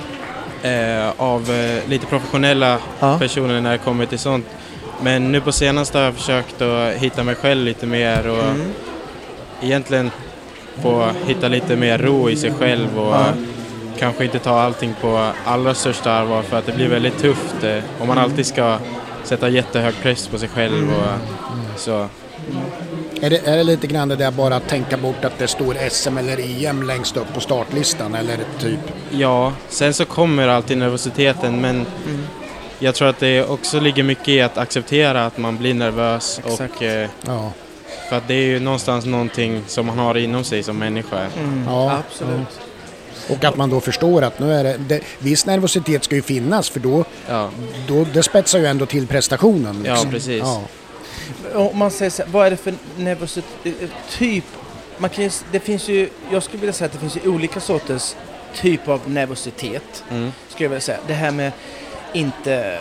av lite professionella personer när det kommer till sånt. Men nu på senaste har jag försökt att hitta mig själv lite mer och egentligen få hitta lite mer ro i sig själv och kanske inte ta allting på allra största allvar för att det blir väldigt tufft om man alltid ska sätta jättehög press på sig själv och så. Är det lite grann det där bara att tänka bort att det står SM eller EM längst upp på startlistan eller typ? Ja, sen så kommer alltid nervositeten, men jag tror att det också ligger mycket i att acceptera att man blir nervös. Exakt. Och för att det är ju någonstans någonting som man har inom sig som människa. Ja, absolut. Och att man då förstår att nu är det viss nervositet ska ju finnas, för då det spetsar ju ändå till prestationen. Liksom. Ja, precis. Ja. Om man säger så här, vad är det för nervositet? Typ, det finns ju, jag skulle vilja säga att det finns ju olika sorters typ av nervositet. Skulle jag vilja säga. Det här med inte...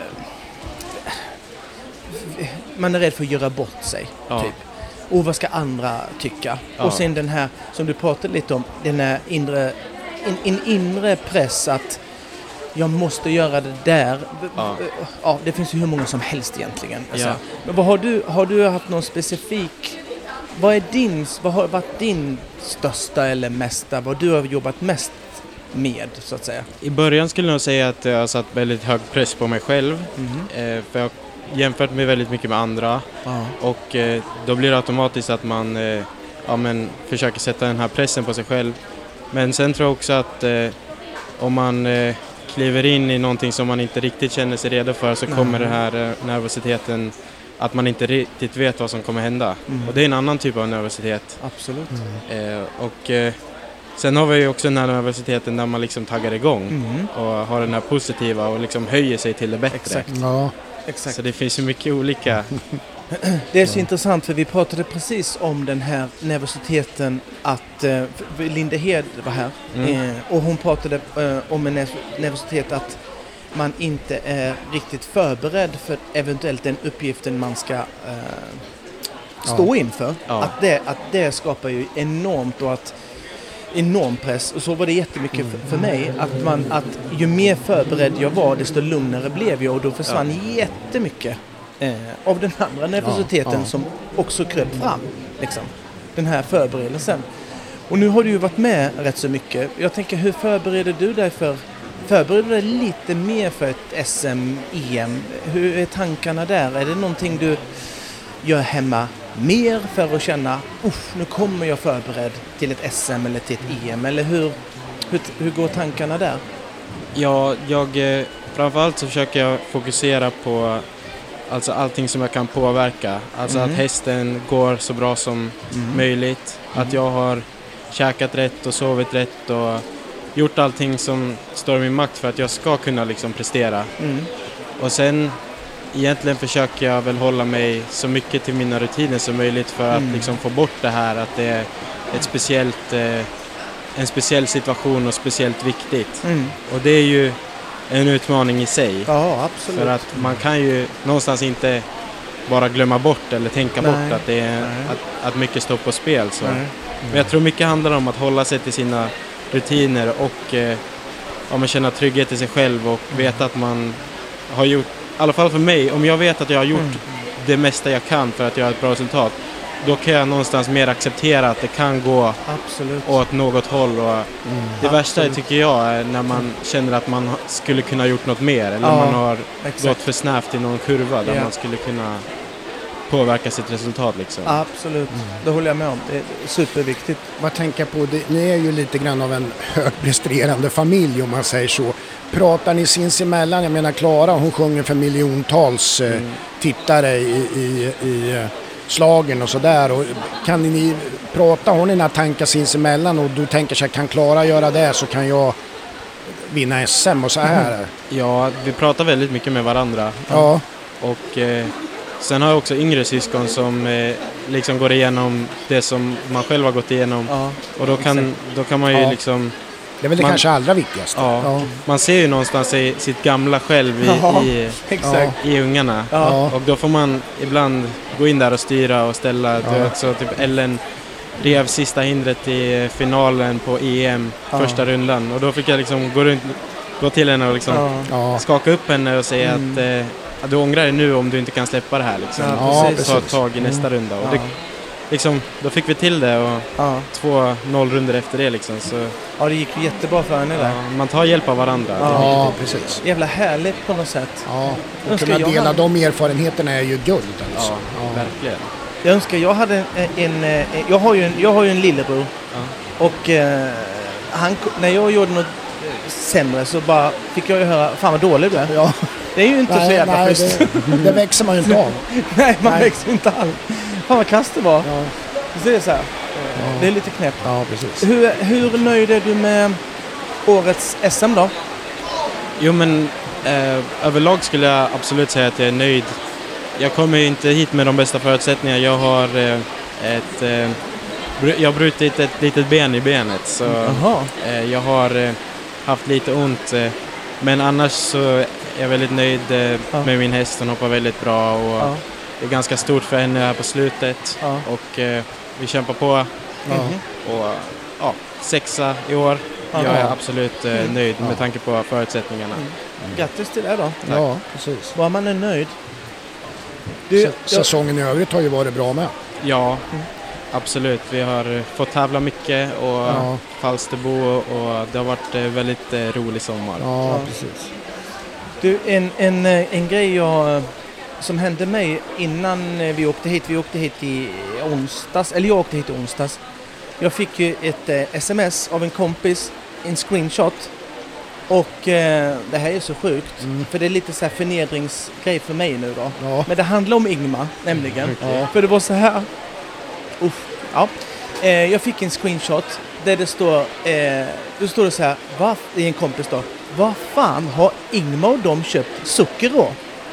Man är rädd för att göra bort sig, typ. Och vad ska andra tycka? Ja. Och sen den här, som du pratade lite om, den här inre press att jag måste göra det där. Ja, det finns ju hur många som helst egentligen. Alltså. Men vad har du haft någon specifik... Vad har varit din största eller mesta? Vad du har jobbat mest med, så att säga? I början skulle jag säga att jag har satt väldigt hög press på mig själv. För jag jämfört med väldigt mycket med andra. Och då blir det automatiskt att man försöker sätta den här pressen på sig själv. Men sen tror jag också att om man kliver in i någonting som man inte riktigt känner sig redo för, så kommer det här nervositeten att man inte riktigt vet vad som kommer hända. Och det är en annan typ av nervositet. Absolut. Sen har vi ju också den här nervositeten när man liksom taggar igång och har den här positiva och liksom höjer sig till det bättre. Exakt. Exakt. Så det finns ju mycket olika. Det är så intressant, för vi pratade precis om den här nervositeten att Linde Hed var här och hon pratade om en nervositet att man inte är riktigt förberedd för eventuellt den uppgiften man ska stå inför. Att det skapar ju enormt och enorm press, och så var det jättemycket för mig att ju mer förberedd jag var, desto lugnare blev jag, och då försvann jättemycket av den andra nervositeten som också kröp fram, liksom. Den här förberedelsen. Och nu har du ju varit med rätt så mycket. Jag tänker, hur förbereder du dig lite mer för ett SM, EM? Hur är tankarna där? Är det någonting du gör hemma mer för att känna, nu kommer jag förberedd till ett SM eller till ett EM? Eller hur går tankarna där? Ja, framförallt så försöker jag fokusera på allting som jag kan påverka. Alltså att hästen går så bra som möjligt. Att jag har käkat rätt och sovit rätt och gjort allting som står i min makt för att jag ska kunna liksom prestera. Och sen egentligen försöker jag väl hålla mig så mycket till mina rutiner som möjligt för att liksom få bort det här att det är en speciell situation och speciellt viktigt. Och det är ju en utmaning i sig. Ja, absolut. För att man kan ju någonstans inte bara glömma bort eller tänka bort att det är att mycket står på spel. Så. Men jag tror mycket handlar om att hålla sig till sina rutiner och känna trygghet i sig själv och veta att man har gjort, i alla fall för mig, om jag vet att jag har gjort det mesta jag kan för att göra ett bra resultat, då kan jag någonstans mer acceptera att det kan gå åt något håll. Och det värsta tycker jag är när man känner att man skulle kunna gjort något mer, eller man har gått för snävt i någon kurva där man skulle kunna påverka sitt resultat. Liksom. Absolut, det håller jag med om. Det är superviktigt. Vad tänker jag på? Ni är ju lite grann av en högpresterande familj, om man säger så. Pratar ni sinsemellan? Jag menar, Klara, hon sjunger för miljontals tittare i slagen och sådär. Och kan ni prata, har ni några tankar sinsemellan, och du tänker sig, kan Klara göra det så kan jag vinna SM och så här? Ja, vi pratar väldigt mycket med varandra. Ja. Och sen har jag också yngre syskon som liksom går igenom det som man själv har gått igenom. Ja, och då kan man ju liksom... Det är väl det kanske allra viktigaste. Ja. Man ser ju någonstans sitt gamla själv i ungarna. Ja. Och då får man ibland gå in där och styra och ställa. Så typ Ellen rev sista hindret i finalen på EM, första rundan. Och då fick jag liksom gå till henne och liksom skaka upp henne och säga att du ångrar dig nu om du inte kan släppa det här. Liksom. Ta tag i nästa runda. Och liksom, då fick vi till det och 2 0-runder efter det liksom. Så, ja, det gick ju jättebra för henne där. Man tar hjälp av varandra. Ja, precis. Jävla härligt på något sätt. Ja, och kunna dela de erfarenheterna är ju guld alltså. Ja, verkligen. Jag önskar jag hade jag har ju en lillebror. Och när jag gjorde något sämre så bara fick jag ju höra, fan vad dålig du är. Ja. Det är ju inte så jävla schysst. Det växer man ju inte av. Nej, man växer inte alls. Fan vad kast det var. Ja. Så det är så här. Det är lite knäppt. Ja, precis. Hur nöjd är du med årets SM då? Jo, men överlag skulle jag absolut säga att jag är nöjd. Jag kommer inte hit med de bästa förutsättningarna. Jag har jag har brutit ett litet ben i benet. Så jag har haft lite ont. Men annars så är jag väldigt nöjd med min häst. Hon hoppar väldigt bra och det är ganska stort för henne här på slutet. Och vi kämpar på. Och 6:a i år. Jag är absolut nöjd med tanke på förutsättningarna. Grattis till det då. Ja, precis. Var man är nöjd. Säsongen i övrigt har ju varit bra med. Ja, absolut. Vi har fått tävla mycket och Falsterbo och det har varit väldigt rolig sommar. Ja, precis. Du, en grej som hände mig innan vi åkte hit i onsdags, eller jag åkte hit i onsdags. Jag fick ju ett sms av en kompis, en screenshot. Och det här är så sjukt, för det är lite så här förnedringsgrej för mig nu då. Ja. Men det handlar om Ingmar, nämligen. Ja. För det var så här. Jag fick en screenshot där det står så här, det är en kompis då. Vad fan har Ingmar och de köpt Zucchero?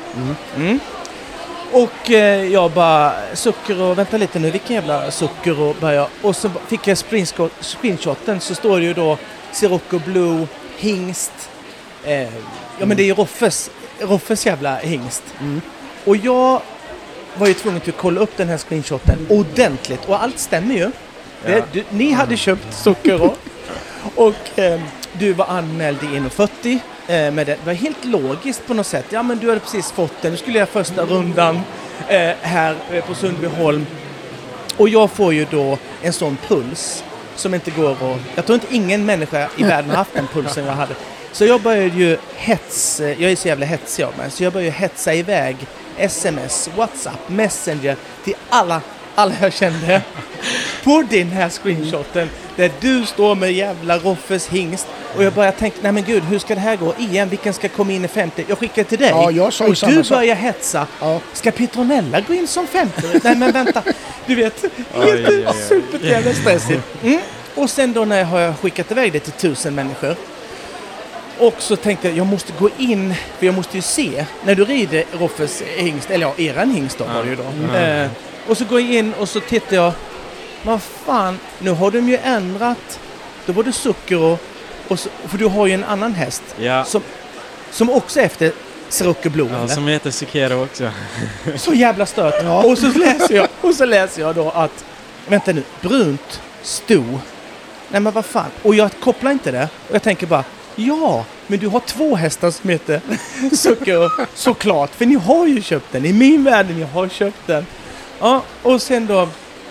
Och jag bara, Zucchero, vänta lite nu, vilken jävla Zucchero börjar. Och så fick jag screenshoten, så står det ju då Sirocco Blue, hingst. Men det är ju Roffes jävla hingst. Och jag var ju tvungen att kolla upp den här screenshoten ordentligt. Och allt stämmer ju. Ni hade köpt Zucchero. Och du var anmäld i 1,40. Men det var helt logiskt på något sätt. Ja, men du hade precis fått den. Du skulle göra första rundan här på Sundbyholm. Och jag får ju då en sån puls som inte går att... Jag tror inte ingen människa i världen har haft den pulsen jag hade. Så jag började ju jag är så jävla hetsig av mig. Så jag började hetsa iväg SMS, WhatsApp, Messenger till alla jag kände på den här screenshoten där du står med jävla Roffes hingst. Och jag började tänka, nej men gud, hur ska det här gå? Igen, vilken ska komma in i 50? Jag skickar till dig. Ja, jag sa och du börjar hetsa. Ja. Ska Petronella gå in som 50? Nej men vänta, du vet, helt superjävla stressigt. Och sen då när jag har skickat iväg det till 1000 människor. Och så tänkte jag måste gå in, för jag måste ju se när du rider Roffes hingst, eller eran hingst då var det ju då. Och så går jag in och så tittar jag, vad fan, nu har de ju ändrat, då var det Zucchero, och så, för du har ju en annan häst som också är efter Sirocco Blue. Ja, som heter Zucchero också. Så jävla stört. Ja. Och så läser jag då att, vänta nu, brunt sto. Nej men vad fan, och jag kopplar inte det, och jag tänker bara, ja, men du har 2 hästar som heter Zucchero, såklart, för ni har ju köpt den, i min värld ni har köpt den. Ja, och sen då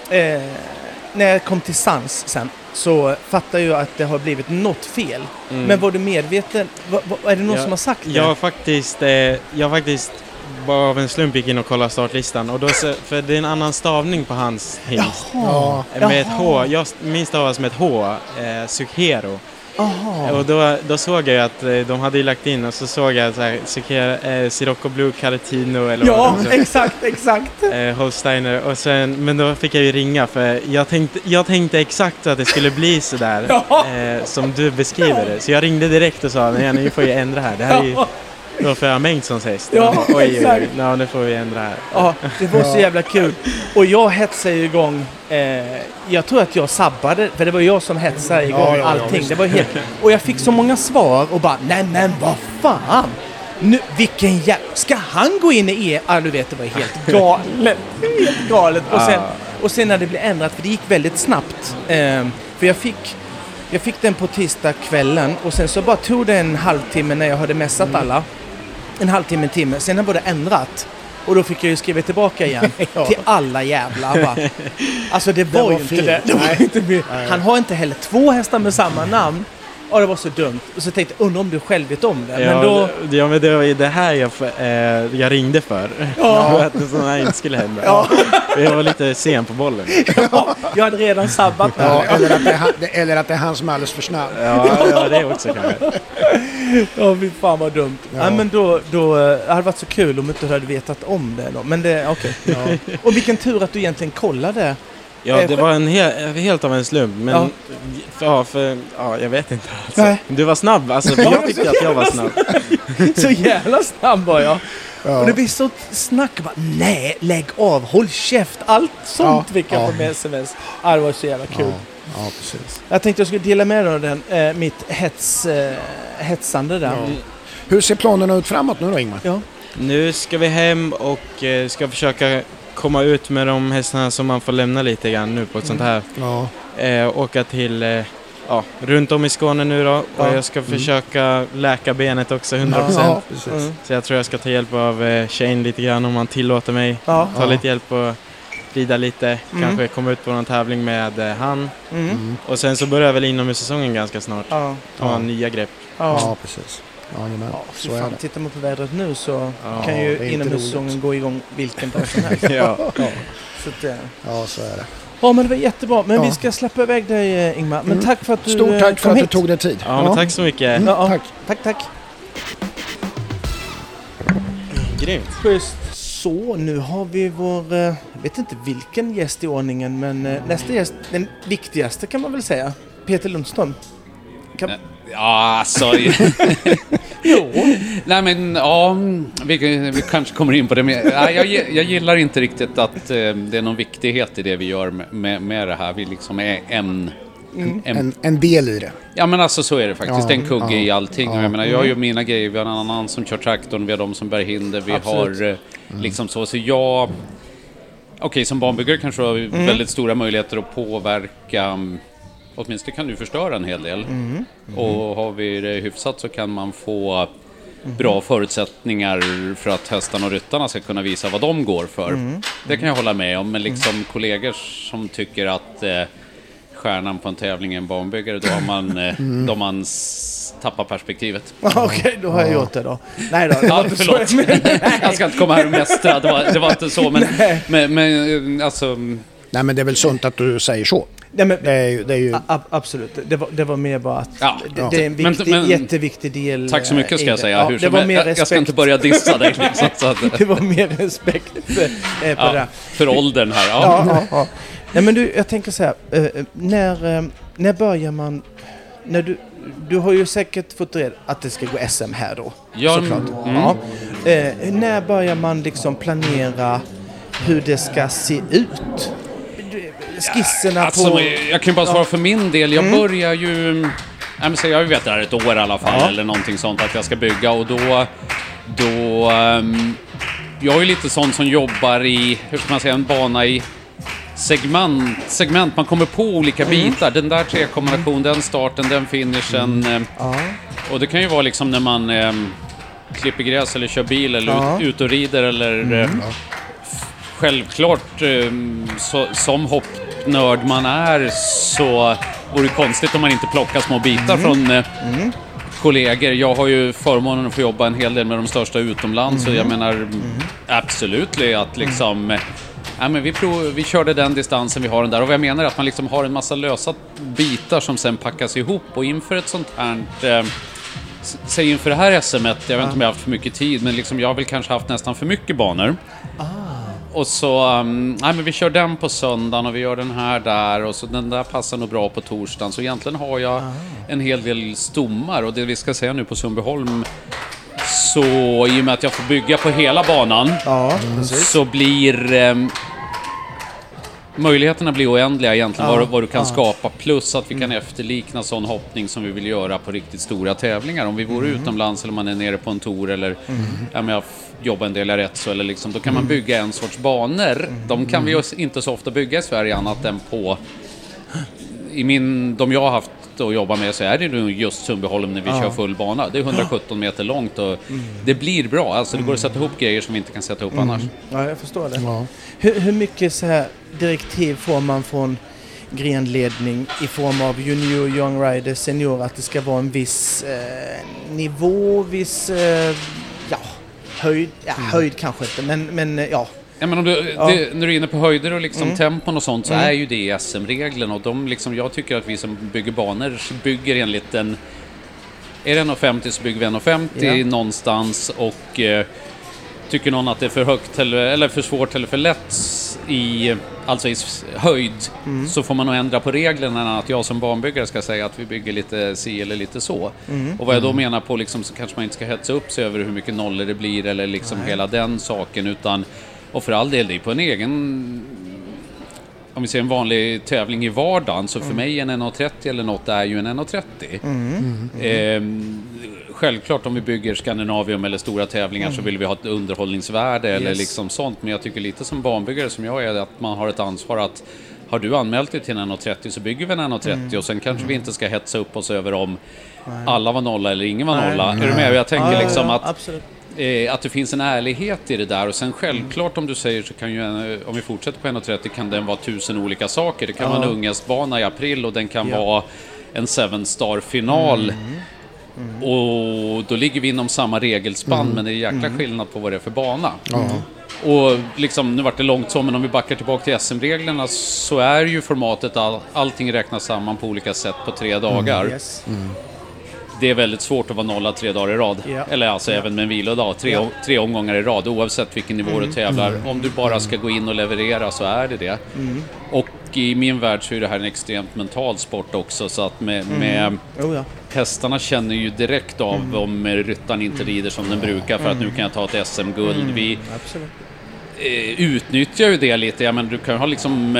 när jag kom till sans sen så fattar jag att det har blivit något fel. Men var du medveten? Är det någon som har sagt det? Jag faktiskt bara av en slump gick in och kollade startlistan. Och då, för det är en annan stavning på hans hingst. Med ett H. Min stavas med ett H. Zucchero. Och då såg jag att de hade ju lagt in, och så såg jag så här, Sirocco Blue Caretino eller exakt. Holsteiner, och sen, men då fick jag ju ringa, för jag tänkte exakt att det skulle bli så där som du beskriver det. Så jag ringde direkt och sa, nej, ni får ju ändra här. Det här är ju då för Bengtssons häst. Oj, nu får vi ändra här. Ja, det var så jävla kul. Och jag hetsade igång. Jag tror att jag sabbade, för det var jag som hetsade igång allting. Det var helt, och jag fick så många svar och bara, nej men vad fan. Nu, vilken ska han gå in i du vet, det var helt galet. Helt galet. Och sen när det blev ändrat, för det gick väldigt snabbt. För jag fick den på tisdag kvällen, och sen så bara tog det en halvtimme när jag hade mässat alla. En halvtimme, en timme. Sen var det ändrat. Och då fick jag ju skriva tillbaka igen till alla jävlar. Bara. Alltså det var ju inte det. Det var inte mer. Han har inte heller 2 hästar med samma namn. Ja, det var så dumt. Och så tänkte jag, undrar om du själv vet om det. Men då... men det var ju det här jag ringde för. Ja. Att sådana här inte skulle hända. Ja. Jag var lite sen på bollen. Ja, jag hade redan sabbat. Ja, eller att det är han som är alldeles för snabb. Ja, det också kanske. Ja, fy fan vad dumt. Ja. Men då hade det varit så kul om inte du hade vetat om det då. Men det, okej. Ja. Och vilken tur att du egentligen kollade. Ja, det var en helt av en slump. Men jag vet inte. Alltså. Du var snabb. Alltså, jag tyckte att jag var snabb. Så jävla snabb var jag. Ja. Och det blir så snack. Bara, nej, lägg av. Håll käft. Allt sånt fick jag på med sms. Det var så jävla kul. Ja, precis. Jag tänkte jag skulle dela med dig av mitt hetsande där. Ja. Hur ser planerna ut framåt nu då, Ingmar? Ja. Nu ska vi hem och ska försöka komma ut med de hästarna som man får lämna lite grann nu på ett sånt här. Ja. Åka till runt om i Skåne nu då. Och jag ska försöka läka benet också 100%. Ja, så jag tror jag ska ta hjälp av Shane lite grann om han tillåter mig. Ja. Ta lite hjälp och rida lite. Kanske komma ut på någon tävling med han. Och sen så börjar väl inomhussäsongen ganska snart. Ta nya grepp. Ja, precis. Så är det. Tittar man på vädret nu så kan ju inomhussäsongen gå igång vilken dag som helst. Så är det. Ja, men det var jättebra. Men vi ska släppa iväg dig, Ingmar. Men tack för att du Stort tack för att du tog dig tid. Ja, men tack så mycket. Tack. Grymt. Schysst. Så, nu har vi vår, jag vet inte vilken gäst i ordningen, men nästa gäst, den viktigaste kan man väl säga, Peter Lundström. Ja, alltså... Jo. Nej, men vi kanske kommer in på det. Men, jag gillar inte riktigt att det är någon viktighet i det vi gör med det här. Vi liksom är en del i det. Ja, men alltså så är det faktiskt. En kugge i allting. Jag menar, jag gör mina grejer. Vi har en annan som kör traktorn. Vi har de som bär hinder. Vi har liksom så. Så jag... Okej, som banbyggare kanske har väldigt stora möjligheter att påverka... Åtminstone kan du förstöra en hel del. Och har vi det hyfsat så kan man få bra förutsättningar för att hästarna och ryttarna ska kunna visa vad de går för. Det kan jag hålla med om. Men liksom kollegor som tycker att stjärnan på en tävling är en banbyggare, då har man tappar perspektivet. Okej, då har jag gjort det då. Nej då, det var inte förlåt. Så. Jag ska inte komma här och mästra. Det var inte så, men alltså... Nej, men det är väl sunt att du säger så. Nej, men, det är ju... Absolut, det var mer bara att det är en jätteviktig del. Tack så mycket ska jag säga. Hur som jag ska inte börja dissa dig. Det var mer respekt på det. För åldern här. Ja. Nej, men jag tänker så här, när börjar man... När du har ju säkert fått red att det ska gå SM här då, såklart. När börjar man liksom planera hur det ska se ut? Skisserna på... Jag kan bara svara för min del. Jag börjar ju... Jag vet det här ett år i alla fall, eller någonting sånt, att jag ska bygga. Och då jag är ju lite sån som jobbar i, hur ska man säga, en bana i segment. Man kommer på olika bitar. Den där trekombination, den starten, den finishen. Och det kan ju vara liksom när man klipper gräs eller kör bil eller ut och rider eller... Självklart som hoppnörd man är, så vore det konstigt om man inte plockar små bitar från kollegor. Jag har ju förmånen att få jobba en hel del med de största utomlands, så jag menar absolut att liksom men vi körde den distansen, vi har den där, och vad jag menar är att man liksom har en massa lösa bitar som sen packas ihop, och inför ett sånt här säg inför det här SM-et, jag vet inte om jag har haft för mycket tid, men liksom jag har väl kanske haft nästan för mycket banor. Och så, men vi kör den på söndagen och vi gör den här där, och så den där passar nog bra på torsdagen. Så egentligen har jag en hel del stommar, och det vi ska säga nu på Sundbyholm, så i och med att jag får bygga på hela banan, så blir möjligheterna blir oändliga egentligen, vad du kan skapa, plus att vi kan efterlikna sån hoppning som vi vill göra på riktigt stora tävlingar. Om vi vore utomlands eller man är nere på en tour eller jag jobbar en del i rätt så, eller liksom, då kan man bygga en sorts banor. De kan vi ju inte så ofta bygga i Sverige annat än på de jag har haft att jobba med så är det nu just Sundbyholm när vi kör full bana. Det är 117 meter långt och det blir bra. Alltså det går att sätta ihop grejer som vi inte kan sätta ihop annars. Ja, jag förstår det. Ja. Hur mycket så här direktiv får man från grenledning i form av junior, young rider, senior, att det ska vara en viss nivå, viss höjd, höjd kanske inte, men ja. Ja, men om när du är inne på höjder och liksom tempon och sånt så är ju det SM-reglerna och de liksom, jag tycker att vi som bygger banor bygger enligt en, är det 1,50 så bygger vi 1,50 någonstans och tycker någon att det är för högt eller för svårt eller för lätt i höjd så får man nog ändra på reglerna att jag som banbyggare ska säga att vi bygger lite si eller lite så. Och vad jag då menar på liksom, så kanske man inte ska hetsa upp sig över hur mycket nollor det blir eller liksom hela den saken utan, och för all del det är på en egen, om vi ser en vanlig tävling i vardagen så för mig en 1,30 eller något är ju en 1,30. Självklart om vi bygger Skandinavium eller stora tävlingar så vill vi ha ett underhållningsvärde eller liksom sånt. Men jag tycker lite som banbyggare som jag är att man har ett ansvar att har du anmält dig till en 1,30 så bygger vi en 1,30 och sen kanske vi inte ska hetsa upp oss över om alla var nolla eller ingen var nolla. Är du med? Jag tänker liksom att det finns en ärlighet i det där och sen självklart om du säger så kan ju om vi fortsätter på 1,30 kan den vara 1000 olika saker. Det kan vara en ungästbana i april och den kan vara en 7-star-final. Och då ligger vi inom samma regelspann men det är jäkla skillnad på vad det är för bana. Och liksom, nu vart det långt så, men om vi backar tillbaka till SM-reglerna så är ju formatet allting räknas samman på olika sätt på 3 dagar. Det är väldigt svårt att vara nolla 3 dagar i rad. Eller alltså även med en vilodag, 3 omgångar i rad oavsett vilken nivå du tävlar. Om du bara ska gå in och leverera så är det. Och i min värld så är det här en extremt mental sport också så att med hästarna känner ju direkt av om ryttaren inte rider som den brukar för att nu kan jag ta ett SM-guld. Vi utnyttjar ju det lite. Men du kan ha liksom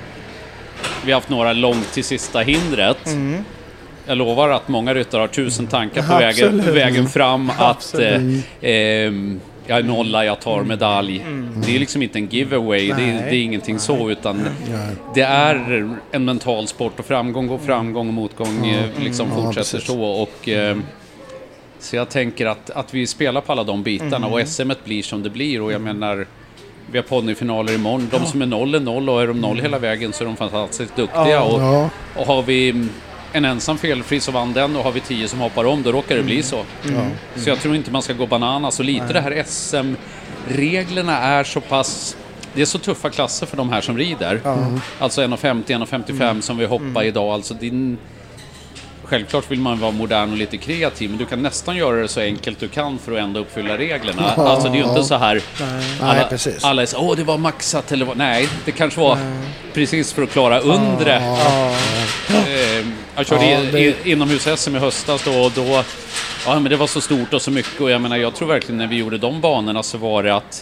vi har haft några långt till sista hindret. Jag lovar att många ryttare har 1000 tankar på vägen fram att jag är nolla, jag tar medalj. Det är liksom inte en giveaway, det är ingenting så utan det är en mental sport och framgång och motgång liksom fortsätter så och så jag tänker att vi spelar på alla de bitarna och SM-et blir som det blir och jag menar vi har ponnyfinaler imorgon, de som är 0 och är de 0 hela vägen så är de fantastiskt duktiga och har vi en ensam felfri så vann den och har vi 10 som hoppar om då råkar det bli så. Så jag tror inte man ska gå bananas så lite det här SM-reglerna är så pass, det är så tuffa klasser för de här som rider. Alltså 1,50, 1,55 som vi hoppar idag, alltså självklart vill man vara modern och lite kreativ men du kan nästan göra det så enkelt du kan för att ändå uppfylla reglerna. Alltså det är ju inte så här alla är så, det var maxat eller nej, det kanske var precis för att klara undre. Jag körde inomhus-SM i höstas och då men det var så stort och så mycket och jag menar jag tror verkligen när vi gjorde de banorna så var det att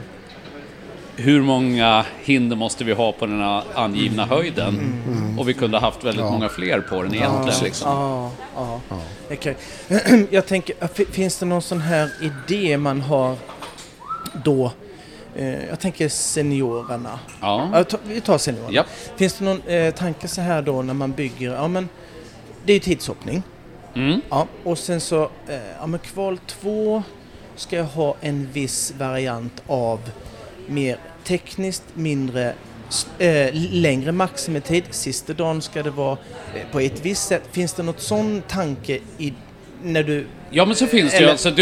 hur många hinder måste vi ha på den här angivna höjden och vi kunde ha haft väldigt många fler på den egentligen liksom. Okay. Jag tänker, finns det någon sån här idé man har då jag tänker seniorerna. Vi tar seniorerna. Finns det någon tanke så här då när man bygger, men det är tidshoppning. Och sen så men kval 2 ska jag ha en viss variant av mer tekniskt, mindre längre maximitid. Sista dagen ska det vara på ett visst sätt. Finns det något sån tanke i när du... Ja, men så finns det ju. Alltså,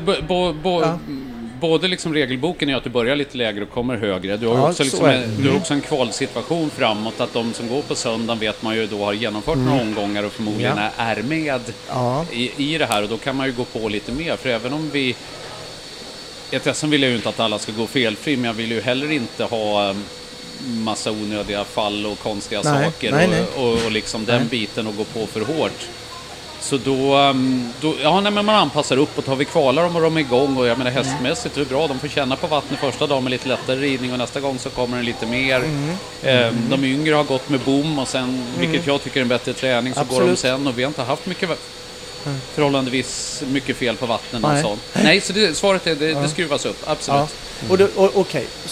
både liksom regelboken är att du börjar lite lägre och kommer högre. Du har också, liksom du har också en kvalsituation framåt att de som går på söndagen vet man ju då har genomfört några omgångar och förmodligen är med i det här och då kan man ju gå på lite mer för även om vi sen vill jag ju inte att alla ska gå felfri men jag vill ju heller inte ha massa onödiga fall och konstiga saker och liksom den biten och gå på för hårt. Så men man anpassar upp och tar vi kvalar dem och de är igång och jag menar hästmässigt är det bra, de får känna på vattnet första dagen med lite lättare ridning och nästa gång så kommer det lite mer. De yngre har gått med bom och sen, vilket jag tycker är en bättre träning, så går de sen och vi har inte haft förhållandevis mycket fel på vattnen och sånt. Nej, så svaret är det skruvas upp, absolut. Okej, så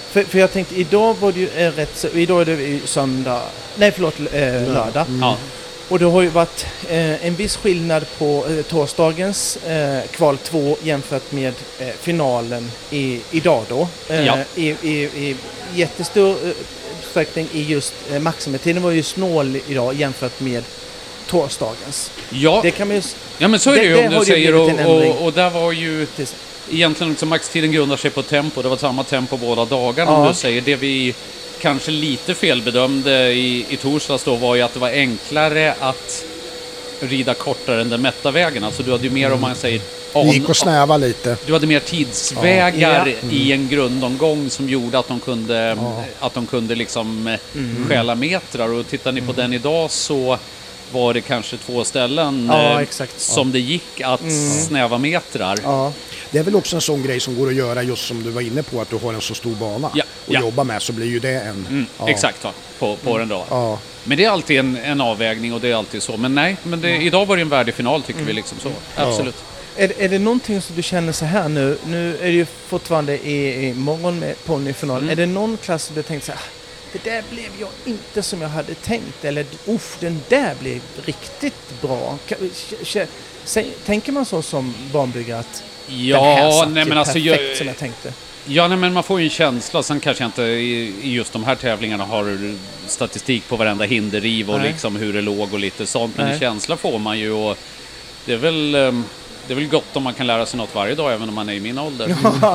För jag tänkte, idag var det ju idag är det ju lördag. Ja. Och det har ju varit en viss skillnad på torsdagens kval 2 jämfört med finalen idag då. I jättestor utsträckning i just maximitiden var ju snål idag jämfört med torsdagens. Ja, det kan man ju, men så är det ju om du säger. Och där var ju egentligen liksom maxtiden grundar sig på tempo. Det var samma tempo båda dagarna om du säger. Det vi kanske lite felbedömde i torsdags då var ju att det var enklare att rida kortare än den mätta vägen. Alltså du hade ju mer om man säger... Det gick och snäva lite. Du hade mer tidsvägar i en grundomgång som gjorde att de kunde liksom stjäla metrar. Och tittar ni på den idag så var det kanske 2 ställen som det gick att snäva metrar. Ja. Det är väl också en sån grej som går att göra just som du var inne på, att du har en så stor bana och jobba med, så blir ju det en... Exakt, på den då. Ja. Men det är alltid en avvägning och det är alltid så. Men idag var det en värdig final tycker vi liksom så. Absolut. Är det någonting som du känner så här nu? Nu är det ju fortfarande i morgon med ponnyfinal. Är det någon klass som du tänkt så här, det där blev jag inte som jag hade tänkt, eller den där blev riktigt bra. Tänker man så som banbyggare att den här satt perfekt som jag tänkte? Ja, men man får ju en känsla. Sen kanske jag inte i just de här tävlingarna har statistik på varenda hinderriv och liksom hur det låg och lite sånt. Men en känsla får man ju, och det är väl gott om man kan lära sig något varje dag, även om man är i min ålder.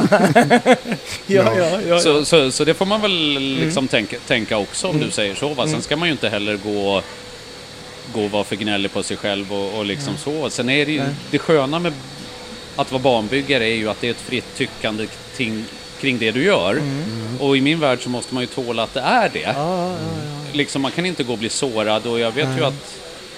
Så det får man väl liksom tänka också, om du säger så. Va? Sen ska man ju inte heller gå och vara för gnällig på sig själv och liksom så. Sen är det ju, det sköna med att vara banbyggare är ju att det är ett fritt tyckande kring det du gör. Och i min värld så måste man ju tåla att det är det. Liksom, man kan inte gå och bli sårad, och jag vet ju att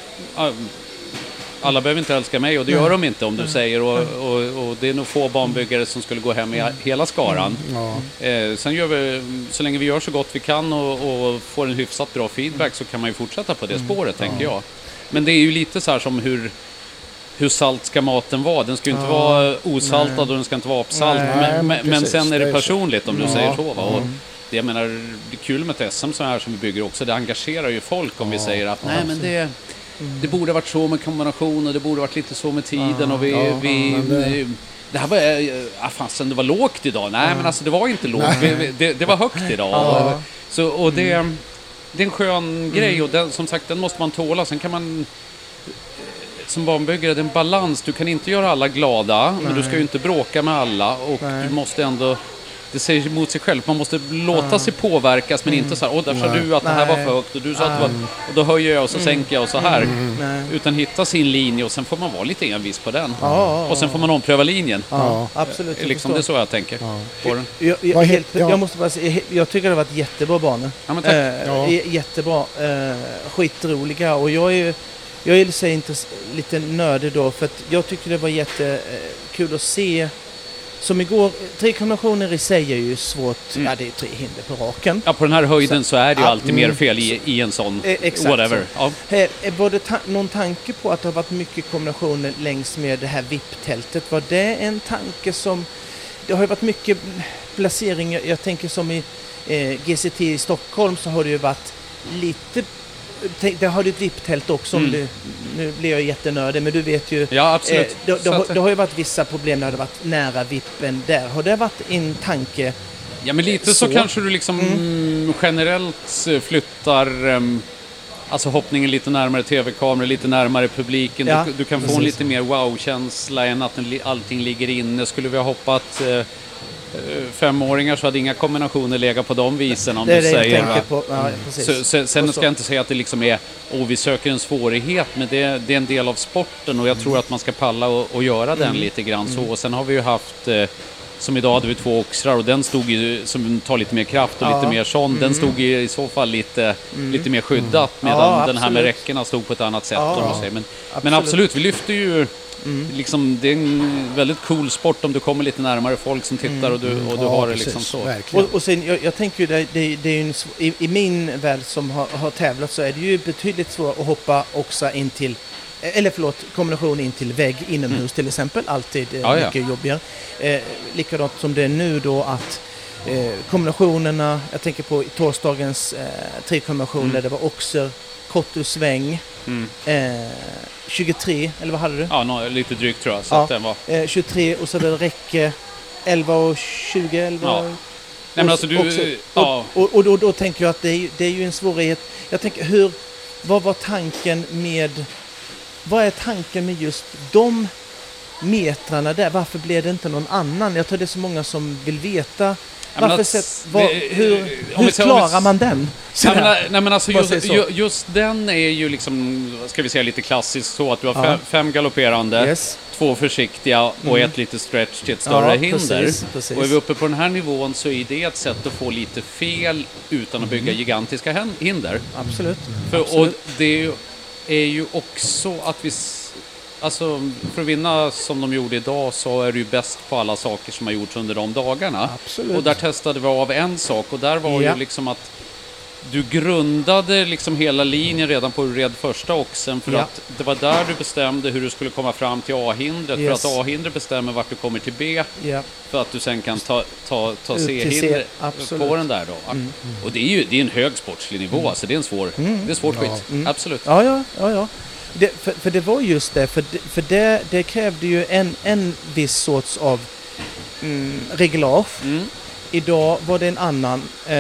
alla behöver inte älska mig, och det gör de inte om du säger, och det är nog få banbyggare som skulle gå hem i hela skaran. Sen gör vi, så länge vi gör så gott vi kan och får en hyfsat bra feedback, så kan man ju fortsätta på det spåret, tänker jag. Men det är ju lite så här som hur salt ska maten vara. Den ska ju inte vara osaltad och den ska inte vara apsalt. Men sen är det personligt, om du säger så. Va? Och det, jag menar, det är kul med ett SM så här som vi bygger också. Det engagerar ju folk om vi säger att nej, men det borde varit så med kombination, och det borde varit lite så med tiden, och det här var fasen, det var lågt idag. Nej, men alltså det var inte lågt. Det var högt idag. Så, och det är en skön grej, och den, som sagt, den måste man tåla. Sen kan man som banbyggare, det är en balans. Du kan inte göra alla glada, men du ska ju inte bråka med alla, och du måste ändå, det säger emot sig själv. Man måste låta sig påverkas, men inte så här, där sa du att det här var för högt, och du sa att det var, och då höjer jag och så sänker jag och så här. Utan hitta sin linje, och sen får man vara lite envis på den. Och sen får man ompröva linjen. Absolut. Liksom, det är så jag tänker på den. Jag måste bara säga, jag tycker det har varit jättebra banor. Jättebra. Skitroliga, och jag är lite nördig då, för att jag tycker det var jättekul att se. Som igår, 3 kombinationer i sig är ju svårt. Ja, det är 3 hinder på raken. Ja, på den här höjden så är det ju alltid mer fel i en sån whatever. Ja. Var det någon tanke på att det har varit mycket kombinationer längs med det här VIP-tältet? Var det en tanke som... Det har ju varit mycket placeringar. Jag tänker som i GCT i Stockholm, så har det ju varit lite... Det har du ett VIP-tält också, nu blir jag jättenördig, men du vet ju... Ja, absolut. Det har ju varit vissa problem när det har varit nära VIPen där. Har det varit en tanke? Ja, men lite så kanske du liksom generellt flyttar alltså hoppningen lite närmare tv-kameror, lite närmare publiken. Ja, du kan få en lite mer wow-känsla än att allting ligger inne. Skulle vi ha hoppat... 5-åringar så hade inga kombinationer legat på de visen, om du säger. Sen ska jag inte säga att det liksom är vi söker en svårighet, men det är en del av sporten, och jag tror att man ska palla och göra den lite grann så. Och sen har vi ju haft som idag hade vi 2 oxrar, och den stod ju, som tar lite mer kraft och lite mer sån, den stod i så fall lite mer skyddat, medan den här med räckorna stod på ett annat sätt, om du säger. Men absolut, vi lyfter ju liksom, det är en väldigt cool sport om du kommer lite närmare folk som tittar och du har det liksom så. Och sen, jag tänker ju, det är ju i min värld som har tävlat, så är det ju betydligt svårare att hoppa också in till, kombination in till vägg inomhus till exempel, alltid mycket jobbigare. Likadant som det är nu då, att kombinationerna, jag tänker på torsdagens 3 kombinationer där det var oxer, kort och sväng. 23, eller vad hade du? Ja, lite drygt tror jag. Så att den var... 23 och så var det räcke 11 och 20. 11. Ja. Nej, men alltså du... Och då tänker jag att det är ju en svårighet. Jag tänker, vad är tanken med just de metrarna där? Varför blev det inte någon annan? Jag tror det är så många som vill veta. Hur klarar man den? Nej, men alltså just den är ju liksom, ska vi säga lite klassiskt så att du har 5 galopperande, 2 försiktiga och ett lite stretch till ett större hinder. Precis. Och är vi uppe på den här nivån så är det ett sätt att få lite fel utan att bygga gigantiska hinder. Absolut. Och det är ju också att vi... Alltså, för att vinna som de gjorde idag så är det ju bäst på alla saker som har gjorts under de dagarna. Absolut. Och där testade vi av en sak och där var ju liksom att du grundade liksom hela linjen redan på red första oxen för att det var där du bestämde hur du skulle komma fram till A-hindret för att A-hindret bestämmer vart du kommer till B för att du sen kan ta C-hindret på den där då. Och det är en hög sportslig nivå, alltså det är en svår skit. Absolut. Ja. För det var just det, för det krävde ju en viss sorts av reglage. Idag var det en annan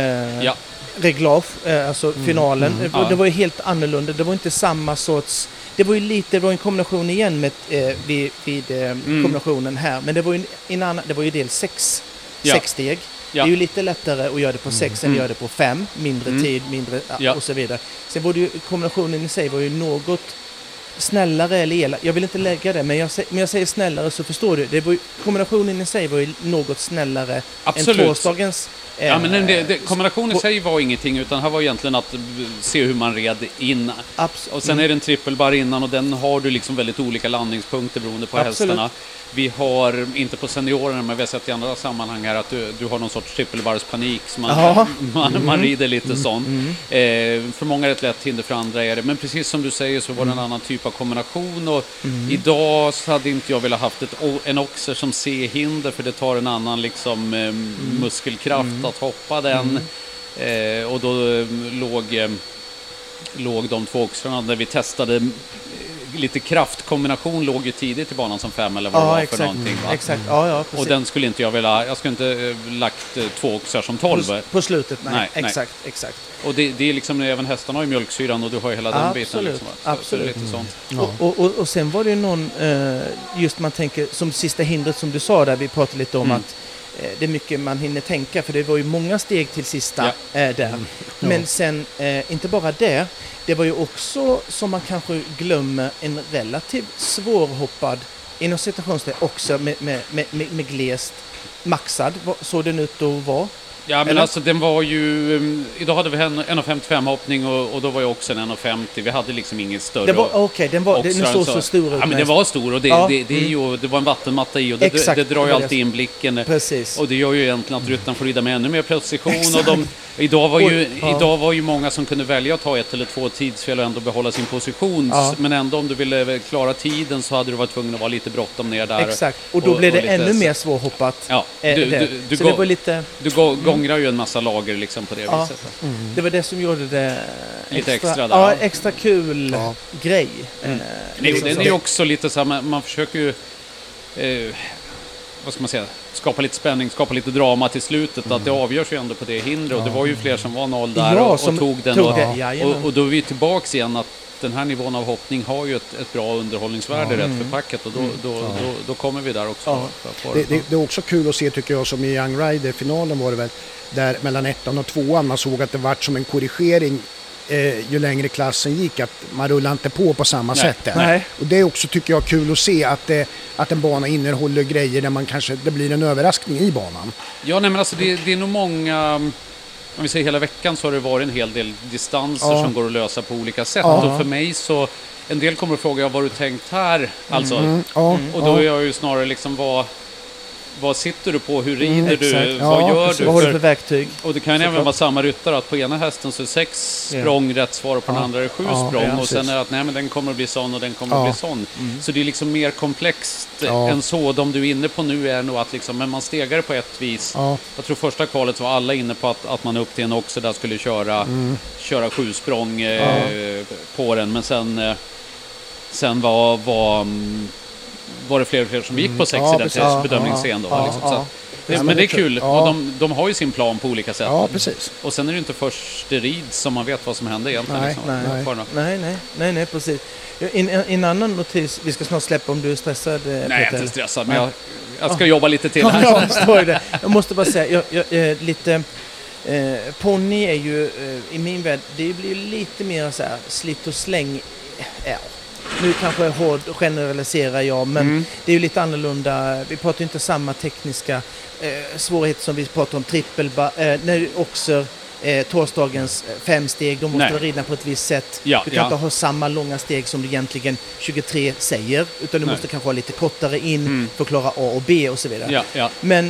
reglage, alltså finalen. Det var ju helt annorlunda, det var inte samma sorts... Det var en kombination igen med vid kombinationen här, men det var ju en annan, det var ju del 6 steg. Det är ju lite lättare att göra det på 6 än att göra det på 5, mindre tid, mindre och så vidare. Sen var det ju, kombinationen i sig var ju något snällare eller elak. Jag vill inte lägga det, men jag säger snällare så förstår du. Kombinationen i sig var ju något snällare än torsdagens. Men kombinationen i sig var ingenting, utan här var egentligen att se hur man red in. Och sen är det en trippelbar innan och den har du liksom väldigt olika landningspunkter beroende på hästarna. Vi har, inte på seniorerna, men vi har sett i andra sammanhang här att du har någon sorts trippelbarspanik så man rider lite sån. För många är det ett lätt hinder, för andra är det. Men precis som du säger så var det en annan typ av kombination och idag så hade inte jag velat haft en oxer som C-hinder för det tar en annan liksom muskelkraft att hoppa den. Och då låg de 2 oxrarna där vi testade lite kraftkombination låg ju tidigt i banan som 5 eller vad det var för någonting. Va? Exakt. Precis. Och den skulle inte jag skulle inte lagt 2 oxar som 12. På slutet, nej. Exakt. Och det är liksom, även hästarna har ju mjölksyran och du har ju hela den biten. Liksom. Absolut. Lite sånt. Och sen var det ju någon, just man tänker, som sista hindret som du sa där, vi pratade lite om att det är mycket man hinner tänka, för det var ju många steg till sista där. Men sen, inte bara det var ju också, som man kanske glömmer, en relativt svårhoppad, inom citationstecken också med glest maxad, såg den ut att vara. Ja, men alltså den var ju... Idag hade vi en 1,55 hoppning och då var ju också en 1,50. Vi hade liksom ingen större... Den såg så stor ut. Ja, men det var stor och det var en vattenmatta i och det drar ju alltid in blicken. Precis. Och det gör ju egentligen att ryttaren får rida med ännu mer precision. Och idag var ju många som kunde välja att ta 1 eller 2 tidsfel och ändå behålla sin position. Men ändå om du ville klara tiden så hade du varit tvungen att vara lite bråttom ner där. Exakt, och då blev det ännu mer svårhoppat. Ja, så det var lite... Gångrar ju en massa lager liksom på det viset. Det var det som gjorde det lite extra där. Extra kul grej. Den är ju också lite så här, man försöker ju vad ska man säga, skapa lite spänning, skapa lite drama till slutet, att det avgörs ju ändå på det hindret och det var ju fler som var 0 där och tog den och då är vi tillbaks igen att den här nivån av hoppning har ju ett bra underhållningsvärde rätt förpackat och då kommer vi där också. Det är också kul att se, tycker jag, som i Young Rider-finalen var det väl, där mellan 1:an och 2:an man såg att det vart som en korrigering ju längre klassen gick, att man rullar inte på samma sätt där. Och det är också, tycker jag, kul att se att en bana innehåller grejer där man kanske, det blir en överraskning i banan. Ja, nej, men alltså det är nog många... Om vi säger hela veckan så har det varit en hel del distanser som går att lösa på olika sätt. Och för mig så, en del kommer att fråga, vad har du tänkt här? Alltså, och då är jag ju snarare liksom vad sitter du på, hur rider du, vad gör du? Vad har du för verktyg? Och det kan ju även vara samma ryttare, att på ena hästen så är 6 språng rätt svar och på den andra är det 7 språng. Och sen är det att nej, men den kommer att bli sån och den kommer att bli sån. Så det är liksom mer komplext än så. De du är inne på nu är nog att liksom, men man stegar det på ett vis. Jag tror första kvalet var alla inne på att man upp till en också där skulle köra 7 språng på den. Men sen var det fler och fler som gick på 6 i den bedömningsscen då. Liksom. Så men det är kul. Och de har ju sin plan på olika sätt. Ja, precis. Och sen är det inte först det rid som man vet vad som hände egentligen. Nej, precis. En annan notis, vi ska snart släppa om du är stressad. Nej, jag är inte stressad, men jag ska jobba lite till här. Jag förstår det. Jag måste bara säga, lite... ponny är ju, i min värld, det blir lite mer så här slit och släng. Nu kanske hård generaliserar jag, men det är ju lite annorlunda. Vi pratar inte samma tekniska svårigheter som vi pratar om när också torsdagens 5 steg, de måste rida på ett visst sätt. Du kan inte ha samma långa steg som du egentligen 23 säger, utan du måste kanske ha lite kortare in för att klara A och B och så vidare. Men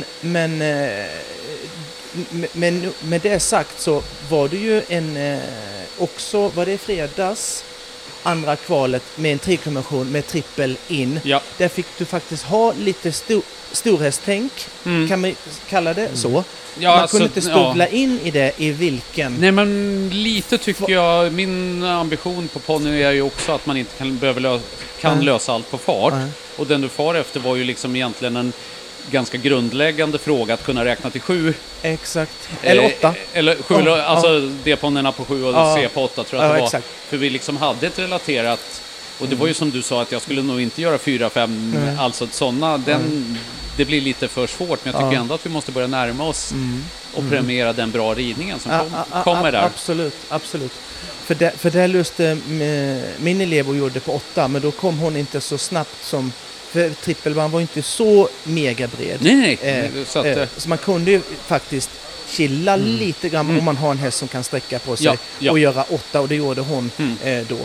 med det sagt så var det ju också, var det fredags andra kvalet med en trikombination med trippel in. Där fick du faktiskt ha lite storhästtänk, kan man kalla det så. Man kunde inte stövla in i det i vilken. Nej, men lite tycker jag, min ambition på ponny är ju också att man inte kan lösa allt på fart. Och den du far efter var ju liksom egentligen en ganska grundläggande fråga att kunna räkna till 7. Exakt. Eller 8. Eller 7, alltså D-ponnerna på 7 och C på 8 tror jag att det var. Exakt. För vi liksom hade ett relaterat, och det var ju som du sa att jag skulle nog inte göra 4-5, alltså sådana, det blir lite för svårt, men jag tycker ändå att vi måste börja närma oss och premiera den bra ridningen som kommer där. Absolut. För det löste min elev och gjorde på 8, men då kom hon inte så snabbt som, för trippelband var inte så mega bred. Nej. Så man kunde ju faktiskt chilla lite grann om man har en häst som kan sträcka på sig och göra 8, och det gjorde hon då.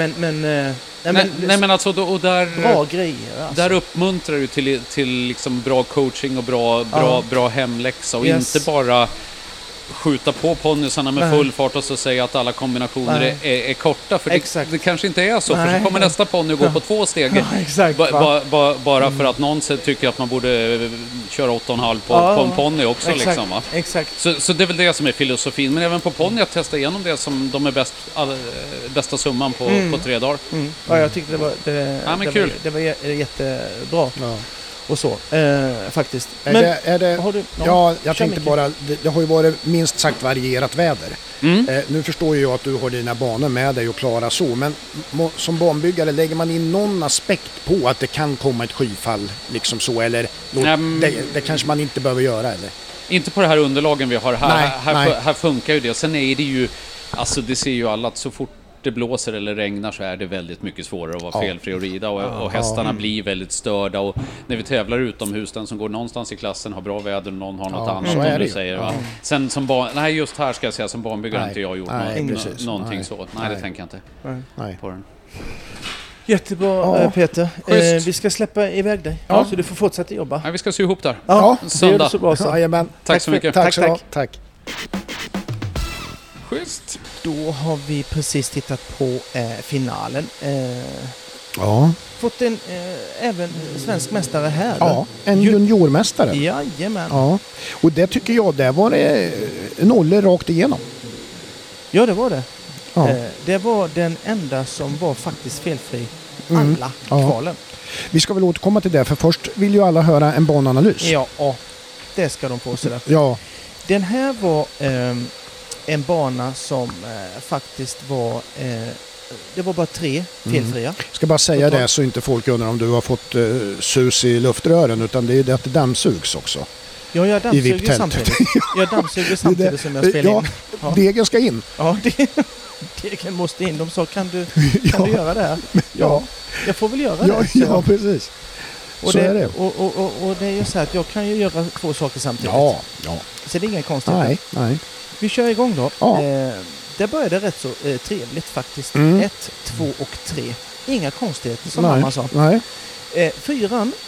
Men alltså och där, bra grejer. Alltså. Där uppmuntrar du till liksom bra coaching och bra hemläxa och inte bara skjuta på ponnysarna med full fart och så säga att alla kombinationer är korta, för det kanske inte är så, för så kommer nästa ponny gå på 2 steg bara för att någon tycker att man borde köra 8,5 på en ponny också. Liksom, va? Exakt. Så det är väl det som är filosofin, men även på ponny att testa igenom det som de är bästa summan på 3 dagar. Ja, jag tyckte det var jättebra. Och så, faktiskt. Men har du, jag tänkte bara, det har ju varit minst sagt varierat väder. Nu förstår jag att du har dina banor med dig och klara så, men som banbyggare lägger man in någon aspekt på att det kan komma ett skyfall liksom så, eller det kanske man inte behöver göra, eller? Inte på det här underlagen vi har här. Här funkar ju det. Sen är det ju, alltså det ser ju alla att så fort det blåser eller regnar så är det väldigt mycket svårare att vara felfri och rida, och hästarna blir väldigt störda, och när vi tävlar utomhus, den som går någonstans i klassen har bra väder och någon har något annat, som du säger. Va? Sen som just här ska jag säga, som barnbyggare inte jag gjort någonting så. Nej, det tänker jag inte på den. Jättebra, Peter. Vi ska släppa iväg dig, så du får fortsätta jobba. Vi ska sy ihop där. Söndag. Det så bra så. Tack så mycket. Tack. Schysst. Då har vi precis tittat på finalen. Fått även svensk mästare här. Ja, en juniormästare. Jajamän. Ja. Och det tycker jag, det var nollor rakt igenom. Ja, det var det. Ja. Det var den enda som var faktiskt felfri alla kvalen. Vi ska väl återkomma till det, för först vill ju alla höra en bananalys. Ja, det ska de få sådär. Ja. Den här var en bana som faktiskt var... det var bara 3 felfria. Ska bara säga det så inte folk undrar om du har fått sus i luftrören, utan det är det att det dammsugs också. Ja, jag dammsuger samtidigt. Jag dammsuger samtidigt som jag spelar in. Ja, degen ska in. Ja, degen måste in. De sa, kan du göra det här? Ja, jag får väl göra det. Ja, precis. Och så är det. Och det är ju så här att jag kan ju göra 2 saker samtidigt. Ja. Så det är inga konstigheter. Nej. Vi kör igång då. Ja. Det började rätt så trevligt faktiskt. 1, 2 och 3. Inga konstigheter som mamma sa. Nej. 4:an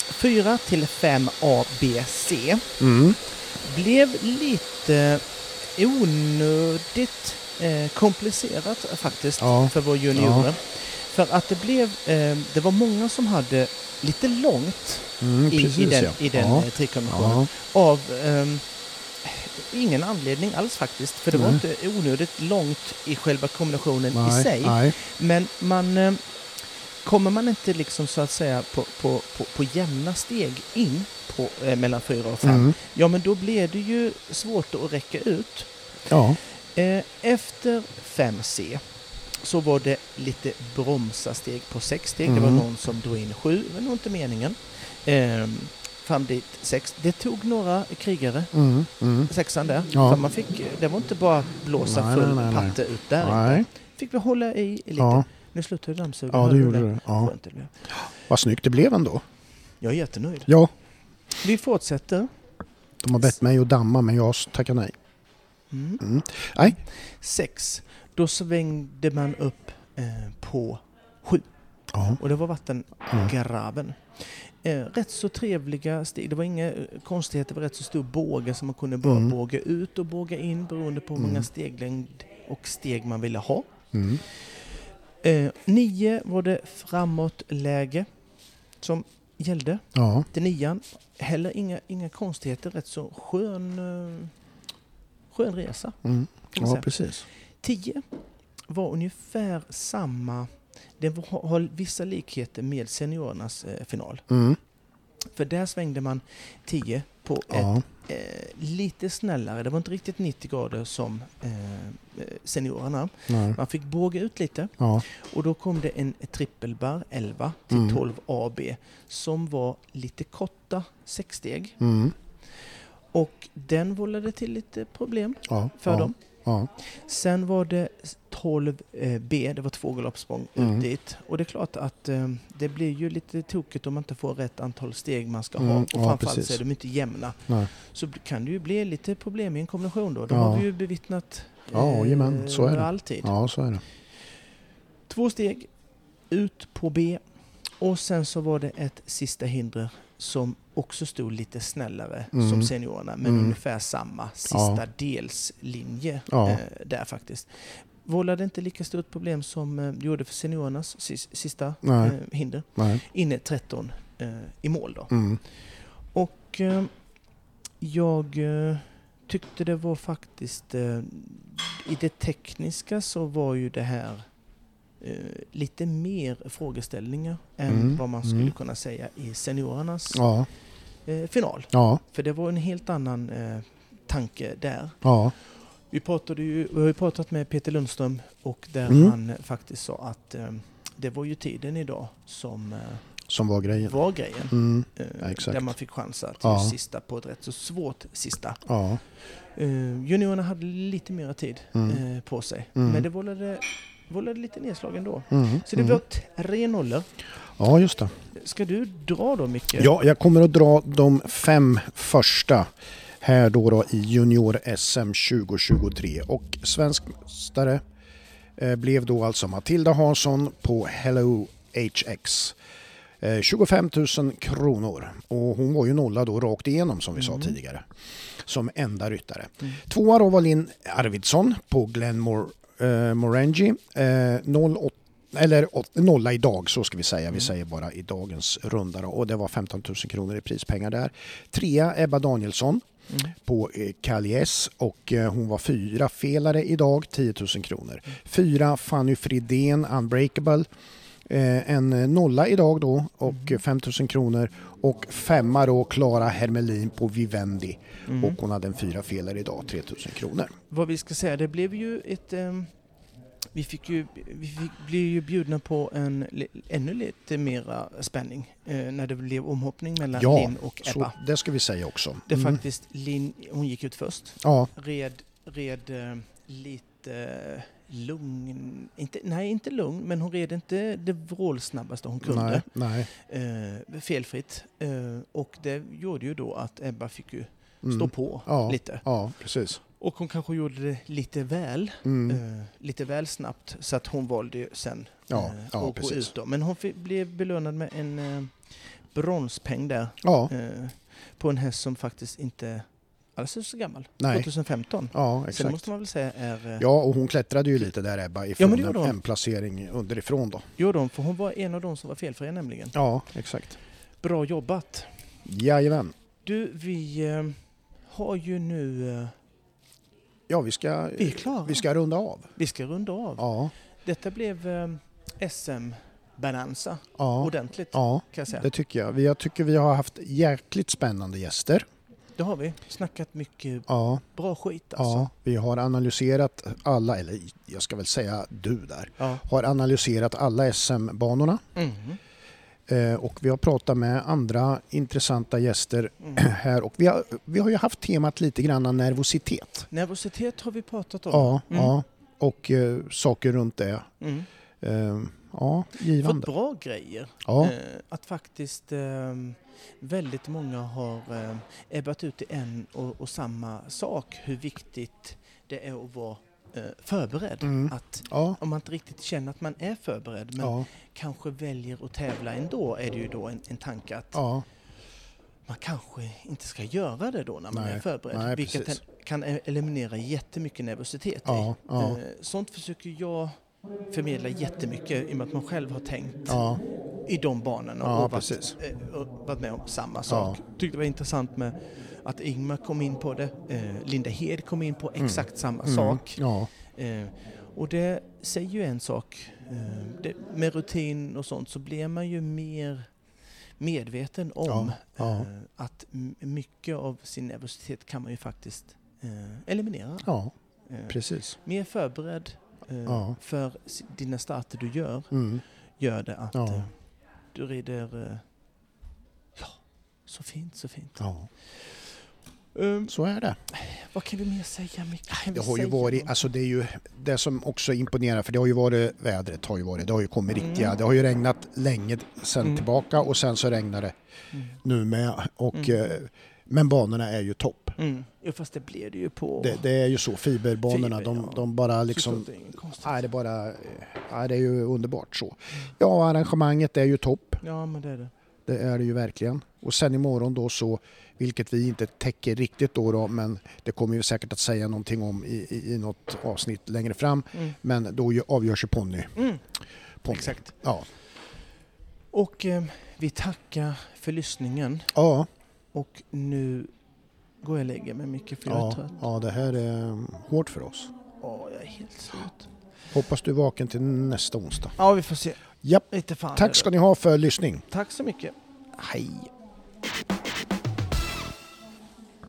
4 till 5 A, B, C blev lite onödigt komplicerat faktiskt för vår juniorer. Ja. För att det var många som hade lite långt i den trikombinationen av ingen anledning alls faktiskt. För det var inte onödigt långt i själva kombinationen i sig. Nej. Men kommer man inte liksom så att säga på jämna steg in på mellan 4 och 5, ja men då blir det ju svårt att räcka ut. Ja. Efter 5C så var det lite bromsasteg på 6 steg. Det var någon som drog in 7, det var nog inte meningen. Fram dit 6. Det tog några krigare, 6an där. Ja. För man det var inte bara blåsa full patte ut där. Nej. Fick vi hålla i lite. Ja. Nu slutar ju dammsuga. Ja, det gjorde det. Ja. Vad snyggt det blev ändå. Jag är jättenöjd. Ja. Vi fortsätter. De har bett mig att damma, men jag tackar nej. Nej. 6. Då svängde man upp på 7. Ja. Och det var vattengraven. Rätt så trevliga steg. Det var inga konstigheter. Det var rätt så stor båge som man kunde bara båga ut och båga in beroende på hur många steglängd och steg man ville ha. 9 var det framåtläge som gällde. Ja. Till 9. Heller inga konstigheter. Rätt så skön resa. Ja, precis. 10 var ungefär samma. Det har vissa likheter med seniorernas final. För där svängde man 10 på ett lite snällare. Det var inte riktigt 90 grader som seniorerna. Nej. Man fick båga ut lite. Ja. Och då kom det en trippelbar 11 till 12 AB som var lite korta 6 steg. Och den vållade till lite problem för dem. Ja. Sen var det 12B, det var 2 galoppsprång ut dit. Och det är klart att det blir ju lite tokigt om man inte får rätt antal steg man ska ha. Och framförallt så är de inte jämna. Nej. Så kan det ju bli lite problem i en kombination då. Det har vi ju bevittnat så är det. Alltid. Ja, så är det. 2 steg ut på B. Och sen så var det ett sista hinder som också stod lite snällare som seniorerna, men ungefär samma sista delslinje där faktiskt. Vållade inte lika stort problem som gjorde för seniorernas sista hinder. Nej. Inne 13 i mål då. Och jag tyckte det var faktiskt i det tekniska så var ju det här lite mer frågeställningar än vad man skulle kunna säga i seniorernas final. Ja. För det var en helt annan tanke där. Ja. Vi har ju pratat med Peter Lundström och där han faktiskt sa att det var ju tiden idag som var grejen. Där man fick chansa till sista på ett rätt så svårt sista. Ja. Juniorerna hade lite mer tid på sig. Men det vållade lite nedslag ändå. Så det var 3-0. Ja, just det. Ska du dra då, Micke? Ja, jag kommer att dra de 5 första här då i junior-SM 2023. Och svensk mästare blev då alltså Matilda Hansson på Hello HX. 25 000 kronor. Och hon var ju nolla då rakt igenom som vi sa tidigare. Som enda ryttare. 2 då var Linn Arvidsson på Glenmore Morangi. 0 idag, så ska vi säga. Vi säger bara i dagens runda då. Och det var 15 000 kronor i prispengar där. 3 Ebba Danielsson på Kalies och hon var 4 felare idag, 10 000 kronor. 4 Fanny Fridén Unbreakable, en 0 idag då och 5 000 kronor. Och 5 då Clara Hermelin på Vivendi och hon hade en 4 felare idag, 3 000 kronor. Vad vi ska säga, det blev ju ett... Vi blev ju bjudna på ännu lite mera spänning när det blev omhoppning mellan Linn och Ebba. Så det ska vi säga också. Det är faktiskt Linn, hon gick ut först. Ja. Red lite lugn, inte lugn, men hon red inte det vrålsnabbaste hon kunde. Nej. Felfritt. Och det gjorde ju då att Ebba fick ju stå på lite. Ja, precis. Och hon kanske gjorde det lite väl snabbt så att hon valde ju sen att gå ut då. Men hon blev belönad med en bronspeng där. Ja. På en häst som faktiskt inte alls är så gammal. Nej. 2015. Ja, exakt. Så det måste man väl säga är... Ja, och hon klättrade ju lite där Ebba ifrån en placering underifrån då. Jo, för hon var en av de som var felfria nämligen. Ja, exakt. Bra jobbat. Jajamän. Du, vi har ju nu... Ja, vi ska runda av. Vi ska runda av. Ja. Detta blev SM-bonanza. Ordentligt, kan jag säga. Det tycker jag. Jag tycker vi har haft jäkligt spännande gäster. Det har vi. Snackat mycket bra skit alltså. Ja, vi har analyserat alla, eller jag ska väl säga du där, har analyserat alla SM-banorna. Och vi har pratat med andra intressanta gäster här. Och vi har ju haft temat lite grann nervositet. Nervositet har vi pratat om. Ja, och saker runt det. Givande. Fått bra grejer. Att faktiskt väldigt många har ebbat ut i en och samma sak. Hur viktigt det är att vara förberedd. Att om man inte riktigt känner att man är förberedd men kanske väljer att tävla ändå, är det ju då en tanke att man kanske inte ska göra det då när man är förberedd. Vilket kan eliminera jättemycket nervositet i. Sånt försöker jag förmedla jättemycket i och med att man själv har tänkt i de banorna och varit med om samma sak. Tyckte det var intressant med att Ingmar kom in på det, Linda Hed kom in på exakt samma sak. Och det säger ju en sak, med rutin och sånt så blir man ju mer medveten om att mycket av sin nervositet kan man ju faktiskt eliminera. Precis. Mer förberedd för dina starter du gör det att du rider så fint. Så är det. Vad kan vi mer säga? Det har ju varit, alltså det är ju det som också imponerar, för det har ju varit, vädret har ju varit, det har ju kommit riktiga, det har ju regnat länge sen tillbaka och sen så regnar det nu med och men banorna är ju topp. Ja, fast det blir det ju på... Det är ju så, fiberbanorna, de bara liksom... det är ju underbart så. Ja, arrangemanget är ju topp. Ja, men det är det. Det är det ju verkligen. Och sen imorgon då så, vilket vi inte täcker riktigt då men det kommer ju säkert att säga någonting om i något avsnitt längre fram. Men då avgörs ju ponny. Exakt. Ja. Och vi tackar för lyssningen. Ja. Och nu går jag och lägger mig mycket för jag är trött. Ja, det här är hårt för oss. Ja, jag är helt slut. Hoppas du är vaken till nästa onsdag. Ja, vi får se. Japp. Lite fan. Tack ska ni ha för lyssning. Tack så mycket. Hej.